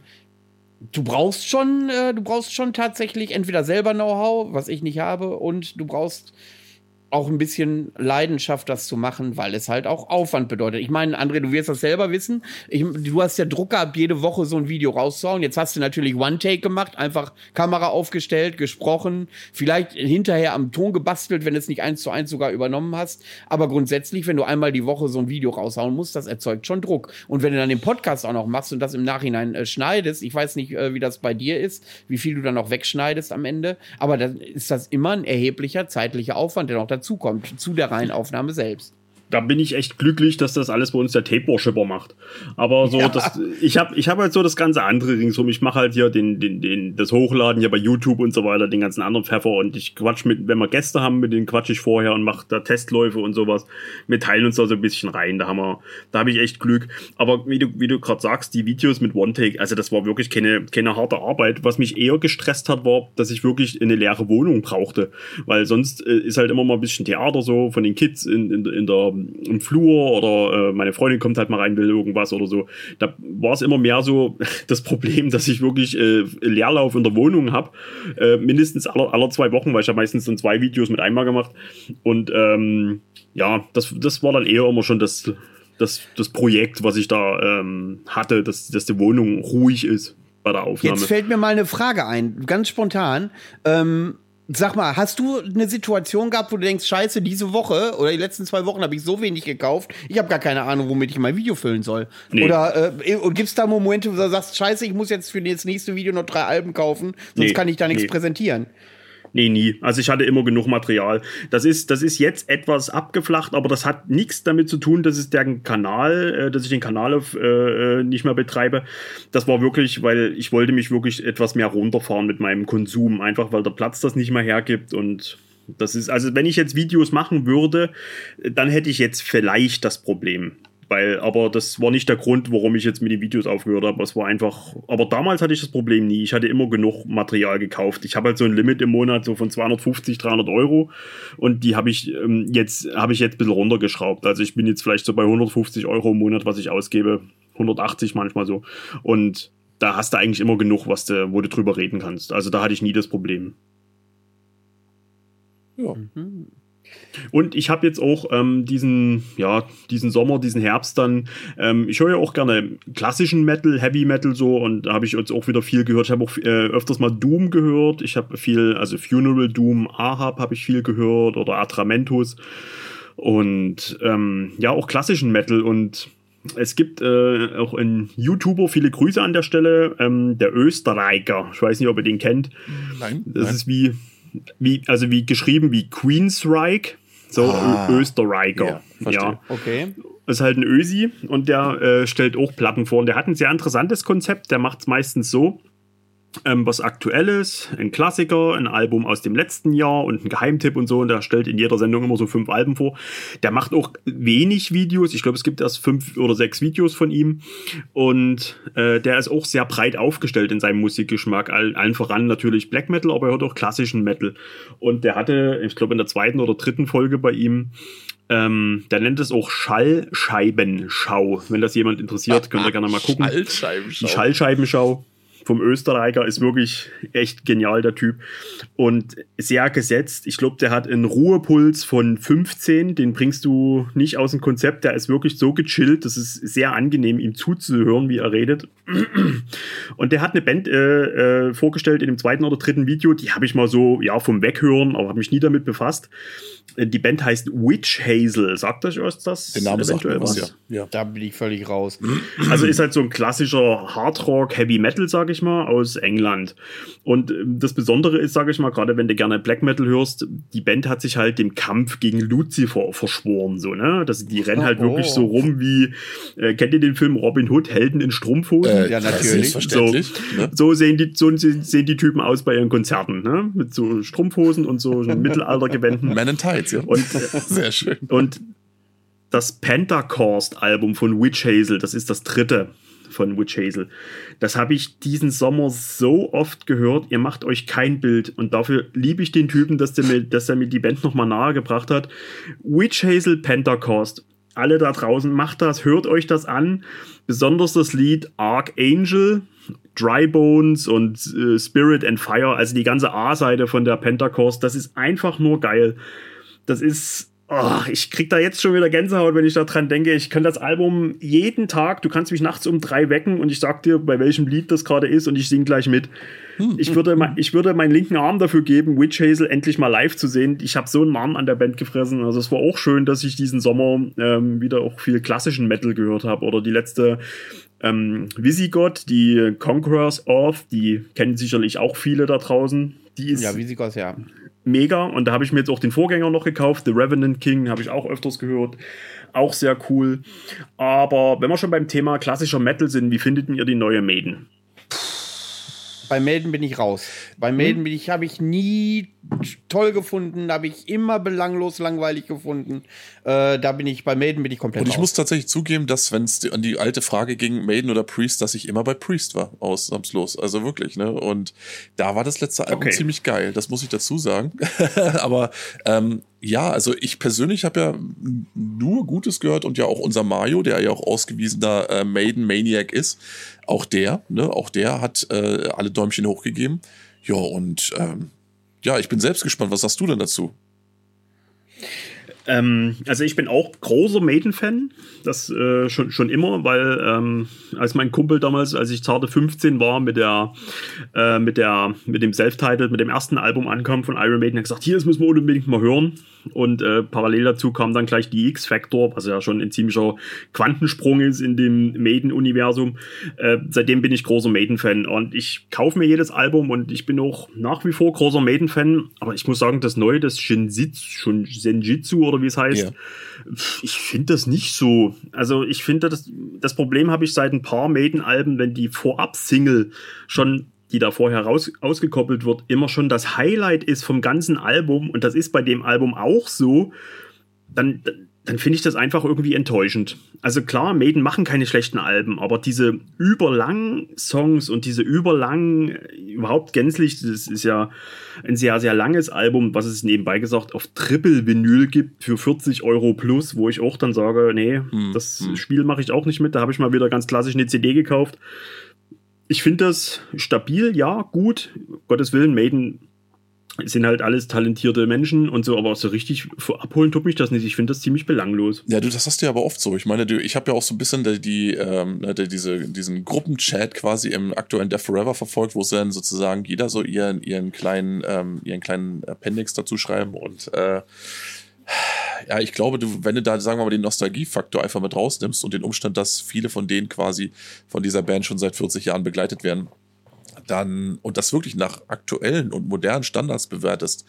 [SPEAKER 2] du brauchst schon, äh, du brauchst schon tatsächlich entweder selber Know-how, was ich nicht habe, und du brauchst auch ein bisschen Leidenschaft, das zu machen, weil es halt auch Aufwand bedeutet. Ich meine, André, du wirst das selber wissen. Ich, du hast ja Druck gehabt, jede Woche so ein Video rauszuhauen. Jetzt hast du natürlich One-Take gemacht, einfach Kamera aufgestellt, gesprochen, vielleicht hinterher am Ton gebastelt, wenn du es nicht eins zu eins sogar übernommen hast. Aber grundsätzlich, wenn du einmal die Woche so ein Video raushauen musst, das erzeugt schon Druck. Und wenn du dann den Podcast auch noch machst und das im Nachhinein äh, schneidest, ich weiß nicht, äh, wie das bei dir ist, wie viel du dann noch wegschneidest am Ende, aber dann ist das immer ein erheblicher zeitlicher Aufwand, der noch dazu kommt, zu der reinen Aufnahme selbst.
[SPEAKER 3] Da bin ich echt glücklich, dass das alles bei uns der Tape-Worshipper macht. Aber so, ja. das, ich habe ich hab halt so das ganze andere ringsum. Ich mache halt hier den, den, den, das Hochladen hier bei YouTube und so weiter, den ganzen anderen Pfeffer. Und ich quatsch mit, wenn wir Gäste haben, mit denen quatsch ich vorher und mache da Testläufe und sowas. Wir teilen uns da so ein bisschen rein. Da haben wir, da habe ich echt Glück. Aber wie du, wie du gerade sagst, die Videos mit One-Take, also das war wirklich keine, keine harte Arbeit. Was mich eher gestresst hat, war, dass ich wirklich eine leere Wohnung brauchte. Weil sonst äh, ist halt immer mal ein bisschen Theater so von den Kids in, in, in der im Flur oder äh, meine Freundin kommt halt mal rein, will irgendwas oder so. Da war es immer mehr so das Problem, dass ich wirklich äh, Leerlauf in der Wohnung habe. Äh, mindestens alle, alle zwei Wochen, weil ich habe meistens dann zwei Videos mit einmal gemacht. Und ähm, ja, das, das war dann eher immer schon das, das, das Projekt, was ich da ähm, hatte, dass, dass die Wohnung ruhig ist bei der Aufnahme.
[SPEAKER 2] Jetzt fällt mir mal eine Frage ein, ganz spontan. Ähm Sag mal, hast du eine Situation gehabt, wo du denkst, scheiße, diese Woche oder die letzten zwei Wochen habe ich so wenig gekauft, ich habe gar keine Ahnung, womit ich mein Video füllen soll? Nee. Oder äh, gibt es da Momente, wo du sagst, scheiße, ich muss jetzt für das nächste Video noch drei Alben kaufen, sonst nee, kann ich da nichts nee. präsentieren?
[SPEAKER 3] Nee, nie. Also ich hatte immer genug Material. Das ist, das ist jetzt etwas abgeflacht, aber das hat nichts damit zu tun, dass es der Kanal, äh, dass ich den Kanal auf, äh, nicht mehr betreibe. Das war wirklich, weil ich wollte mich wirklich etwas mehr runterfahren mit meinem Konsum, einfach weil der Platz das nicht mehr hergibt. Und das ist, also wenn ich jetzt Videos machen würde, dann hätte ich jetzt vielleicht das Problem. Weil, aber das war nicht der Grund, warum ich jetzt mit den Videos aufgehört habe. Es war einfach, aber damals hatte ich das Problem nie. Ich hatte immer genug Material gekauft. Ich habe halt so ein Limit im Monat so von zweihundertfünfzig, dreihundert Euro und die habe ich ähm, jetzt, habe ich jetzt ein bisschen runtergeschraubt. Also ich bin jetzt vielleicht so bei hundertfünfzig Euro im Monat, was ich ausgebe, hundertachtzig manchmal so. Und da hast du eigentlich immer genug, was du, wo du drüber reden kannst. Also da hatte ich nie das Problem.
[SPEAKER 2] Ja. Mhm.
[SPEAKER 3] Und ich habe jetzt auch ähm, diesen, ja, diesen Sommer, diesen Herbst dann, ähm, ich höre ja auch gerne klassischen Metal, Heavy Metal so, und da habe ich jetzt auch wieder viel gehört. Ich habe auch äh, öfters mal Doom gehört. Ich habe viel, also Funeral Doom, Ahab habe ich viel gehört oder Atramentus und ähm, ja, auch klassischen Metal. Und es gibt äh, auch einen YouTuber, viele Grüße an der Stelle, ähm, der Österreicher. Ich weiß nicht, ob ihr den kennt.
[SPEAKER 1] Nein.
[SPEAKER 3] Das
[SPEAKER 1] nein.
[SPEAKER 3] ist wie, wie, also wie geschrieben wie Queensryche. So,
[SPEAKER 1] Ah,
[SPEAKER 3] Ö- Österreicher.
[SPEAKER 1] ja, verstehe.
[SPEAKER 3] Ja.
[SPEAKER 2] Okay.
[SPEAKER 3] Ist halt ein Ösi und der äh, stellt auch Platten vor. Und der hat ein sehr interessantes Konzept. Der macht es meistens so, ähm, was Aktuelles, ein Klassiker, ein Album aus dem letzten Jahr und ein Geheimtipp und so. Und der stellt in jeder Sendung immer so fünf Alben vor. Der macht auch wenig Videos. Ich glaube, es gibt erst fünf oder sechs Videos von ihm. Und äh, der ist auch sehr breit aufgestellt in seinem Musikgeschmack. All, allen voran natürlich Black Metal, aber er hört auch klassischen Metal. Und der hatte, ich glaube, in der zweiten oder dritten Folge bei ihm, Ähm, der nennt es auch Schallscheibenschau. Wenn das jemand interessiert, könnt ihr gerne mal gucken.
[SPEAKER 1] Schallscheibenschau.
[SPEAKER 3] Die Schallscheibenschau vom Österreicher ist wirklich echt genial, der Typ. Und sehr gesetzt. Ich glaube, der hat einen Ruhepuls von fünfzehn. Den bringst du nicht aus dem Konzept. Der ist wirklich so gechillt. Das ist sehr angenehm, ihm zuzuhören, wie er redet. Und der hat eine Band äh, äh, vorgestellt in dem zweiten oder dritten Video. Die habe ich mal so, ja, vom Weghören, aber habe mich nie damit befasst. Die Band heißt Witch Hazel. Sagt euch was das?
[SPEAKER 1] Der Name sagt mir was, ja. ja.
[SPEAKER 2] Da bin ich völlig raus.
[SPEAKER 3] Also ist halt so ein klassischer Hardrock, Heavy Metal, sag ich mal, aus England. Und das Besondere ist, sag ich mal, gerade wenn du gerne Black Metal hörst, die Band hat sich halt dem Kampf gegen Lucifer verschworen, so, ne? Das, die rennen halt
[SPEAKER 2] Oh.
[SPEAKER 3] wirklich so rum wie, äh, kennt ihr den Film Robin Hood, Helden in Strumpfhosen?
[SPEAKER 1] Äh,
[SPEAKER 2] Ja, natürlich.
[SPEAKER 1] Selbstverständlich.
[SPEAKER 3] So,
[SPEAKER 1] Ne?
[SPEAKER 3] so, sehen die, so sehen die Typen aus bei ihren Konzerten, ne? Mit so Strumpfhosen und so Mittelaltergewänden.
[SPEAKER 1] Man in Tights, ja.
[SPEAKER 3] Und,
[SPEAKER 1] Sehr schön.
[SPEAKER 3] und das Pentecost-Album von Witch Hazel, das ist das dritte von Witch Hazel. Das habe ich diesen Sommer so oft gehört, ihr macht euch kein Bild. Und dafür liebe ich den Typen, dass der mir, dass er mir die Band nochmal nahe gebracht hat. Witch Hazel Pentecost. Alle da draußen, macht das, hört euch das an. Besonders das Lied Archangel, Dry Bones und äh, Spirit and Fire, also die ganze A-Seite von der Pentecost, das ist einfach nur geil. Das ist, oh, ich krieg da jetzt schon wieder Gänsehaut, wenn ich da dran denke. Ich kann das Album jeden Tag, du kannst mich nachts um drei wecken und ich sag dir, bei welchem Lied das gerade ist und ich sing gleich mit. Ich würde, ich würde meinen linken Arm dafür geben, Witch Hazel endlich mal live zu sehen. Ich habe so einen Marm an der Band gefressen. Also es war auch schön, dass ich diesen Sommer ähm, wieder auch viel klassischen Metal gehört habe. Oder die letzte ähm, Visigoth, die Conquerors of, die kennen sicherlich auch viele da draußen. Die ist
[SPEAKER 2] Ja, Visigoth, ja.
[SPEAKER 3] mega. Und da habe ich mir jetzt auch den Vorgänger noch gekauft. The Revenant King habe ich auch öfters gehört. Auch sehr cool. Aber wenn wir schon beim Thema klassischer Metal sind, wie findet ihr die neue Maiden?
[SPEAKER 2] Bei Maiden bin ich raus. Bei Maiden bin ich, habe ich nie toll gefunden, habe ich immer belanglos langweilig gefunden. Äh, da bin ich, bei Maiden bin ich komplett
[SPEAKER 1] Und ich
[SPEAKER 2] raus.
[SPEAKER 1] muss tatsächlich zugeben, dass, wenn es an die alte Frage ging, Maiden oder Priest, dass ich immer bei Priest war, ausnahmslos. Also wirklich, ne? Und da war das letzte Album
[SPEAKER 3] Okay.
[SPEAKER 1] ziemlich geil, das muss ich dazu sagen. Aber ähm, ja, also ich persönlich habe ja nur Gutes gehört und ja auch unser Mario, der ja auch ausgewiesener äh, Maiden-Maniac ist, auch der, ne, auch der hat äh, alle Däumchen hochgegeben. Ja, und ähm, ja, ich bin selbst gespannt. Was sagst du denn dazu?
[SPEAKER 3] Ähm, also ich bin auch großer Maiden-Fan, das äh, schon, schon immer, weil ähm, als mein Kumpel damals, als ich zarte fünfzehn war, mit der äh, mit der mit dem Self-Titled, mit dem ersten Album ankam von Iron Maiden, hat gesagt, hier, das müssen wir unbedingt mal hören. Und äh, parallel dazu kam dann gleich die X-Factor, was ja schon ein ziemlicher Quantensprung ist in dem Maiden-Universum. Äh, seitdem bin ich großer Maiden-Fan und ich kaufe mir jedes Album und ich bin auch nach wie vor großer Maiden-Fan. Aber ich muss sagen, das neue, das Shinjitsu, Senjitsu oder wie es heißt,
[SPEAKER 1] Ja.
[SPEAKER 3] ich finde das nicht so. Also ich finde, das, das Problem habe ich seit ein paar Maiden-Alben, wenn die Vorab-Single schon, die da vorher raus, ausgekoppelt wird, immer schon das Highlight ist vom ganzen Album und das ist bei dem Album auch so, dann, dann finde ich das einfach irgendwie enttäuschend. Also klar, Maiden machen keine schlechten Alben, aber diese überlangen Songs und diese überlangen, überhaupt gänzlich, das ist ja ein sehr, sehr langes Album, was es nebenbei gesagt auf Triple-Vinyl gibt für vierzig Euro plus, wo ich auch dann sage, nee,
[SPEAKER 1] Hm,
[SPEAKER 3] das
[SPEAKER 1] hm.
[SPEAKER 3] Spiel mache ich auch nicht mit, da habe ich mal wieder ganz klassisch eine C D gekauft. Ich finde das stabil, ja, gut. Um Gottes Willen, Maiden Es sind halt alles talentierte Menschen und so, aber so richtig abholen tut mich das nicht. Ich finde das ziemlich belanglos.
[SPEAKER 1] Ja, du, das hast du ja aber oft so. Ich meine, du, ich habe ja auch so ein bisschen die, die, ähm, die, diese, diesen Gruppenchat quasi im aktuellen Death Forever verfolgt, wo sie dann sozusagen jeder so ihren, ihren kleinen, ähm, ihren kleinen Appendix dazu schreiben und äh, ja, ich glaube, du, wenn du da, sagen wir mal, den Nostalgiefaktor einfach mit rausnimmst und den Umstand, dass viele von denen quasi von dieser Band schon seit vierzig Jahren begleitet werden, dann, und das wirklich nach aktuellen und modernen Standards bewertest,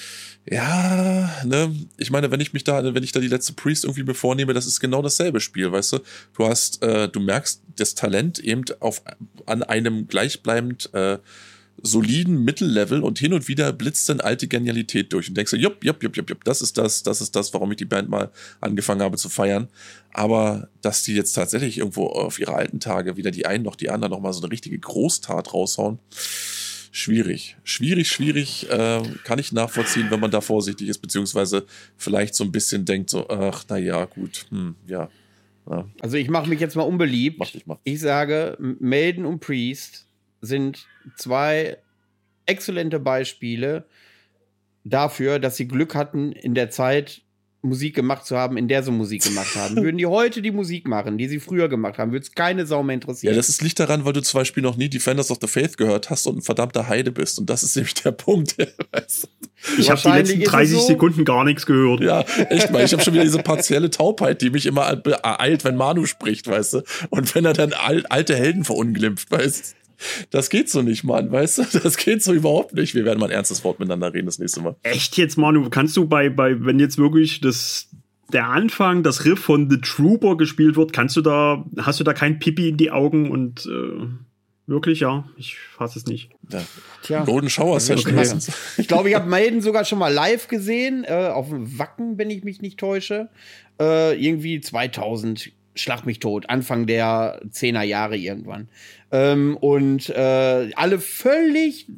[SPEAKER 1] ja, ne, ich meine, wenn ich mich da, wenn ich da die letzte Priest irgendwie mir vornehme, das ist genau dasselbe Spiel, weißt du? Du hast, äh, du merkst das Talent eben auf, an einem gleichbleibend, äh, soliden Mittellevel und hin und wieder blitzt dann alte Genialität durch und denkst du, jupp, jupp, jupp, jupp, jupp, das ist das, das ist das, warum ich die Band mal angefangen habe zu feiern. Aber dass die jetzt tatsächlich irgendwo auf ihre alten Tage wieder die einen noch die anderen noch mal so eine richtige Großtat raushauen, schwierig. Schwierig, schwierig, äh, kann ich nachvollziehen, wenn man da vorsichtig ist, beziehungsweise vielleicht so ein bisschen denkt so, ach, na ja, gut, hm, ja. ja.
[SPEAKER 2] Also ich mache mich jetzt mal unbeliebt.
[SPEAKER 1] Mach dich mal.
[SPEAKER 2] Ich sage, Maiden und Priest sind zwei exzellente Beispiele dafür, dass sie Glück hatten, in der Zeit Musik gemacht zu haben, in der sie Musik gemacht haben. Würden die heute die Musik machen, die sie früher gemacht haben, würde es keine Sau mehr interessieren.
[SPEAKER 1] Ja, das ist, liegt daran, weil du zum Beispiel noch nie Defenders of the Faith gehört hast und ein verdammter Heide bist. Und das ist nämlich der Punkt.
[SPEAKER 3] Ich habe die letzten dreißig so Sekunden gar nichts gehört.
[SPEAKER 1] Ja, echt mal. Ich habe schon wieder diese partielle Taubheit, die mich immer ereilt, wenn Manu spricht, weißt du. Und wenn er dann al- alte Helden verunglimpft, weißt du. Das geht so nicht, Mann, weißt du? Das geht so überhaupt nicht. Wir werden mal ein ernstes Wort miteinander reden das nächste Mal.
[SPEAKER 3] Echt jetzt, Manu? Kannst du bei, bei wenn jetzt wirklich das, der Anfang, das Riff von The Trooper gespielt wird, kannst du da, hast du da kein Pipi in die Augen und äh, wirklich, ja, ich fasse es nicht.
[SPEAKER 1] Ja.
[SPEAKER 2] Tja.
[SPEAKER 1] Golden Shower Session.
[SPEAKER 2] Okay. Ich glaube, ich habe Maiden sogar schon mal live gesehen, äh, auf dem Wacken, wenn ich mich nicht täusche. Äh, irgendwie zweitausend, schlag mich tot, Anfang der zehner Jahre irgendwann. Ähm, und äh, alle völlig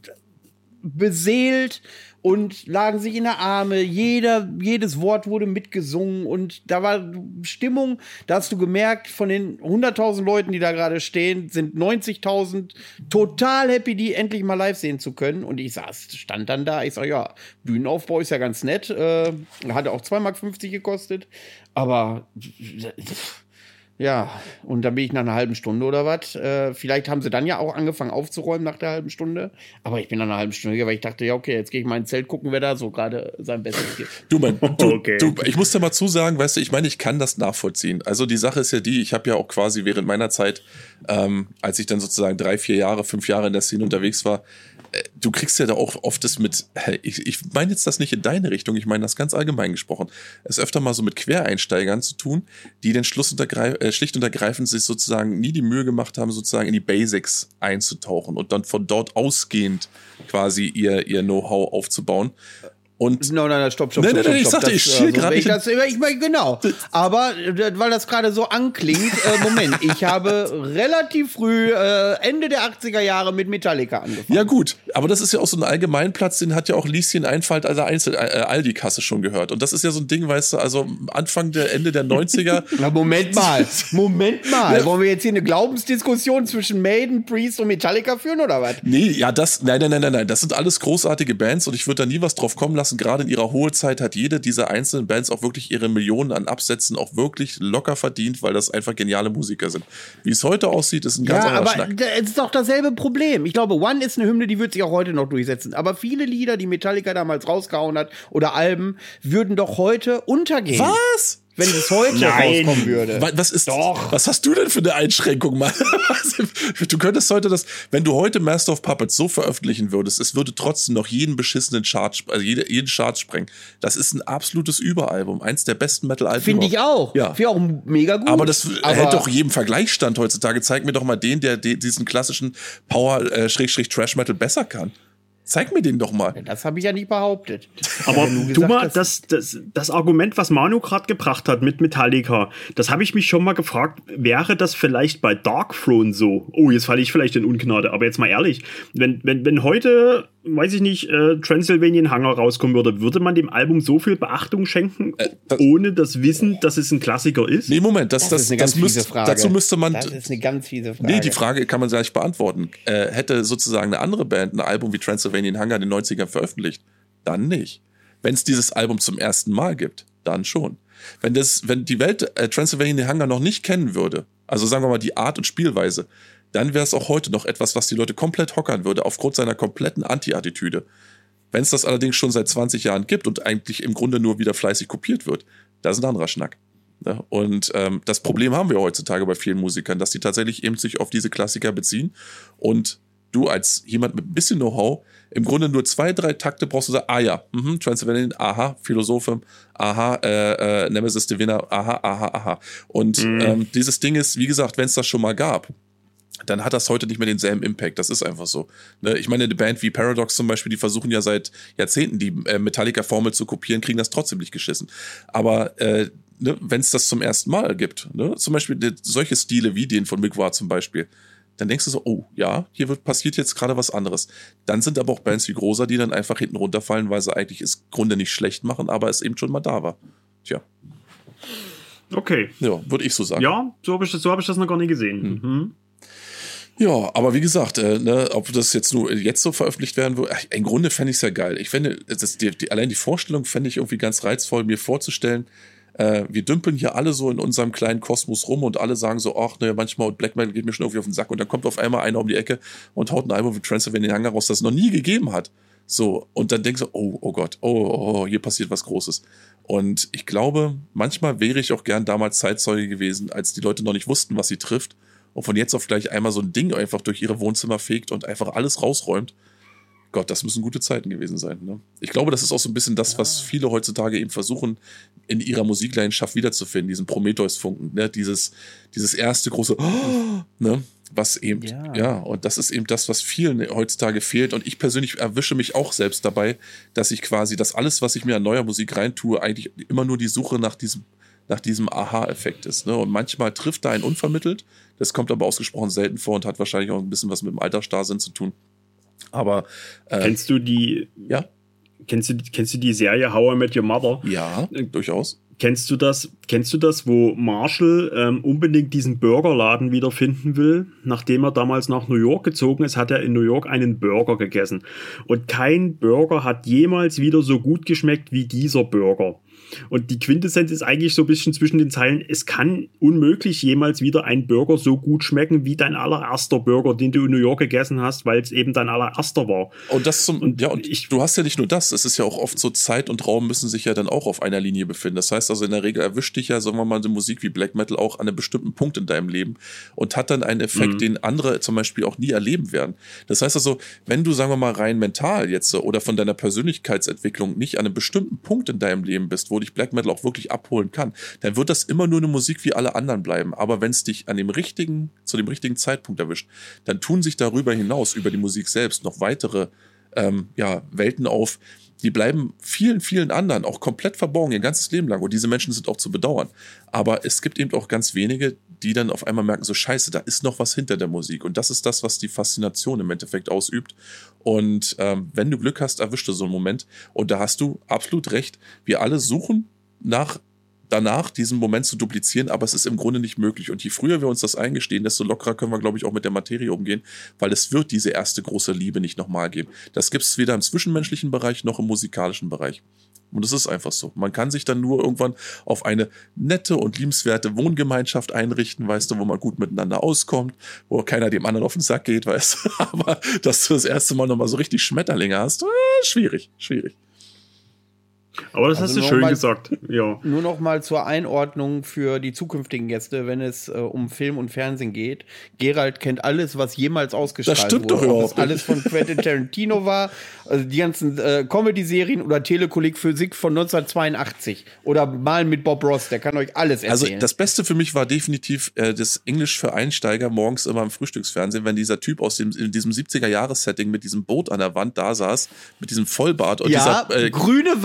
[SPEAKER 2] beseelt und lagen sich in der Arme. Jeder, jedes Wort wurde mitgesungen und da war Stimmung. Da hast du gemerkt, von den hunderttausend Leuten, die da gerade stehen, sind neunzigtausend total happy, die endlich mal live sehen zu können. Und ich saß, stand dann da. Ich sag, ja, Bühnenaufbau ist ja ganz nett. Äh, hatte auch zwei Mark fünfzig gekostet. Aber ja, und dann bin ich nach einer halben Stunde oder was. Äh, vielleicht haben sie dann ja auch angefangen aufzuräumen nach der halben Stunde. Aber ich bin nach einer halben Stunde, weil ich dachte, ja, okay, jetzt gehe ich mal ins Zelt gucken, wer da so gerade sein Bestes gibt.
[SPEAKER 1] Du, mein, du,
[SPEAKER 3] okay.
[SPEAKER 1] du, ich muss dir mal zusagen, weißt du, ich meine, ich kann das nachvollziehen. Also die Sache ist ja die, ich habe ja auch quasi während meiner Zeit, ähm, als ich dann sozusagen drei, vier Jahre, fünf Jahre in der Szene unterwegs war, äh, du kriegst ja da auch oft das mit, ich, ich meine jetzt das nicht in deine Richtung, ich meine das ganz allgemein gesprochen, es öfter mal so mit Quereinsteigern zu tun, die den Schluss und ergreif, äh, schlicht und ergreifend sich sozusagen nie die Mühe gemacht haben, sozusagen in die Basics einzutauchen und dann von dort ausgehend quasi ihr, ihr Know-how aufzubauen. Und
[SPEAKER 2] no, nein, nein, stopp, stopp,
[SPEAKER 1] nein,
[SPEAKER 2] stopp,
[SPEAKER 1] nein, nein,
[SPEAKER 2] stopp,
[SPEAKER 1] ich sagte,
[SPEAKER 2] das,
[SPEAKER 1] ich schiel
[SPEAKER 2] also,
[SPEAKER 1] gerade
[SPEAKER 2] ich,
[SPEAKER 1] nicht.
[SPEAKER 2] das, ich meine, genau. Aber äh, weil das gerade so anklingt, äh, Moment, ich habe relativ früh, äh, Ende der achtziger Jahre mit Metallica angefangen.
[SPEAKER 1] Ja gut, aber das ist ja auch so ein Allgemeinplatz, den hat ja auch Lieschen Einfalt aller Einzel äh, Aldi-Kasse schon gehört. Und das ist ja so ein Ding, weißt du, also Anfang der, Ende der neunziger.
[SPEAKER 2] Na, Moment mal, Moment mal. Ja. Wollen wir jetzt hier eine Glaubensdiskussion zwischen Maiden, Priest und Metallica führen, oder was?
[SPEAKER 1] Nee, ja, das, nein, nein, nein, nein, nein, das sind alles großartige Bands und ich würde da nie was drauf kommen lassen, gerade in ihrer hohen Zeit hat jede dieser einzelnen Bands auch wirklich ihre Millionen an Absätzen auch wirklich locker verdient, weil das einfach geniale Musiker sind. Wie es heute aussieht, ist ein ganz
[SPEAKER 2] ja,
[SPEAKER 1] anderer
[SPEAKER 2] aber
[SPEAKER 1] Schnack.
[SPEAKER 2] Es ist doch dasselbe Problem. Ich glaube, One ist eine Hymne, die wird sich auch heute noch durchsetzen. Aber viele Lieder, die Metallica damals rausgehauen hat oder Alben, würden doch heute untergehen.
[SPEAKER 1] Was?
[SPEAKER 2] Wenn es heute
[SPEAKER 3] Nein.
[SPEAKER 2] rauskommen würde.
[SPEAKER 1] Was ist,
[SPEAKER 2] Doch.
[SPEAKER 1] was hast du denn für eine Einschränkung, Mann? Du könntest heute das, wenn du heute Master of Puppets so veröffentlichen würdest, es würde trotzdem noch jeden beschissenen Chart, also jede, jeden Chart sprengen. Das ist ein absolutes Überalbum. Eins der besten Metal-Alben.
[SPEAKER 2] Finde ich auch.
[SPEAKER 1] Ja.
[SPEAKER 2] Finde auch mega gut.
[SPEAKER 1] Aber das
[SPEAKER 2] Aber
[SPEAKER 1] hält doch jedem Vergleichsstand heutzutage. Zeig mir doch mal den, der de- diesen klassischen Power-Trash-Metal besser kann. Zeig mir den doch mal.
[SPEAKER 2] Das habe ich ja nicht behauptet.
[SPEAKER 3] Aber
[SPEAKER 2] gesagt,
[SPEAKER 3] du mal,
[SPEAKER 2] dass-
[SPEAKER 3] das, das, das Argument, was Manu gerade gebracht hat mit Metallica, das habe ich mich schon mal gefragt, wäre das vielleicht bei Darkthrone so? Oh, jetzt falle ich vielleicht in Ungnade, aber jetzt mal ehrlich, wenn, wenn, wenn heute, weiß ich nicht, äh, Transylvanian Hunger rauskommen würde, würde man dem Album so viel Beachtung schenken,
[SPEAKER 1] Äh, das-
[SPEAKER 3] ohne das Wissen, dass es ein Klassiker ist?
[SPEAKER 1] Nee, Moment, das,
[SPEAKER 2] Das,
[SPEAKER 1] das,
[SPEAKER 2] ist eine
[SPEAKER 1] das
[SPEAKER 2] ganz fiese
[SPEAKER 1] müsste,
[SPEAKER 2] Frage.
[SPEAKER 1] dazu müsste man.
[SPEAKER 2] Das ist eine ganz fiese Frage.
[SPEAKER 1] Nee, die Frage kann man gleich beantworten. Äh, hätte sozusagen eine andere Band ein Album wie Transylvanian Hunger in den neunzigern veröffentlicht, dann nicht. Wenn es dieses Album zum ersten Mal gibt, dann schon. Wenn das, wenn die Welt äh, Transylvanian Hunger noch nicht kennen würde, also sagen wir mal die Art und Spielweise, dann wäre es auch heute noch etwas, was die Leute komplett hockern würde, aufgrund seiner kompletten Anti-Attitüde. Wenn es das allerdings schon seit zwanzig Jahren gibt und eigentlich im Grunde nur wieder fleißig kopiert wird, das ist ein anderer Schnack. Ja, und ähm, das Problem haben wir heutzutage bei vielen Musikern, dass die tatsächlich eben sich auf diese Klassiker beziehen und du als jemand mit ein bisschen Know-how im Grunde nur zwei, drei Takte brauchst du sagen, ah ja, mhm, Transylvanian, aha, Philosophem, aha, äh, äh, Nemesis Divina, aha, aha, aha. Und mhm. ähm, dieses Ding ist, wie gesagt, wenn es das schon mal gab, dann hat das heute nicht mehr denselben Impact. Das ist einfach so. Ne? Ich meine, eine Band wie Paradox zum Beispiel, die versuchen ja seit Jahrzehnten die äh, Metallica-Formel zu kopieren, kriegen das trotzdem nicht geschissen. Aber äh, ne, wenn es das zum ersten Mal gibt, ne? Zum Beispiel die, solche Stile wie den von Mick Ward zum Beispiel, dann denkst du so, oh ja, hier wird passiert jetzt gerade was anderes. Dann sind aber auch Bands wie Großer, die dann einfach hinten runterfallen, weil sie eigentlich es im Grunde nicht schlecht machen, aber es eben schon mal da war. Tja.
[SPEAKER 3] Okay.
[SPEAKER 1] Ja, würde ich so sagen.
[SPEAKER 3] Ja, so habe ich, so hab ich das noch gar nicht gesehen.
[SPEAKER 1] Hm.
[SPEAKER 3] Mhm.
[SPEAKER 1] Ja, aber wie gesagt, äh, ne, ob das jetzt nur jetzt so veröffentlicht werden würde, im Grunde fände ich es ja geil. Ich fände, das, die, die, allein die Vorstellung fände ich irgendwie ganz reizvoll, mir vorzustellen, äh, wir dümpeln hier alle so in unserem kleinen Kosmos rum und alle sagen so, ach, ne, manchmal und Black Metal geht mir schon irgendwie auf den Sack und dann kommt auf einmal einer um die Ecke und haut ein Album wie Transylvanian Hunger raus, das es noch nie gegeben hat. So, und dann denkst du, oh, oh Gott, oh, oh, hier passiert was Großes. Und ich glaube, manchmal wäre ich auch gern damals Zeitzeuge gewesen, als die Leute noch nicht wussten, was sie trifft. Und von jetzt auf gleich einmal so ein Ding einfach durch ihre Wohnzimmer fegt und einfach alles rausräumt. Gott, das müssen gute Zeiten gewesen sein. Ne? Ich glaube, das ist auch so ein bisschen das, ja. was viele heutzutage eben versuchen, in ihrer Musikleidenschaft wiederzufinden. Diesen Prometheus-Funken, ne? dieses, dieses erste große, oh, ne? was eben, ja. ja, und das ist eben das, was vielen heutzutage fehlt. Und ich persönlich erwische mich auch selbst dabei, dass ich quasi das alles, was ich mir an neuer Musik reintue, eigentlich immer nur die Suche nach diesem nach diesem Aha-Effekt ist. Ne? Und manchmal trifft da einen unvermittelt. Das kommt aber ausgesprochen selten vor und hat wahrscheinlich auch ein bisschen was mit dem Altersstarrsinn zu tun. Aber äh,
[SPEAKER 3] kennst du die?
[SPEAKER 1] Ja.
[SPEAKER 3] Kennst du kennst du die Serie How I Met Your Mother?
[SPEAKER 1] Ja, durchaus.
[SPEAKER 3] Kennst du das? Kennst du das, wo Marshall ähm, unbedingt diesen Burgerladen wiederfinden will? Nachdem er damals nach New York gezogen ist, hat er in New York einen Burger gegessen. Und kein Burger hat jemals wieder so gut geschmeckt wie dieser Burger. Und die Quintessenz ist eigentlich so ein bisschen zwischen den Zeilen, es kann unmöglich jemals wieder ein Burger so gut schmecken wie dein allererster Burger, den du in New York gegessen hast, weil es eben dein allererster war.
[SPEAKER 1] Und das zum, und ja, und ich, du hast ja nicht nur das, es ist ja auch oft so, Zeit und Raum müssen sich ja dann auch auf einer Linie befinden. Das heißt also, in der Regel erwischt dich ja, sagen wir mal, eine Musik wie Black Metal auch an einem bestimmten Punkt in deinem Leben und hat dann einen Effekt, mhm. den andere zum Beispiel auch nie erleben werden. Das heißt also, wenn du, sagen wir mal, rein mental jetzt oder von deiner Persönlichkeitsentwicklung nicht an einem bestimmten Punkt in deinem Leben bist, wo dich Black Metal auch wirklich abholen kann, dann wird das immer nur eine Musik wie alle anderen bleiben. Aber wenn es dich an dem richtigen, zu dem richtigen Zeitpunkt erwischt, dann tun sich darüber hinaus, über die Musik selbst, noch weitere ähm, ja, Welten auf, die bleiben vielen, vielen anderen auch komplett verborgen, ihr ganzes Leben lang. Und diese Menschen sind auch zu bedauern. Aber es gibt eben auch ganz wenige, die dann auf einmal merken, so scheiße, da ist noch was hinter der Musik. Und das ist das, was die Faszination im Endeffekt ausübt. Und ähm, wenn du Glück hast, erwischt du so einen Moment. Und da hast du absolut recht. Wir alle suchen nach danach diesen Moment zu duplizieren, aber es ist im Grunde nicht möglich. Und je früher wir uns das eingestehen, desto lockerer können wir, glaube ich, auch mit der Materie umgehen, weil es wird diese erste große Liebe nicht nochmal geben. Das gibt es weder im zwischenmenschlichen Bereich noch im musikalischen Bereich. Und es ist einfach so. Man kann sich dann nur irgendwann auf eine nette und liebenswerte Wohngemeinschaft einrichten, weißt du, wo man gut miteinander auskommt, wo keiner dem anderen auf den Sack geht, weißt du. Aber dass du das erste Mal nochmal so richtig Schmetterlinge hast, äh, schwierig, schwierig.
[SPEAKER 3] Aber das also hast du schön
[SPEAKER 2] mal,
[SPEAKER 3] gesagt. Ja.
[SPEAKER 2] Nur noch mal zur Einordnung für die zukünftigen Gäste, wenn es äh, um Film und Fernsehen geht. Gerald kennt alles, was jemals ausgestrahlt wurde.
[SPEAKER 1] Das stimmt doch überhaupt nicht.
[SPEAKER 2] Alles von Quentin Tarantino war, also die ganzen äh, Comedy-Serien oder Telekolleg Physik von neunzehnhundertzweiundachtzig oder Malen mit Bob Ross, der kann euch alles erzählen.
[SPEAKER 1] Also das Beste für mich war definitiv äh, das Englisch für Einsteiger morgens immer im Frühstücksfernsehen, wenn dieser Typ aus dem in diesem siebziger-Jahres-Setting mit diesem Boot an der Wand da saß, mit diesem Vollbart und
[SPEAKER 2] ja,
[SPEAKER 1] dieser äh,
[SPEAKER 2] grüne Wand,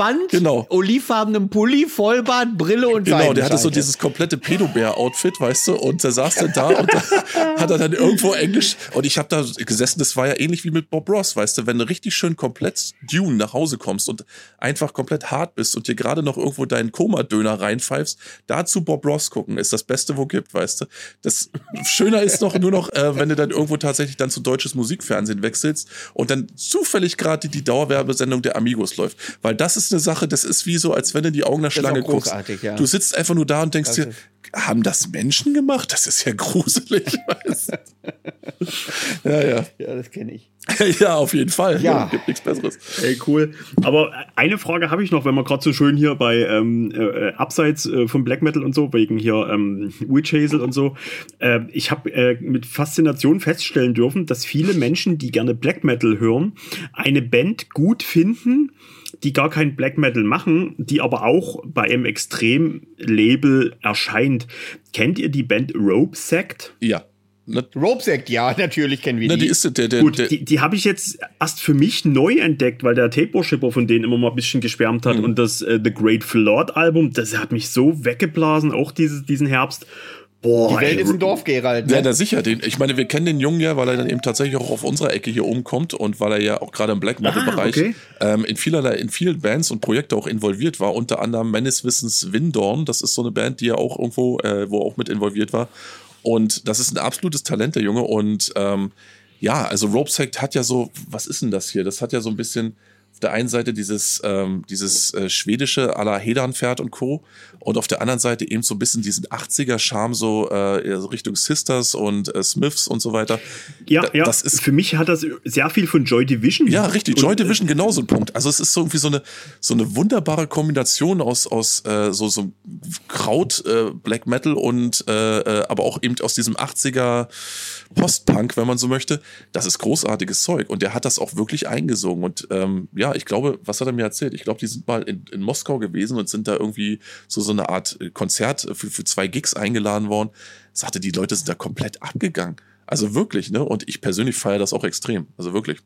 [SPEAKER 1] genau.
[SPEAKER 2] olivfarbenem Pulli, Vollbart, Brille und
[SPEAKER 1] Genau, der hatte so
[SPEAKER 2] Seidenscheide.
[SPEAKER 1] dieses komplette Pedobär-Outfit, weißt du, und der saß dann da und da hat er dann irgendwo Englisch, und ich habe da gesessen, das war ja ähnlich wie mit Bob Ross, weißt du, wenn du richtig schön komplett Dune nach Hause kommst und einfach komplett hart bist und dir gerade noch irgendwo deinen Koma-Döner reinpfeifst, dazu Bob Ross gucken, ist das Beste, wo gibt, weißt du. Das Schöner ist noch nur noch, äh, wenn du dann irgendwo tatsächlich dann zu deutsches Musikfernsehen wechselst und dann zufällig gerade die, die Dauerwerbesendung der Amigos läuft, weil das ist eine Sache, das ist wie so, als wenn du in die Augen der Schlange guckst.
[SPEAKER 2] Ja.
[SPEAKER 1] Du sitzt einfach nur da und denkst
[SPEAKER 2] Das
[SPEAKER 1] dir, haben das Menschen gemacht? Das ist ja gruselig. Weißt du? Ja, ja.
[SPEAKER 2] Ja, das kenne ich.
[SPEAKER 1] Ja, auf jeden Fall.
[SPEAKER 2] Ja.
[SPEAKER 1] Gibt nichts Besseres.
[SPEAKER 3] Ey, cool. Aber eine Frage habe ich noch, wenn wir gerade so schön hier bei ähm, äh, Abseits äh, vom Black Metal und so, wegen hier ähm, Witch Hazel und so. Äh, ich habe äh, mit Faszination feststellen dürfen, dass viele Menschen, die gerne Black Metal hören, eine Band gut finden, die gar kein Black Metal machen, die aber auch bei einem Extrem-Label erscheint. Kennt ihr die Band Rope Sect?
[SPEAKER 1] Ja. Ne,
[SPEAKER 2] Rope Sect, ja, natürlich kennen wir
[SPEAKER 1] ne,
[SPEAKER 2] die.
[SPEAKER 1] die ist der, der,
[SPEAKER 3] Gut,
[SPEAKER 1] der
[SPEAKER 3] die, die habe ich jetzt erst für mich neu entdeckt, weil der Tape-Worshipper von denen immer mal ein bisschen geschwärmt hat.
[SPEAKER 1] Mhm.
[SPEAKER 3] Und das äh, The Great Flood-Album, das hat mich so weggeblasen, auch dieses, diesen Herbst. Boah,
[SPEAKER 2] Die Welt
[SPEAKER 3] ey,
[SPEAKER 2] ist ein Dorf, Gerald.
[SPEAKER 1] Ja,
[SPEAKER 2] Ne?
[SPEAKER 1] da sicher. Den, ich meine, wir kennen den Jungen ja, weil er dann eben tatsächlich auch auf unserer Ecke hier oben kommt und weil er ja auch gerade im Black Metal-Bereich
[SPEAKER 3] Ah, okay.
[SPEAKER 1] ähm, in vielerlei, in vielen Bands und Projekte auch involviert war. Unter anderem meines Wissens Windorn. Das ist so eine Band, die er auch irgendwo, äh, wo er auch mit involviert war. Und das ist ein absolutes Talent, der Junge. Und ähm, ja, also Rope Sect hat ja so, was ist denn das hier? Das hat ja so ein bisschen auf der einen Seite dieses, ähm, dieses äh, schwedische à la Hedanpferd und Co. Und auf der anderen Seite eben so ein bisschen diesen achtziger-Charme, so äh, so Richtung Sisters und äh, Smiths und so weiter.
[SPEAKER 3] Ja,
[SPEAKER 1] Da-
[SPEAKER 3] ja.
[SPEAKER 1] Das ist
[SPEAKER 3] Für mich hat das sehr viel von Joy Division.
[SPEAKER 1] ja, richtig.
[SPEAKER 3] Und,
[SPEAKER 1] Joy Division genauso ein Punkt. Also es ist so irgendwie so eine so eine wunderbare Kombination aus aus äh, so so Kraut äh, Black Metal und äh, äh, aber auch eben aus diesem achtziger Post-Punk, wenn man so möchte. Das ist großartiges Zeug und der hat das auch wirklich eingesungen und ähm, ja, ich glaube, was hat er mir erzählt? Ich glaube, die sind mal in, in Moskau gewesen und sind da irgendwie so so eine Art Konzert für, für zwei Gigs eingeladen worden. Sagte, die Leute sind da komplett abgegangen. Also wirklich, ne? Und ich persönlich feiere das auch extrem. Also wirklich.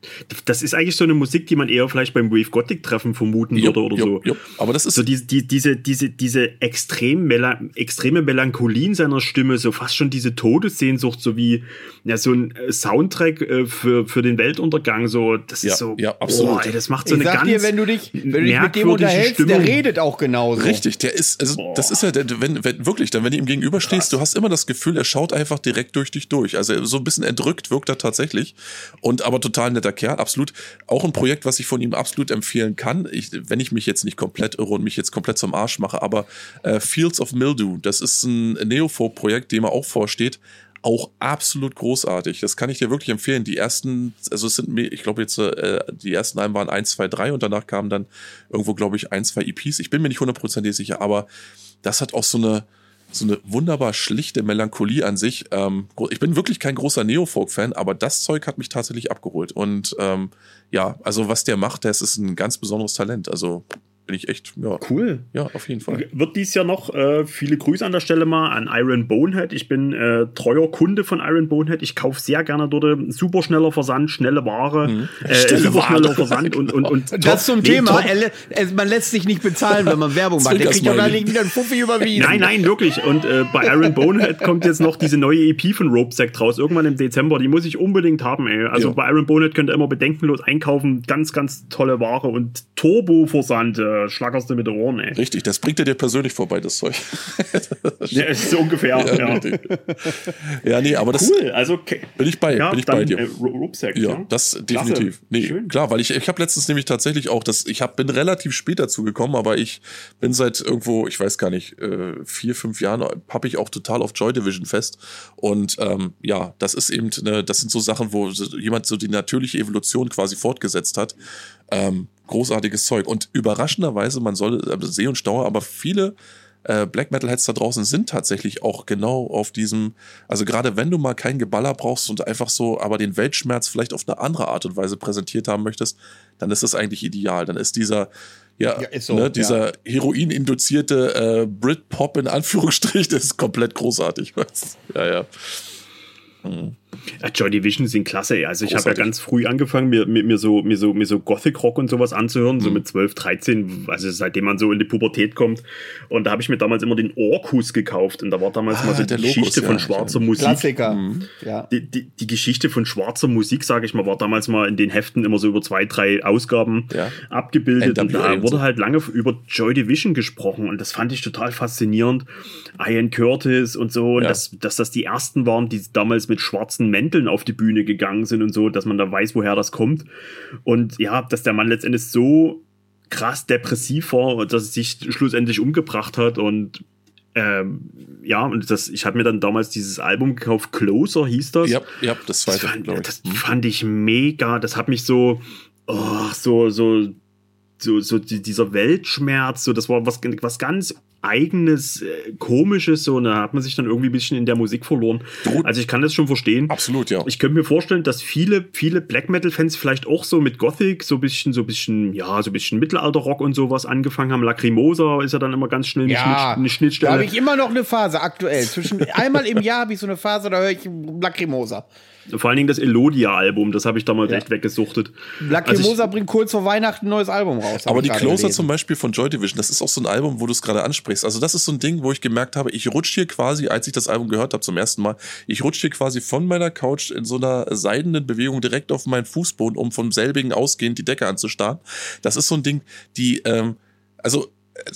[SPEAKER 3] Das ist eigentlich so eine Musik, die man eher vielleicht beim Wave Gothic Treffen vermuten
[SPEAKER 1] Jupp,
[SPEAKER 3] würde oder
[SPEAKER 1] jupp,
[SPEAKER 3] so.
[SPEAKER 1] jupp. Aber das ist
[SPEAKER 3] So die, die, diese, diese, diese extrem mela extreme Melancholie in seiner Stimme, so fast schon diese Todessehnsucht, so wie ja, so ein äh, Soundtrack äh, für, für den Weltuntergang. So, das
[SPEAKER 1] Ja,
[SPEAKER 3] ist so,
[SPEAKER 1] ja, absolut.
[SPEAKER 3] boah, ey, das macht so
[SPEAKER 2] Ich
[SPEAKER 3] eine
[SPEAKER 2] sag
[SPEAKER 3] ganz
[SPEAKER 2] dir, wenn du dich, wenn du dich mit dem
[SPEAKER 3] merkwürdige
[SPEAKER 2] unterhältst, der
[SPEAKER 3] Stimmung.
[SPEAKER 2] redet auch genauso.
[SPEAKER 1] richtig, der ist, also das ist ja, der, wenn, wenn wirklich, dann wenn du ihm gegenüber stehst, du hast immer das Gefühl, er schaut einfach direkt durch dich durch. Also so ein bisschen erdrückt wirkt er tatsächlich und aber total netter Kerl, absolut. Auch ein Projekt, was ich von ihm absolut empfehlen kann, ich, wenn ich mich jetzt nicht komplett irre und mich jetzt komplett zum Arsch mache, aber äh, Fields of Mildew, das ist ein Neofolk-Projekt, dem er auch vorsteht, auch absolut großartig. Das kann ich dir wirklich empfehlen. Die ersten, also es sind, ich glaube jetzt, äh, die ersten Alben waren eins, zwei, drei und danach kamen dann irgendwo, glaube ich, ein, zwei E Ps. Ich bin mir nicht hundertprozentig sicher, aber das hat auch so eine, so eine wunderbar schlichte Melancholie an sich. Ähm, ich bin wirklich kein großer Neofolk-Fan, aber das Zeug hat mich tatsächlich abgeholt. Und ähm, ja, also was der macht, das ist ein ganz besonderes Talent. Also bin ich echt, ja,
[SPEAKER 3] Cool.
[SPEAKER 1] ja, auf jeden Fall.
[SPEAKER 3] Wird dies Jahr noch, äh, viele Grüße an der Stelle mal an Iron Bonehead. Ich bin äh, treuer Kunde von Iron Bonehead. Ich kaufe sehr gerne dort äh, super schneller Versand, schnelle Ware,
[SPEAKER 1] Mhm.
[SPEAKER 3] äh,
[SPEAKER 1] Schnelle
[SPEAKER 3] super
[SPEAKER 1] Ware.
[SPEAKER 3] schneller Versand und, und, und
[SPEAKER 2] Das
[SPEAKER 3] top.
[SPEAKER 2] zum
[SPEAKER 3] Nee,
[SPEAKER 2] Thema,
[SPEAKER 3] top.
[SPEAKER 2] er, lä- es- man lässt sich nicht bezahlen, wenn man Werbung macht. Der kriegt doch
[SPEAKER 1] Zwinker-Smiley.
[SPEAKER 2] da wieder einen Fuffi überwiesen.
[SPEAKER 3] Nein, nein, wirklich. Und äh, bei Iron Bonehead kommt jetzt noch diese neue E P von Rope Sect raus, irgendwann im Dezember. Die muss ich unbedingt haben, ey. Also
[SPEAKER 1] Ja.
[SPEAKER 3] bei Iron Bonehead könnt ihr immer bedenkenlos einkaufen. Ganz, ganz tolle Ware und Turbo-Versand. Äh, schlackerst du mit den Ohren, ey.
[SPEAKER 1] Richtig, das bringt er dir persönlich vorbei, das Zeug.
[SPEAKER 3] Ja, ist so ungefähr.
[SPEAKER 1] Ja,
[SPEAKER 3] Ja,
[SPEAKER 1] richtig. Ja, nee, aber das
[SPEAKER 3] Cool, also okay.
[SPEAKER 1] bin ich bei,
[SPEAKER 3] Ja,
[SPEAKER 1] bin ich
[SPEAKER 3] dann,
[SPEAKER 1] bei dir.
[SPEAKER 3] Äh, Rope Sect,
[SPEAKER 1] Ja,
[SPEAKER 3] ja,
[SPEAKER 1] das
[SPEAKER 3] Klasse.
[SPEAKER 1] definitiv. Nee,
[SPEAKER 3] Schön.
[SPEAKER 1] klar, weil ich, ich habe letztens nämlich tatsächlich auch, das, ich hab, bin relativ spät dazu gekommen, aber ich bin seit irgendwo, ich weiß gar nicht, äh, vier, fünf Jahren, hab ich auch total auf Joy Division fest. Und ähm, ja, das ist eben, ne, das sind so Sachen, wo so jemand so die natürliche Evolution quasi fortgesetzt hat. Ähm, großartiges Zeug. Und überraschenderweise, man soll also See und Stauer, aber viele äh, Black Metal-Heads da draußen sind tatsächlich auch genau auf diesem, also gerade wenn du mal kein Geballer brauchst und einfach so, aber den Weltschmerz vielleicht auf eine andere Art und Weise präsentiert haben möchtest, dann ist das eigentlich ideal. Dann ist dieser, ja,
[SPEAKER 2] Ja, ist so,
[SPEAKER 1] ne, dieser
[SPEAKER 2] ja.
[SPEAKER 1] Heroin-induzierte äh, Britpop in Anführungsstrich, das ist komplett großartig. Weißt? Ja, ja. Mhm.
[SPEAKER 3] Ja, Joy Division sind klasse, ey. Also ich habe ja ganz früh angefangen, mir, mir, mir, so, mir, so, mir so Gothic-Rock und sowas anzuhören, mhm. so mit zwölf, dreizehn, also seitdem man so in die Pubertät kommt. Und da habe ich mir damals immer den Orkus gekauft. Und da war damals ah, mal so die Geschichte Logos, von ja, schwarzer ja. Musik.
[SPEAKER 2] Klassiker. Mhm. Ja.
[SPEAKER 3] Die, die, die Geschichte von schwarzer Musik, sage ich mal, war damals mal in den Heften immer so über zwei, drei Ausgaben ja. abgebildet. Und da wurde halt lange über Joy Division gesprochen. Und das fand ich total faszinierend. Ian Curtis und so. Und ja. dass, dass das die ersten waren, die damals mit schwarzen Mänteln auf die Bühne gegangen sind und so, dass man da weiß, woher das kommt. Und ja, dass der Mann letztendlich so krass depressiv war, dass er sich schlussendlich umgebracht hat. Und ähm, ja, und das, ich habe mir dann damals dieses Album gekauft, Closer hieß das.
[SPEAKER 1] Ja, ja, das zweite,
[SPEAKER 3] das fand,
[SPEAKER 1] ich.
[SPEAKER 3] Das hm. fand ich mega. Das hat mich so, oh, so, so, so, so dieser Weltschmerz, so, das war was, was ganz Eigenes, äh, Komisches, so, und da hat man sich dann irgendwie ein bisschen in der Musik verloren. Also ich kann das schon verstehen.
[SPEAKER 1] Absolut, ja.
[SPEAKER 3] Ich könnte mir vorstellen, dass viele, viele Black Metal-Fans vielleicht auch so mit Gothic so ein bisschen, so ein bisschen, ja, so ein bisschen Mittelalter-Rock und sowas angefangen haben. Lacrimosa ist ja dann immer ganz schnell eine,
[SPEAKER 2] ja,
[SPEAKER 3] eine Schnittstelle.
[SPEAKER 2] Da habe ich immer noch eine Phase aktuell. Zwischen einmal im Jahr habe ich so eine Phase, da höre ich Lacrimosa.
[SPEAKER 3] Vor allen Dingen das Elodia-Album, das habe ich damals ja. echt weggesuchtet.
[SPEAKER 2] Lacrimosa also bringt kurz vor Weihnachten ein neues Album raus.
[SPEAKER 1] Aber die Closer gelesen. Zum Beispiel von Joy Division, das ist auch so ein Album, wo du es gerade ansprichst. Also das ist so ein Ding, wo ich gemerkt habe, ich rutsche hier quasi, als ich das Album gehört habe zum ersten Mal, ich rutsche hier quasi von meiner Couch in so einer seidenen Bewegung direkt auf meinen Fußboden, um vom selbigen ausgehend die Decke anzustarren. Das ist so ein Ding, die, ähm, also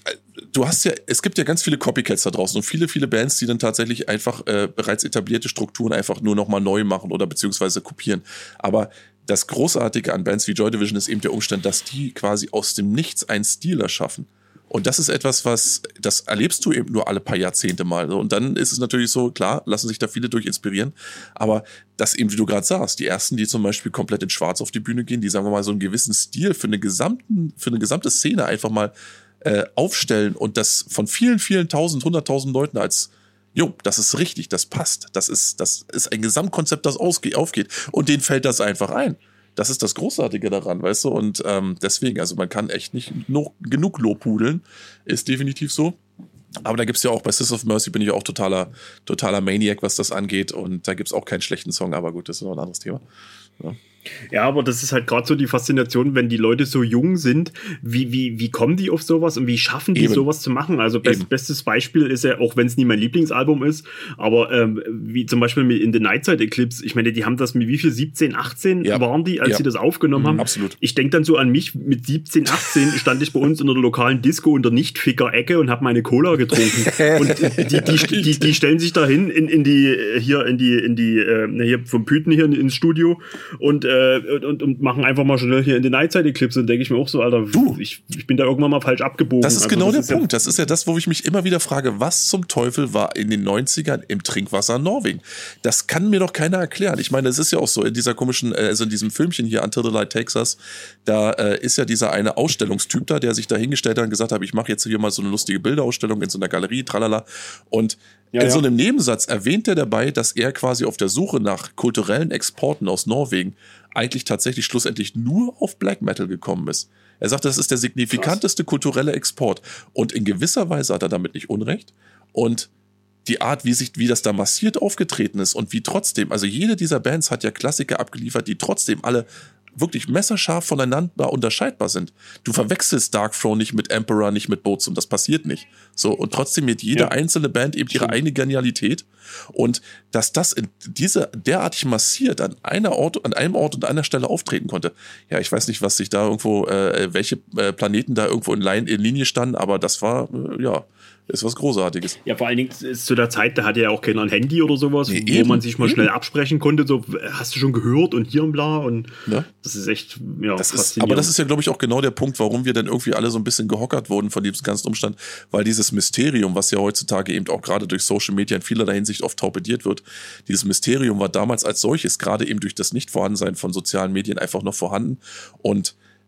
[SPEAKER 1] du hast ja, es gibt ja ganz viele Copycats da draußen und viele, viele Bands, die dann tatsächlich einfach äh, bereits etablierte Strukturen einfach nur nochmal neu machen oder beziehungsweise kopieren. Aber das Großartige an Bands wie Joy Division ist eben der Umstand, dass die quasi aus dem Nichts einen Stil erschaffen. Und das ist etwas, was, das erlebst du eben nur alle paar Jahrzehnte mal. Und dann ist es natürlich so, klar, lassen sich da viele durch inspirieren. Aber das eben, wie du gerade sagst, die ersten, die zum Beispiel komplett in Schwarz auf die Bühne gehen, die, sagen wir mal, so einen gewissen Stil für eine gesamten, für eine gesamte Szene einfach mal äh, aufstellen und das von vielen, vielen tausend, hunderttausend Leuten als, jo, das ist richtig, das passt. Das ist, das ist ein Gesamtkonzept, das ausge- aufgeht. Und denen fällt das einfach ein. Das ist das Großartige daran, weißt du? Und ähm, deswegen, also man kann echt nicht noch genug Lobhudeln, ist definitiv so. Aber da gibt's ja auch, bei Sisters of Mercy bin ich auch totaler, totaler Maniac, was das angeht. Und da gibt's auch keinen schlechten Song, aber gut, das ist noch ein anderes Thema. Ja.
[SPEAKER 3] Ja, aber das ist halt gerade so die Faszination, wenn die Leute so jung sind, wie, wie, wie kommen die auf sowas und wie schaffen die Eben. sowas zu machen? Also best, bestes Beispiel ist ja, auch wenn es nie mein Lieblingsalbum ist, aber ähm, wie zum Beispiel mit In the Nightside Eclipse, ich meine, die haben das mit wie viel, siebzehn, achtzehn ja. waren die, als ja. sie das aufgenommen mhm, haben?
[SPEAKER 1] Absolut.
[SPEAKER 3] Ich denke dann so an mich, mit siebzehn, achtzehn stand ich bei uns in der lokalen Disco in der Nicht-Ficker-Ecke und habe meine Cola getrunken. Und die, die, die, die stellen sich da hin in, in die, hier in die, in die, äh, hier vom Püten hier ins Studio und äh, Und, und machen einfach mal schnell hier in den Nightside Eclipse und denke ich mir auch so, Alter, du, ich, ich bin da irgendwann mal falsch abgebogen.
[SPEAKER 1] Das ist
[SPEAKER 3] also,
[SPEAKER 1] genau
[SPEAKER 3] das
[SPEAKER 1] der
[SPEAKER 3] ist
[SPEAKER 1] Punkt. Ja das ist ja das, wo ich mich immer wieder frage, was zum Teufel war in den neunzigern im Trinkwasser Norwegen? Das kann mir doch keiner erklären. Ich meine, es ist ja auch so, in dieser komischen, also in diesem Filmchen hier, Until the Light Takes Us, da äh, ist ja dieser eine Ausstellungstyp da, der sich da hingestellt hat und gesagt hat, ich mache jetzt hier mal so eine lustige Bilderausstellung in so einer Galerie, tralala. Und Ja, in ja. so einem Nebensatz erwähnt er dabei, dass er quasi auf der Suche nach kulturellen Exporten aus Norwegen eigentlich tatsächlich schlussendlich nur auf Black Metal gekommen ist. Er sagt, das ist der signifikanteste Krass. kulturelle Export. Und in gewisser Weise hat er damit nicht Unrecht. Und die Art, wie sich, wie das da massiert aufgetreten ist und wie trotzdem, also jede dieser Bands hat ja Klassiker abgeliefert, die trotzdem alle wirklich messerscharf voneinander unterscheidbar sind. Du verwechselst Darkthrone nicht mit Emperor, nicht mit Boatsum, das passiert nicht. So, und trotzdem hat jede ja. einzelne Band eben ihre eigene Genialität. Und dass das in diese derartig massiert an einer Ort, an einem Ort und einer Stelle auftreten konnte, ja, ich weiß nicht, was sich da irgendwo, äh, welche äh, Planeten da irgendwo in, Line, in Linie standen, aber das war, äh, ja, ist was Großartiges.
[SPEAKER 3] Ja, vor allen Dingen ist zu der Zeit, da hatte ja auch keiner ein Handy oder sowas, nee, wo eben, man sich mal eben. schnell absprechen konnte, so, hast du schon gehört und hier und bla und
[SPEAKER 1] ja.
[SPEAKER 3] das ist echt, ja,
[SPEAKER 1] das ist, aber das ist ja, glaube ich, auch genau der Punkt, warum wir dann irgendwie alle so ein bisschen gehockert wurden von diesem ganzen Umstand, weil dieses Mysterium, was ja heutzutage eben auch gerade durch Social Media in vielerlei Hinsicht oft torpediert wird, dieses Mysterium war damals als solches, gerade eben durch das Nichtvorhandensein von sozialen Medien einfach noch vorhanden und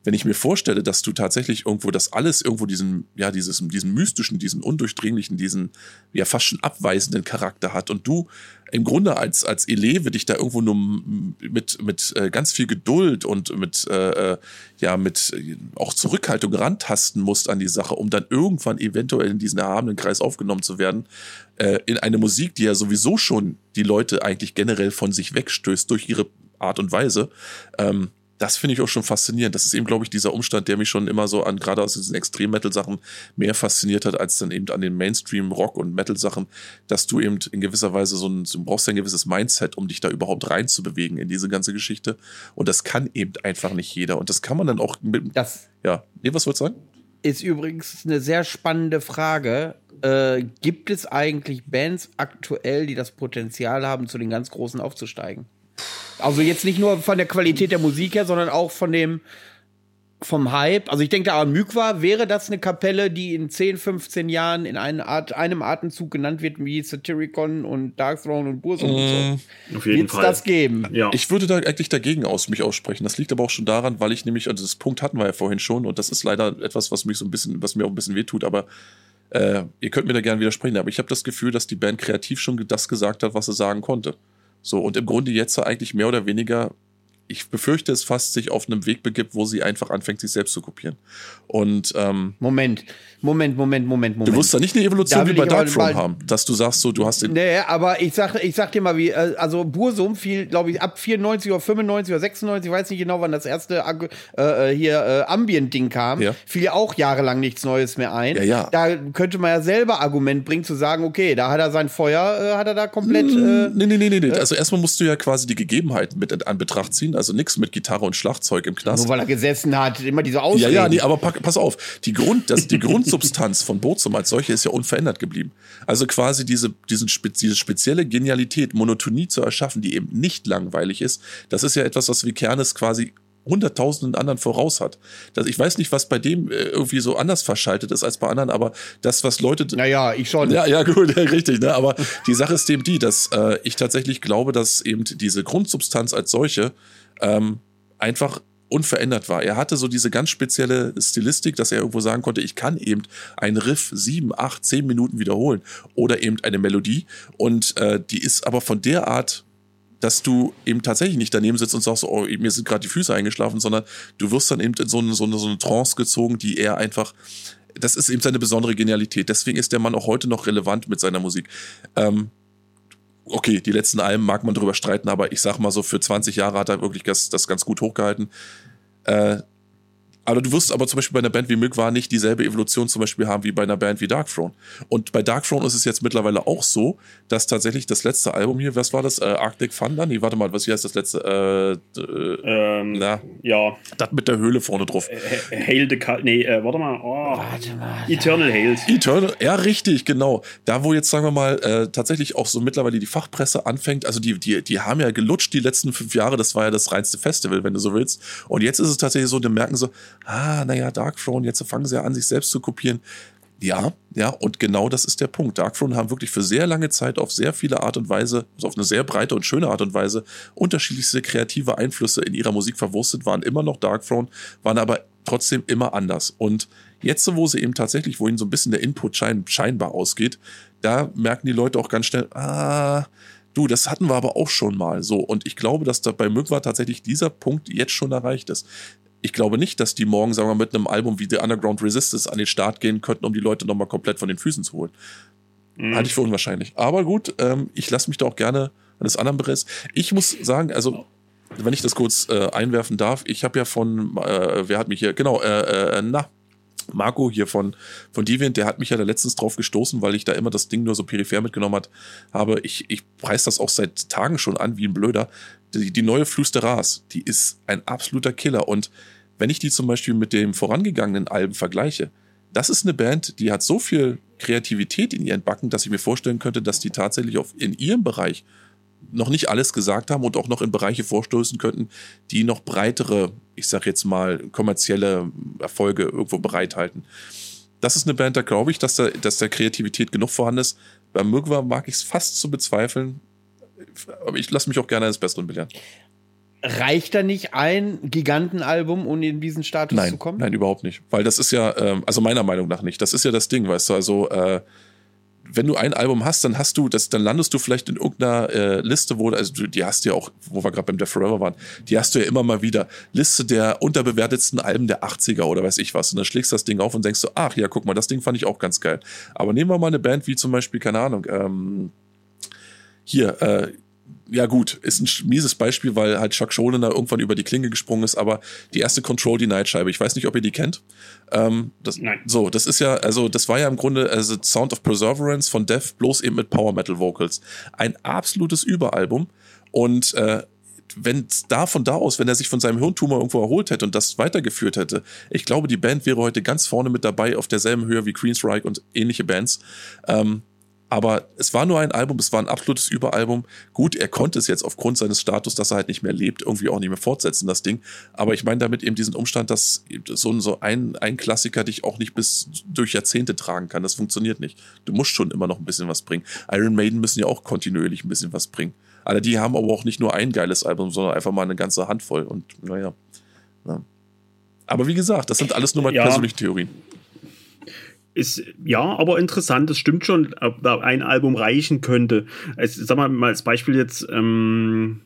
[SPEAKER 1] wenn ich mir vorstelle, dass du tatsächlich irgendwo das alles irgendwo diesen, ja, dieses, diesen mystischen, diesen undurchdringlichen, diesen ja fast schon abweisenden Charakter hat und du im Grunde als, als Eleve dich da irgendwo nur mit, mit äh, ganz viel Geduld und mit, äh, ja, mit äh, auch Zurückhaltung rantasten musst an die Sache, um dann irgendwann eventuell in diesen erhabenen Kreis aufgenommen zu werden, äh, in eine Musik, die ja sowieso schon die Leute eigentlich generell von sich wegstößt durch ihre Art und Weise, ähm, das finde ich auch schon faszinierend. Das ist eben, glaube ich, dieser Umstand, der mich schon immer so an, gerade aus diesen Extrem-Metal-Sachen mehr fasziniert hat, als dann eben an den Mainstream-Rock- und Metal-Sachen, dass du eben in gewisser Weise so ein, du brauchst ja ein gewisses Mindset, um dich da überhaupt reinzubewegen in diese ganze Geschichte. Und das kann eben einfach nicht jeder. Und das kann man dann auch mit,
[SPEAKER 2] das
[SPEAKER 1] ja, nee, was wolltest du sagen?
[SPEAKER 2] Ist übrigens eine sehr spannende Frage. Äh, gibt es eigentlich Bands aktuell, die das Potenzial haben, zu den ganz Großen aufzusteigen? Also jetzt nicht nur von der Qualität der Musik her, sondern auch von dem vom Hype. Also ich denke da an Mykwa, wäre das eine Kapelle, die in zehn, fünfzehn Jahren in eine Art, einem Atemzug genannt wird, wie Satyricon und Darkthrone und Burzum mm, und so.
[SPEAKER 3] Auf jeden
[SPEAKER 2] Wird's
[SPEAKER 3] Fall.
[SPEAKER 2] das geben?
[SPEAKER 1] Ja. Ich würde da eigentlich dagegen aus mich aussprechen. Das liegt aber auch schon daran, weil ich nämlich, also das Punkt hatten wir ja vorhin schon, und das ist leider etwas, was mich so ein bisschen, was mir auch ein bisschen wehtut, aber äh, ihr könnt mir da gerne widersprechen, aber ich habe das Gefühl, dass die Band kreativ schon das gesagt hat, was sie sagen konnte. So, und im Grunde jetzt eigentlich mehr oder weniger, ich befürchte es fast, sich auf einem Weg begibt, wo sie einfach anfängt, sich selbst zu kopieren. Und ähm,
[SPEAKER 2] Moment, Moment, Moment, Moment, Moment.
[SPEAKER 1] Du wirst da nicht eine Evolution
[SPEAKER 2] Da
[SPEAKER 1] wie
[SPEAKER 2] will
[SPEAKER 1] bei
[SPEAKER 2] ich aber
[SPEAKER 1] Darkthrone
[SPEAKER 2] mal-
[SPEAKER 1] haben, dass du sagst, so, du hast den.
[SPEAKER 2] Nee, aber ich sag, ich sag dir mal, wie, äh, also Burzum fiel, glaube ich, ab vierundneunzig oder fünfundneunzig oder sechsundneunzig, ich weiß nicht genau, wann das erste Ag- äh, hier äh, Ambient-Ding kam,
[SPEAKER 1] Ja.
[SPEAKER 2] fiel ja auch jahrelang nichts Neues mehr ein.
[SPEAKER 1] Ja, ja.
[SPEAKER 2] Da könnte man ja selber Argument bringen, zu sagen, okay, da hat er sein Feuer, äh, hat er da komplett. Äh,
[SPEAKER 1] Nee, nee, nee, nee, nee. Also erstmal musst du ja quasi die Gegebenheiten mit in- an Betracht ziehen, also nichts mit Gitarre und Schlagzeug im Knast.
[SPEAKER 2] nur weil er gesessen hat, immer diese
[SPEAKER 1] Ja,
[SPEAKER 2] Ausreden.
[SPEAKER 1] ja, nee, aber pack, pass auf, die Grund, das, die Grundsubstanz von Burzum als solche ist ja unverändert geblieben. Also quasi diese, diesen, spe- diese spezielle Genialität, Monotonie zu erschaffen, die eben nicht langweilig ist, das ist ja etwas, was Vikernes quasi hunderttausenden anderen voraus hat. Das, ich weiß nicht, was bei dem äh, irgendwie so anders verschaltet ist als bei anderen, aber das, was Leute...
[SPEAKER 2] Naja, ich schon.
[SPEAKER 1] Ja, ja, gut, ja, richtig, ne? Aber die Sache ist eben die, dass äh, ich tatsächlich glaube, dass eben diese Grundsubstanz als solche ähm, einfach unverändert war. Er hatte so diese ganz spezielle Stilistik, dass er irgendwo sagen konnte, ich kann eben einen Riff sieben, acht, zehn Minuten wiederholen oder eben eine Melodie und äh, die ist aber von der Art, dass du eben tatsächlich nicht daneben sitzt und sagst, oh, mir sind gerade die Füße eingeschlafen, sondern du wirst dann eben in so eine, so eine, so eine Trance gezogen, die er einfach, das ist eben seine besondere Genialität. Deswegen ist der Mann auch heute noch relevant mit seiner Musik. Ähm, okay, die letzten Alben mag man drüber streiten, aber ich sag mal so, für zwanzig Jahre hat er wirklich das, das ganz gut hochgehalten. Äh, aber du wirst aber zum Beispiel bei einer Band wie Mykwa nicht dieselbe Evolution zum Beispiel haben wie bei einer Band wie Darkthrone. Und bei Darkthrone ist es jetzt mittlerweile auch so, dass tatsächlich das letzte Album hier, was war das? Äh, Arctic Thunder? Nee, warte mal, was hier heißt das letzte? Äh, äh,
[SPEAKER 3] Ähm,
[SPEAKER 1] na,
[SPEAKER 3] ja.
[SPEAKER 1] das mit der Höhle vorne drauf.
[SPEAKER 3] H- Hail the Cult. Nee, äh, warte mal. Oh.
[SPEAKER 2] Warte mal.
[SPEAKER 3] Eternal Hail.
[SPEAKER 1] Eternal, ja, richtig, genau. Da, wo jetzt, sagen wir mal, äh, tatsächlich auch so mittlerweile die Fachpresse anfängt, also die, die, die haben ja gelutscht die letzten fünf Jahre, das war ja das reinste Festival, wenn du so willst. Und jetzt ist es tatsächlich so, die merken so, ah, naja, Darkthrone, jetzt fangen sie ja an, sich selbst zu kopieren. Ja, ja, und genau das ist der Punkt. Darkthrone haben wirklich für sehr lange Zeit auf sehr viele Art und Weise, also auf eine sehr breite und schöne Art und Weise, unterschiedlichste kreative Einflüsse in ihrer Musik verwurstet, waren immer noch Darkthrone, waren aber trotzdem immer anders. Und jetzt, wo sie eben tatsächlich, wo ihnen so ein bisschen der Input schein, scheinbar ausgeht, da merken die Leute auch ganz schnell, ah, du, das hatten wir aber auch schon mal so. Und ich glaube, dass da bei Mykwa tatsächlich dieser Punkt jetzt schon erreicht ist. Ich glaube nicht, dass die morgen, sagen wir mal, mit einem Album wie The Underground Resistance an den Start gehen könnten, um die Leute nochmal komplett von den Füßen zu holen.
[SPEAKER 3] Mhm.
[SPEAKER 1] Halte ich für unwahrscheinlich. Aber gut, ähm, ich lasse mich da auch gerne eines anderen Berichts. Ich muss sagen, also, wenn ich das kurz äh, einwerfen darf, ich habe ja von, äh, wer hat mich hier, genau, äh, äh, na, Marco hier von, von Deviant, der hat mich ja da letztens drauf gestoßen, weil ich da immer das Ding nur so peripher mitgenommen hat, habe. Ich, ich preise das auch seit Tagen schon an, wie ein Blöder. Die, die neue Flusteras, die ist ein absoluter Killer. Und wenn ich die zum Beispiel mit dem vorangegangenen Alben vergleiche, das ist eine Band, die hat so viel Kreativität in ihren Backen, dass ich mir vorstellen könnte, dass die tatsächlich auf, in ihrem Bereich noch nicht alles gesagt haben und auch noch in Bereiche vorstoßen könnten, die noch breitere, ich sag jetzt mal, kommerzielle Erfolge irgendwo bereithalten. Das ist eine Band, da glaube ich, dass da, dass da Kreativität genug vorhanden ist. Bei Mykwa mag ich es fast zu bezweifeln, aber ich lasse mich auch gerne eines Besseren belehren.
[SPEAKER 2] reicht da nicht ein Gigantenalbum, um in diesen Status
[SPEAKER 1] nein,
[SPEAKER 2] zu kommen?
[SPEAKER 1] Nein, überhaupt nicht. Weil das ist ja, ähm, also meiner Meinung nach nicht. Das ist ja das Ding, weißt du, also äh, wenn du ein Album hast, dann hast du das, dann landest du vielleicht in irgendeiner äh, Liste, wo, also du, die hast du ja auch, wo wir gerade beim Death Forever waren, die hast du ja immer mal wieder, Liste der unterbewertetsten Alben der achtziger oder weiß ich was. Und dann schlägst du das Ding auf und denkst so, ach ja, guck mal, das Ding fand ich auch ganz geil. Aber nehmen wir mal eine Band wie zum Beispiel, keine Ahnung, ähm, hier, äh, ja gut, ist ein mieses Beispiel, weil halt Chuck Schuldiner da irgendwann über die Klinge gesprungen ist, aber die erste Control Denied Scheibe, ich weiß nicht, ob ihr die kennt. Ähm, das,
[SPEAKER 3] Nein.
[SPEAKER 1] So, das ist ja, also das war ja im Grunde also Sound of Perseverance von Death, bloß eben mit Power Metal Vocals. Ein absolutes Überalbum und äh, wenn da von da aus, wenn er sich von seinem Hirntumor irgendwo erholt hätte und das weitergeführt hätte, ich glaube, die Band wäre heute ganz vorne mit dabei auf derselben Höhe wie Queensryche und ähnliche Bands. Ähm, Aber es war nur ein Album, es war ein absolutes Überalbum. Gut, er konnte es jetzt aufgrund seines Status, dass er halt nicht mehr lebt, irgendwie auch nicht mehr fortsetzen, das Ding. Aber ich meine damit eben diesen Umstand, dass so, so ein, ein Klassiker dich auch nicht bis durch Jahrzehnte tragen kann. Das funktioniert nicht. Du musst schon immer noch ein bisschen was bringen. Iron Maiden müssen ja auch kontinuierlich ein bisschen was bringen. Alle die haben aber auch nicht nur ein geiles Album, sondern einfach mal eine ganze Handvoll. Und naja. Ja. Aber wie gesagt, das sind alles nur mal
[SPEAKER 3] ja.
[SPEAKER 1] persönliche Theorien.
[SPEAKER 3] Ist, ja, aber interessant, das stimmt schon, ob da ein Album reichen könnte. Also, sag mal, mal als Beispiel jetzt ähm,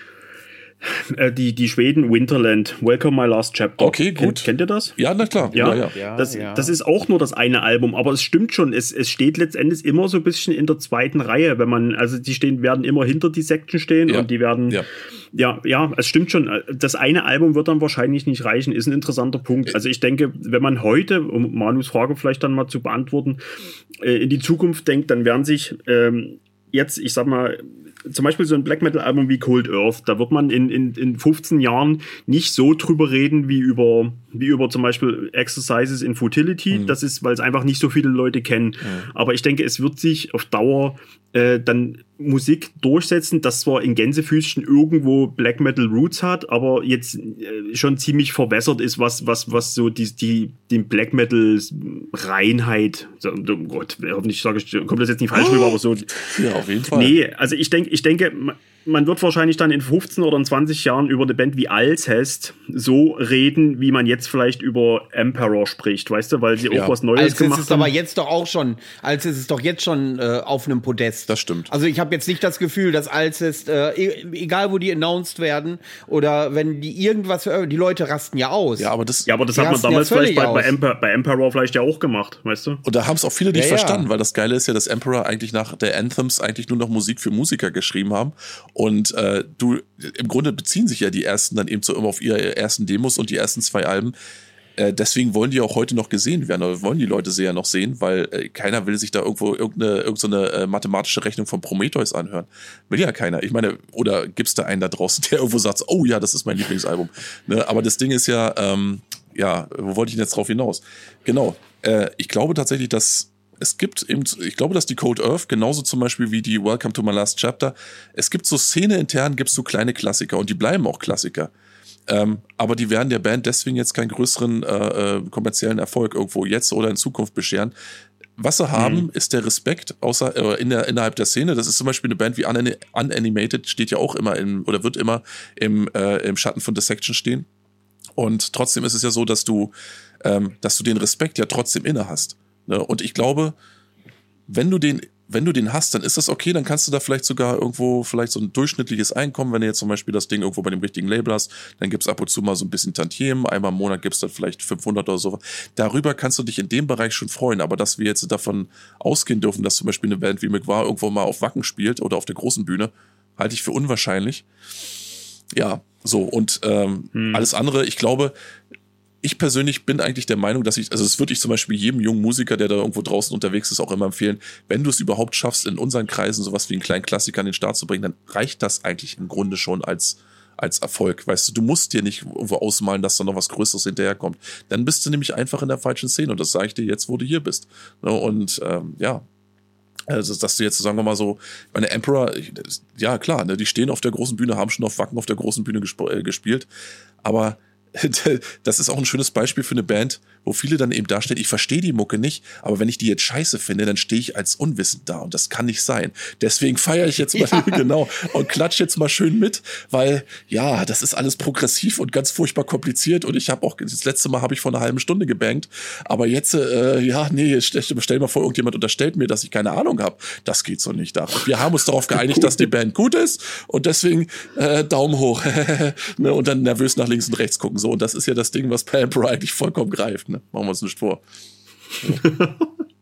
[SPEAKER 3] äh, die, die Schweden Winterland, Welcome My Last Chapter.
[SPEAKER 1] Okay, gut.
[SPEAKER 3] Kennt, kennt ihr das?
[SPEAKER 1] Ja, na klar.
[SPEAKER 3] Ja,
[SPEAKER 1] ja, ja.
[SPEAKER 2] Ja,
[SPEAKER 3] das,
[SPEAKER 2] ja.
[SPEAKER 3] das ist auch nur das eine Album, aber es stimmt schon, es, es steht letztendlich immer so ein bisschen in der zweiten Reihe, wenn man, also die stehen, werden immer hinter die Section stehen
[SPEAKER 1] Ja.
[SPEAKER 3] und die werden,
[SPEAKER 1] Ja.
[SPEAKER 3] ja, ja, es stimmt schon, das eine Album wird dann wahrscheinlich nicht reichen, ist ein interessanter Punkt. Also ich denke, wenn man heute, um Manus Frage vielleicht dann mal zu beantworten, äh, in die Zukunft denkt, dann werden sich ähm, jetzt, ich sag mal, zum Beispiel so ein Black Metal Album wie Cold Earth, da wird man in, in, in fünfzehn Jahren nicht so drüber reden wie über, wie über zum Beispiel Exercises in Futility. Mhm. Das ist, weil es einfach nicht so viele Leute kennen. Mhm. Aber ich denke, es wird sich auf Dauer äh, dann Musik durchsetzen, das zwar in Gänsefüßchen irgendwo Black Metal Roots hat, aber jetzt äh, schon ziemlich verwässert ist, was, was, was so die, die, die Black Metal Reinheit, so, oh Gott, hoffentlich sage ich, kommt das jetzt nicht falsch rüber, aber so.
[SPEAKER 1] Ja, auf jeden Fall.
[SPEAKER 3] Nee, also ich denke, ich denke, man wird wahrscheinlich dann in fünfzehn oder in zwanzig Jahren über eine Band wie Alcest so reden, wie man jetzt vielleicht über Emperor spricht, weißt du, weil sie
[SPEAKER 1] ja.
[SPEAKER 3] auch was Neues
[SPEAKER 2] Alcest
[SPEAKER 3] gemacht
[SPEAKER 2] ist
[SPEAKER 3] haben.
[SPEAKER 2] aber jetzt doch auch schon, Alcest ist doch jetzt schon äh, auf einem Podest.
[SPEAKER 1] Das stimmt.
[SPEAKER 2] Also ich habe jetzt nicht das Gefühl, dass Alcest, äh, e- egal wo die announced werden oder wenn die irgendwas veröffentlichen, die Leute rasten ja aus.
[SPEAKER 1] Ja, aber das,
[SPEAKER 3] ja, aber das
[SPEAKER 2] die
[SPEAKER 3] hat man
[SPEAKER 2] rasten
[SPEAKER 3] damals
[SPEAKER 2] ja
[SPEAKER 3] vielleicht bei,
[SPEAKER 2] aus.
[SPEAKER 3] bei, Emperor, bei Emperor vielleicht ja auch gemacht, weißt du?
[SPEAKER 1] Und da haben es auch viele nicht
[SPEAKER 2] Ja, ja.
[SPEAKER 1] verstanden, weil das Geile ist ja, dass Emperor eigentlich nach der Anthems eigentlich nur noch Musik für Musiker geschrieben haben. Und äh, du, im Grunde beziehen sich ja die ersten dann eben so immer auf ihre ersten Demos und die ersten zwei Alben. Äh, deswegen wollen die auch heute noch gesehen werden, oder wollen die Leute sie ja noch sehen, weil äh, keiner will sich da irgendwo irgendeine, irgendeine äh, mathematische Rechnung von Prometheus anhören. Will ja keiner. Ich meine, oder gibt's da einen da draußen, der irgendwo sagt, oh ja, das ist mein Lieblingsalbum. Ne? Aber das Ding ist ja, ähm, ja, wo wollte ich denn jetzt drauf hinaus? Genau. Äh, ich glaube tatsächlich, dass es gibt eben, ich glaube, dass die Cold Earth, genauso zum Beispiel wie die Welcome to My Last Chapter, es gibt so Szene intern, gibt es so kleine Klassiker und die bleiben auch Klassiker. Ähm, aber die werden der Band deswegen jetzt keinen größeren äh, kommerziellen Erfolg irgendwo jetzt oder in Zukunft bescheren. Was sie haben, mhm. ist der Respekt außer, äh, in der, innerhalb der Szene. Das ist zum Beispiel eine Band wie Un- Unanimated, steht ja auch immer im, oder wird immer im, äh, im Schatten von Dissection stehen. Und trotzdem ist es ja so, dass du, ähm, dass du den Respekt ja trotzdem inne hast. Ne? Und ich glaube, wenn du den, wenn du den hast, dann ist das okay, dann kannst du da vielleicht sogar irgendwo vielleicht so ein durchschnittliches Einkommen, wenn du jetzt zum Beispiel das Ding irgendwo bei dem richtigen Label hast, dann gibt's ab und zu mal so ein bisschen Tantiemen, einmal im Monat gibt's dann vielleicht fünfhundert oder so. Darüber kannst du dich in dem Bereich schon freuen, aber dass wir jetzt davon ausgehen dürfen, dass zum Beispiel eine Band wie McVar irgendwo mal auf Wacken spielt oder auf der großen Bühne, halte ich für unwahrscheinlich. Ja, so und ähm, hm. alles andere, ich glaube, ich persönlich bin eigentlich der Meinung, dass ich, also das würde ich zum Beispiel jedem jungen Musiker, der da irgendwo draußen unterwegs ist, auch immer empfehlen, wenn du es überhaupt schaffst, in unseren Kreisen sowas wie einen kleinen Klassiker an den Start zu bringen, dann reicht das eigentlich im Grunde schon als, als Erfolg. Weißt du, du musst dir nicht irgendwo ausmalen, dass da noch was Größeres hinterherkommt. Dann bist du nämlich einfach in der falschen Szene und das sage ich dir jetzt, wo du hier bist. Und ähm, ja, also, dass du jetzt, sagen wir mal so, meine Emperor, ja klar, ne, die stehen auf der großen Bühne, haben schon auf Wacken auf der großen Bühne gesp- äh, gespielt, aber das ist auch ein schönes Beispiel für eine Band, wo viele dann eben dastehen, ich verstehe die Mucke nicht, aber wenn ich die jetzt scheiße finde, dann stehe ich als unwissend da und das kann nicht sein. Deswegen feiere ich jetzt mal, ja. genau, und klatsch jetzt mal schön mit, weil, ja, das ist alles progressiv und ganz furchtbar kompliziert und ich habe auch, das letzte Mal habe ich vor einer halben Stunde gebankt, aber jetzt, äh, ja, nee, stell, stell mal vor, irgendjemand unterstellt mir, dass ich keine Ahnung habe. Das geht so nicht. Wir haben uns darauf geeinigt, dass die Band gut ist und deswegen äh, Daumen hoch. Ne, und dann nervös nach links und rechts gucken. So, und das ist ja das Ding, was bei Emperor eigentlich vollkommen greift. Ne? Machen wir uns nicht vor. Ja.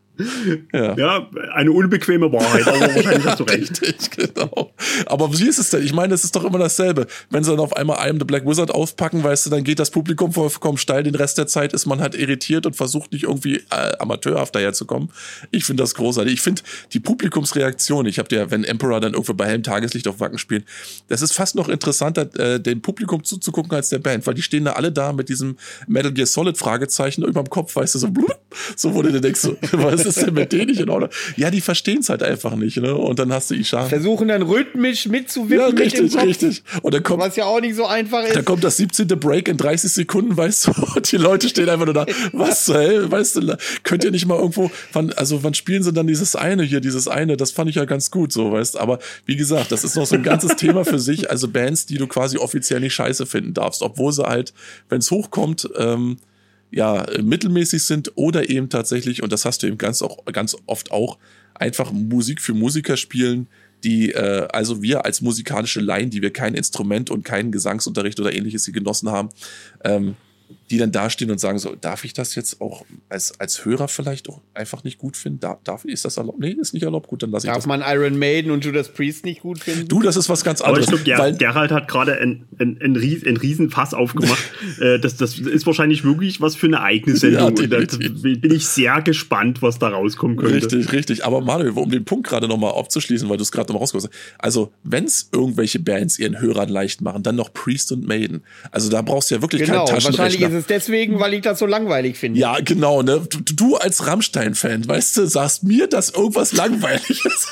[SPEAKER 1] Ja.
[SPEAKER 3] ja, eine unbequeme Wahrheit, aber wahrscheinlich hast du recht.
[SPEAKER 1] Richtig, genau. Aber wie ist es denn? Ich meine, es ist doch immer dasselbe. Wenn sie dann auf einmal I Am the Black Wizard aufpacken, weißt du, dann geht das Publikum vollkommen steil. Den Rest der Zeit ist man halt irritiert und versucht nicht irgendwie äh, amateurhaft daherzukommen. Ich finde das großartig. Ich finde die Publikumsreaktion, ich habe dir, wenn Emperor dann irgendwo bei hellem Tageslicht auf Wacken spielen, das ist fast noch interessanter, äh, dem Publikum zuzugucken als der Band, weil die stehen da alle da mit diesem Metal Gear Solid Fragezeichen über dem Kopf, weißt du, so blub, so wo du dir denkst, so, was ist denn mit denen nicht in Ordnung? Ja, die verstehen es halt einfach nicht, ne? Und dann hast du Isha.
[SPEAKER 2] Versuchen dann rhythmisch mitzuwippen.
[SPEAKER 1] Ja, richtig, mit dem Kopf, richtig. Und dann kommt,
[SPEAKER 2] was ja auch nicht so einfach ist.
[SPEAKER 1] Da kommt das siebzehnte Break in dreißig Sekunden, weißt du, und die Leute stehen einfach nur da, was zur Hölle, weißt du, könnt ihr nicht mal irgendwo, wann, also wann spielen sie dann dieses eine hier, dieses eine, das fand ich ja ganz gut, so, weißt du, aber wie gesagt, das ist noch so ein ganzes Thema für sich, also Bands, die du quasi offiziell nicht scheiße finden darfst, obwohl sie halt, wenn es hochkommt, ähm, ja, mittelmäßig sind oder eben tatsächlich, und das hast du eben ganz, auch, ganz oft auch, einfach Musik für Musiker spielen, die, äh, also wir als musikalische Laien, die wir kein Instrument und keinen Gesangsunterricht oder ähnliches hier genossen haben, ähm, die dann dastehen und sagen so, darf ich das jetzt auch als, als Hörer vielleicht auch einfach nicht gut finden? Darf, darf ist das erlaubt? Nee, ist nicht erlaubt. Gut, dann lasse ich
[SPEAKER 2] darf
[SPEAKER 1] das.
[SPEAKER 2] Darf man Iron Maiden und Judas Priest nicht gut finden?
[SPEAKER 1] Du, das ist was ganz anderes.
[SPEAKER 3] Aber ich glaube, Ger Gerald hat gerade ein, ein, ein, Ries ein Riesenfass aufgemacht. äh, das, das ist wahrscheinlich wirklich was für eine eigene Sendung. Ja, und da bin ich sehr gespannt, was da rauskommen könnte.
[SPEAKER 1] Richtig, richtig. Aber Manuel, um den Punkt gerade nochmal abzuschließen, weil du es gerade nochmal rausgekommen hast. Also, wenn es irgendwelche Bands ihren Hörern leicht machen, dann noch Priest und Maiden. Also, da brauchst du ja wirklich
[SPEAKER 2] genau,
[SPEAKER 1] keinen Taschenrechner.
[SPEAKER 2] Wahrscheinlich ist es deswegen, weil ich das so langweilig finde.
[SPEAKER 1] Ja, genau, ne? Du, du als Rammstein-Fan, weißt du, sagst mir, dass irgendwas langweilig ist.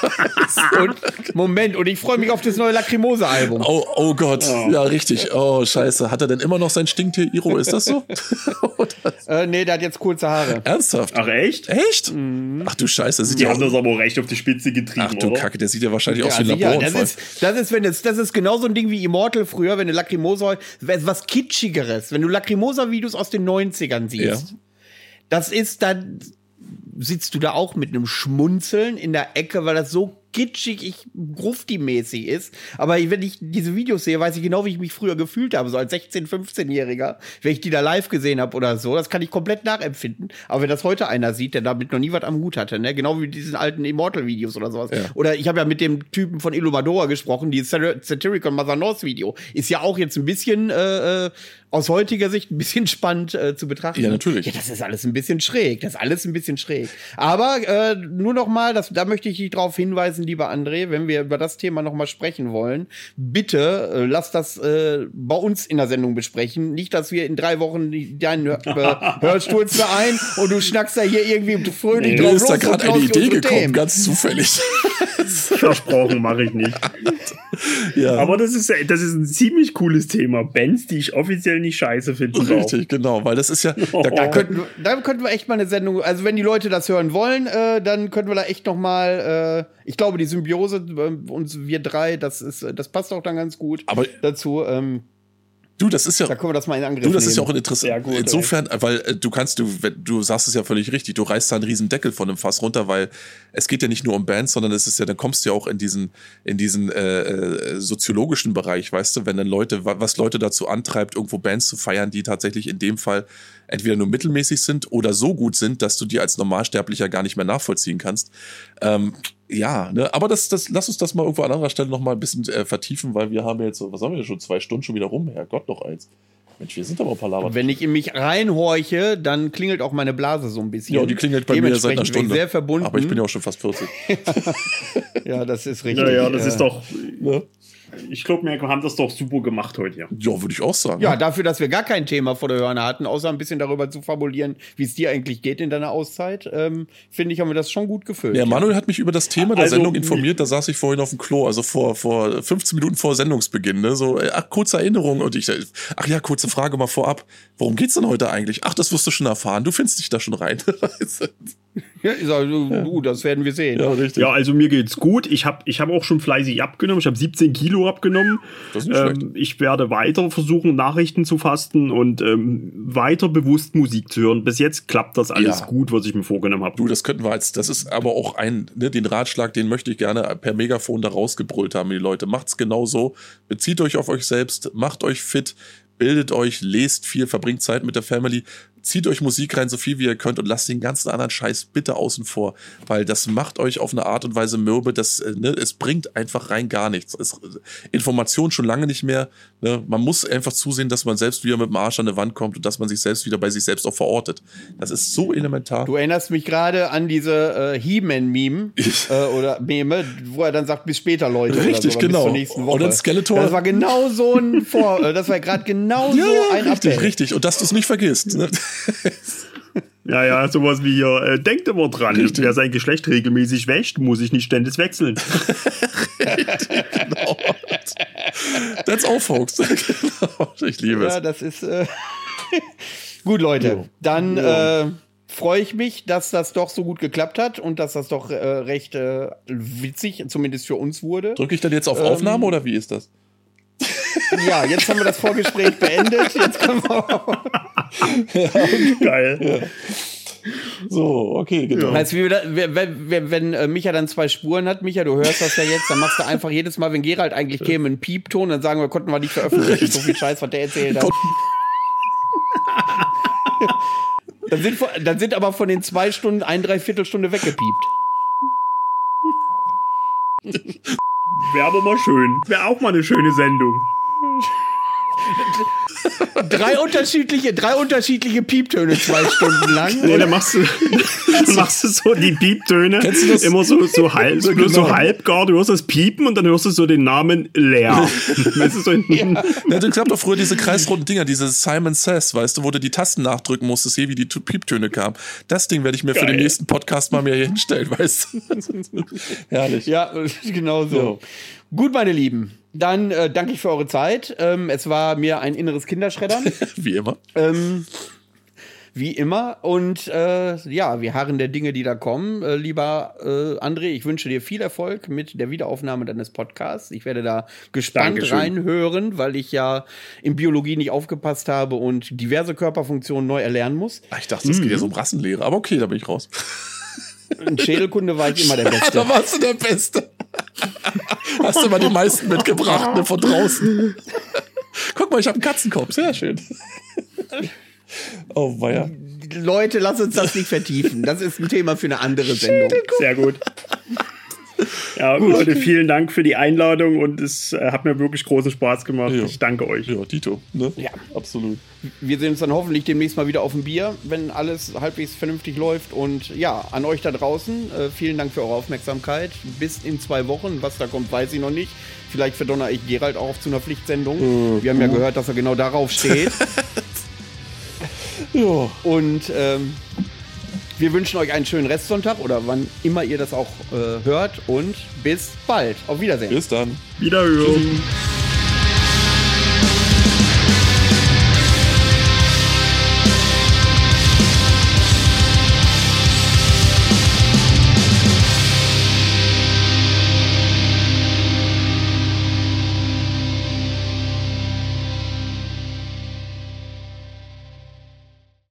[SPEAKER 2] Und, Moment, und ich freue mich auf das neue Lacrimosa-Album.
[SPEAKER 1] Oh, oh Gott, oh. Ja, richtig. Oh, scheiße. Hat er denn immer noch sein Stinktier-Iro? Ist das so?
[SPEAKER 2] äh, nee, der hat jetzt kurze Haare.
[SPEAKER 1] Ernsthaft?
[SPEAKER 3] Ach, echt?
[SPEAKER 1] Echt? Mhm. Ach du Scheiße.
[SPEAKER 3] Die haben das aber recht auf die Spitze getrieben,
[SPEAKER 1] Ach du
[SPEAKER 3] oder?
[SPEAKER 1] Kacke, der sieht ja wahrscheinlich
[SPEAKER 2] ja,
[SPEAKER 1] aus wie ein Laborunfall.
[SPEAKER 2] Das ist, das, ist, wenn das, das ist genau so ein Ding wie Immortal früher, wenn du Lacrimosa, was Kitschigeres, wenn du Lacrimosa-Videos aus den neunzigern siehst. Ja. Das ist dann, sitzt du da auch mit einem Schmunzeln in der Ecke, weil das so kitschig, ich grufti-mäßig ist. Aber wenn ich diese Videos sehe, weiß ich genau, wie ich mich früher gefühlt habe, so als sechzehn-, fünfzehnjähriger, wenn ich die da live gesehen habe oder so. Das kann ich komplett nachempfinden. Aber wenn das heute einer sieht, der damit noch nie was am Hut hatte, ne? Genau wie diesen alten Immortal-Videos oder sowas. Ja. Oder ich habe ja mit dem Typen von Illuminadora gesprochen, dieses Satirical Mother North-Video. Ist ja auch jetzt ein bisschen äh, aus heutiger Sicht ein bisschen spannend äh, zu betrachten.
[SPEAKER 1] Ja, natürlich.
[SPEAKER 2] Ja, das ist alles ein bisschen schräg. Das ist alles ein bisschen schräg. Aber äh, nur noch mal, das, da möchte ich dich drauf hinweisen, lieber André, wenn wir über das Thema noch mal sprechen wollen, bitte äh, lass das äh, bei uns in der Sendung besprechen. Nicht, dass wir in drei Wochen deinen äh, Hörsturz da ein und du schnackst da hier irgendwie fröhlich
[SPEAKER 1] nee,
[SPEAKER 2] drauf
[SPEAKER 1] los. Mir ist da gerade eine Idee gekommen,
[SPEAKER 2] Themen.
[SPEAKER 1] Ganz zufällig.
[SPEAKER 3] Versprochen, mache ich nicht. Ja. Aber das ist, das ist ein ziemlich cooles Thema. Bands, die ich offiziell nicht scheiße finden darf.
[SPEAKER 1] Richtig, genau, weil das ist ja...
[SPEAKER 2] Da, da, könnten, da könnten wir echt mal eine Sendung... Also wenn die Leute das hören wollen, äh, dann könnten wir da echt noch mal... Äh, ich glaube, die Symbiose, äh, uns wir drei, das, ist, das passt auch dann ganz gut
[SPEAKER 1] aber
[SPEAKER 2] dazu. Ähm,
[SPEAKER 1] Du, das ist ja.
[SPEAKER 2] Da können wir das mal in Angriff
[SPEAKER 1] Du, das
[SPEAKER 2] nehmen.
[SPEAKER 1] ist ja auch interessant. Ja, gut, insofern, ey. weil äh, du kannst, du, du sagst es ja völlig richtig, du reißt da einen riesen Deckel von dem Fass runter, weil es geht ja nicht nur um Bands, sondern es ist ja, dann kommst du ja auch in diesen, in diesen äh, soziologischen Bereich, weißt du, wenn dann Leute, was Leute dazu antreibt, irgendwo Bands zu feiern, die tatsächlich in dem Fall entweder nur mittelmäßig sind oder so gut sind, dass du die als Normalsterblicher gar nicht mehr nachvollziehen kannst. Ähm, Ja, ne, aber das, das, lass uns das mal irgendwo an anderer Stelle noch mal ein bisschen äh, vertiefen, weil wir haben jetzt, was haben wir schon, zwei Stunden schon wieder rum, Herrgott, noch eins. Mensch, wir sind aber ein paar Laber.
[SPEAKER 2] Wenn ich in mich reinhorche, dann klingelt auch meine Blase so ein bisschen.
[SPEAKER 1] Ja, die klingelt bei mir seit einer Stunde.
[SPEAKER 2] Sehr verbunden.
[SPEAKER 1] Aber ich bin ja auch schon fast vierzig.
[SPEAKER 2] Ja, das ist richtig.
[SPEAKER 3] Ja, ja, das ist doch...
[SPEAKER 1] Ne?
[SPEAKER 3] Ich glaube, wir haben das doch super gemacht heute hier.
[SPEAKER 1] Ja, würde ich auch sagen.
[SPEAKER 2] Ja, dafür, dass wir gar kein Thema vor der Hörner hatten, außer ein bisschen darüber zu fabulieren, wie es dir eigentlich geht in deiner Auszeit, ähm, finde ich, haben wir das schon gut gefüllt.
[SPEAKER 1] Ja, Manuel hat mich über das Thema der
[SPEAKER 3] Also,
[SPEAKER 1] Sendung informiert, da saß ich vorhin auf dem Klo, also vor, vor fünfzehn Minuten vor Sendungsbeginn, ne? So, ach, kurze Erinnerung und ich, ach ja, kurze Frage mal vorab. Worum geht's denn heute eigentlich? Ach, das wirst du schon erfahren, du findest dich da schon rein.
[SPEAKER 2] Ja, ich sag, du, ja. du, das werden wir sehen.
[SPEAKER 1] Ja, richtig.
[SPEAKER 3] Ja, also mir geht's gut. Ich habe ich hab auch schon fleißig abgenommen. Ich habe siebzehn Kilo abgenommen.
[SPEAKER 1] Das ist nicht
[SPEAKER 3] ähm,
[SPEAKER 1] schlecht.
[SPEAKER 3] Ich werde weiter versuchen, Nachrichten zu fasten und ähm, weiter bewusst Musik zu hören. Bis jetzt klappt das alles
[SPEAKER 1] Ja.
[SPEAKER 3] gut, was ich mir vorgenommen habe.
[SPEAKER 1] Du, das könnten wir als, das ist aber auch ein, ne, den Ratschlag, den möchte ich gerne per Megafon da rausgebrüllt haben, die Leute. Macht's genau so. Bezieht euch auf euch selbst, macht euch fit, bildet euch, lest viel, verbringt Zeit mit der Family, zieht euch Musik rein, so viel wie ihr könnt und lasst den ganzen anderen Scheiß bitte außen vor, weil das macht euch auf eine Art und Weise mürbe, das, ne, es bringt einfach rein gar nichts. Es, Information schon lange nicht mehr, ne? Man muss einfach zusehen, dass man selbst wieder mit dem Arsch an die Wand kommt und dass man sich selbst wieder bei sich selbst auch verortet. Das ist so elementar.
[SPEAKER 2] Du erinnerst mich gerade an diese äh, He-Man-Meme äh, oder Meme, wo er dann sagt, bis später, Leute.
[SPEAKER 1] Richtig,
[SPEAKER 2] oder so,
[SPEAKER 1] genau.
[SPEAKER 2] Bis zur nächsten Woche.
[SPEAKER 1] Und dann Skeletor.
[SPEAKER 2] Das war genau so ein Vor, äh, das war gerade genau
[SPEAKER 1] Ja,
[SPEAKER 2] so
[SPEAKER 1] ja,
[SPEAKER 2] ein
[SPEAKER 1] richtig,
[SPEAKER 2] Appell.
[SPEAKER 1] richtig. Und dass du es nicht vergisst. Ne?
[SPEAKER 3] Ja, ja, sowas wie hier. Äh, denkt immer dran,
[SPEAKER 1] Richtig.
[SPEAKER 3] wer sein Geschlecht regelmäßig wäscht, muss sich nicht ständig wechseln.
[SPEAKER 1] Genau. That's all, folks. Genau. Ich liebe es.
[SPEAKER 2] Ja, das ist äh gut, Leute. Dann äh, freue ich mich, dass das doch so gut geklappt hat und dass das doch äh, recht äh, witzig, zumindest für uns wurde.
[SPEAKER 1] Drücke ich dann jetzt auf
[SPEAKER 2] Ähm,
[SPEAKER 1] Aufnahme oder wie ist das?
[SPEAKER 2] Ja, jetzt haben wir das Vorgespräch beendet. Jetzt können wir
[SPEAKER 3] Geil.
[SPEAKER 1] So, okay, genau.
[SPEAKER 2] Weißt du, wie wir da, wenn, wenn, wenn äh, Micha dann zwei Spuren hat, Micha, du hörst das ja jetzt, dann machst du einfach jedes Mal, wenn Gerald eigentlich käme, einen Piepton, dann sagen wir, konnten wir nicht veröffentlichen, so viel Scheiß, was der erzählt hat. dann, sind, von- dann sind aber von den zwei Stunden ein Dreiviertelstunde weggepiept.
[SPEAKER 3] Wäre aber mal schön. Wäre auch mal eine schöne Sendung.
[SPEAKER 2] Drei unterschiedliche, drei unterschiedliche Pieptöne zwei Stunden lang.
[SPEAKER 3] Nee, dann machst du, dann machst du so die Pieptöne
[SPEAKER 1] Kennst du das?
[SPEAKER 3] immer so, so, halb,
[SPEAKER 1] So
[SPEAKER 3] nur so
[SPEAKER 1] genau.
[SPEAKER 3] halbgar. Du hörst das Piepen und dann hörst du so den Namen leer. Weißt du, so in,
[SPEAKER 1] Ja, es gab doch früher diese kreisrunden Dinger, diese Simon Says, weißt du, wo du die Tasten nachdrücken musstest, hier wie die Pieptöne kamen. Das Ding werde ich mir für
[SPEAKER 3] Geil.
[SPEAKER 1] den nächsten Podcast mal mir hier hinstellen, weißt du. Herrlich.
[SPEAKER 2] Ja, genau so. Gut, meine Lieben, dann äh, danke ich für eure Zeit. Ähm, es war mir ein inneres Kinderschreddern.
[SPEAKER 1] Wie immer.
[SPEAKER 2] Ähm, wie immer. Und äh, ja, wir harren der Dinge, die da kommen. Äh, lieber äh, André, ich wünsche dir viel Erfolg mit der Wiederaufnahme deines Podcasts. Ich werde da gespannt
[SPEAKER 3] Dankeschön.
[SPEAKER 2] reinhören, weil ich ja in Biologie nicht aufgepasst habe und diverse Körperfunktionen neu erlernen muss.
[SPEAKER 1] Ach, ich dachte, es geht ja so um Rassenlehre, aber okay, da bin ich raus.
[SPEAKER 2] In Schädelkunde war ich immer der
[SPEAKER 1] Da
[SPEAKER 2] Beste.
[SPEAKER 1] warst du der Beste. Hast du mal die meisten mitgebracht, ne, von draußen. Guck mal, ich habe einen Katzenkopf, sehr schön. Oh, weia.
[SPEAKER 2] Leute, lass uns das nicht vertiefen. Das ist ein Thema für eine andere Sendung.
[SPEAKER 3] sehr gut. Ja, Leute, vielen Dank für die Einladung und es äh, hat mir wirklich großen Spaß gemacht.
[SPEAKER 1] Ja.
[SPEAKER 3] Ich danke euch.
[SPEAKER 1] Ja, Tito, ne?
[SPEAKER 2] Ja.
[SPEAKER 1] Absolut.
[SPEAKER 2] Wir sehen uns dann hoffentlich demnächst mal wieder auf dem Bier, wenn alles halbwegs vernünftig läuft. Und ja, an euch da draußen, äh, vielen Dank für eure Aufmerksamkeit. Bis in zwei Wochen. Was da kommt, weiß ich noch nicht. Vielleicht verdonner ich Gerald auch zu einer Pflichtsendung. Wir haben ja gehört, dass er genau darauf steht.
[SPEAKER 1] Ja.
[SPEAKER 2] Und ähm, wir wünschen euch einen schönen Restsonntag oder wann immer ihr das auch äh, hört. Und bis bald. Auf Wiedersehen.
[SPEAKER 1] Bis dann.
[SPEAKER 3] Wiederhören.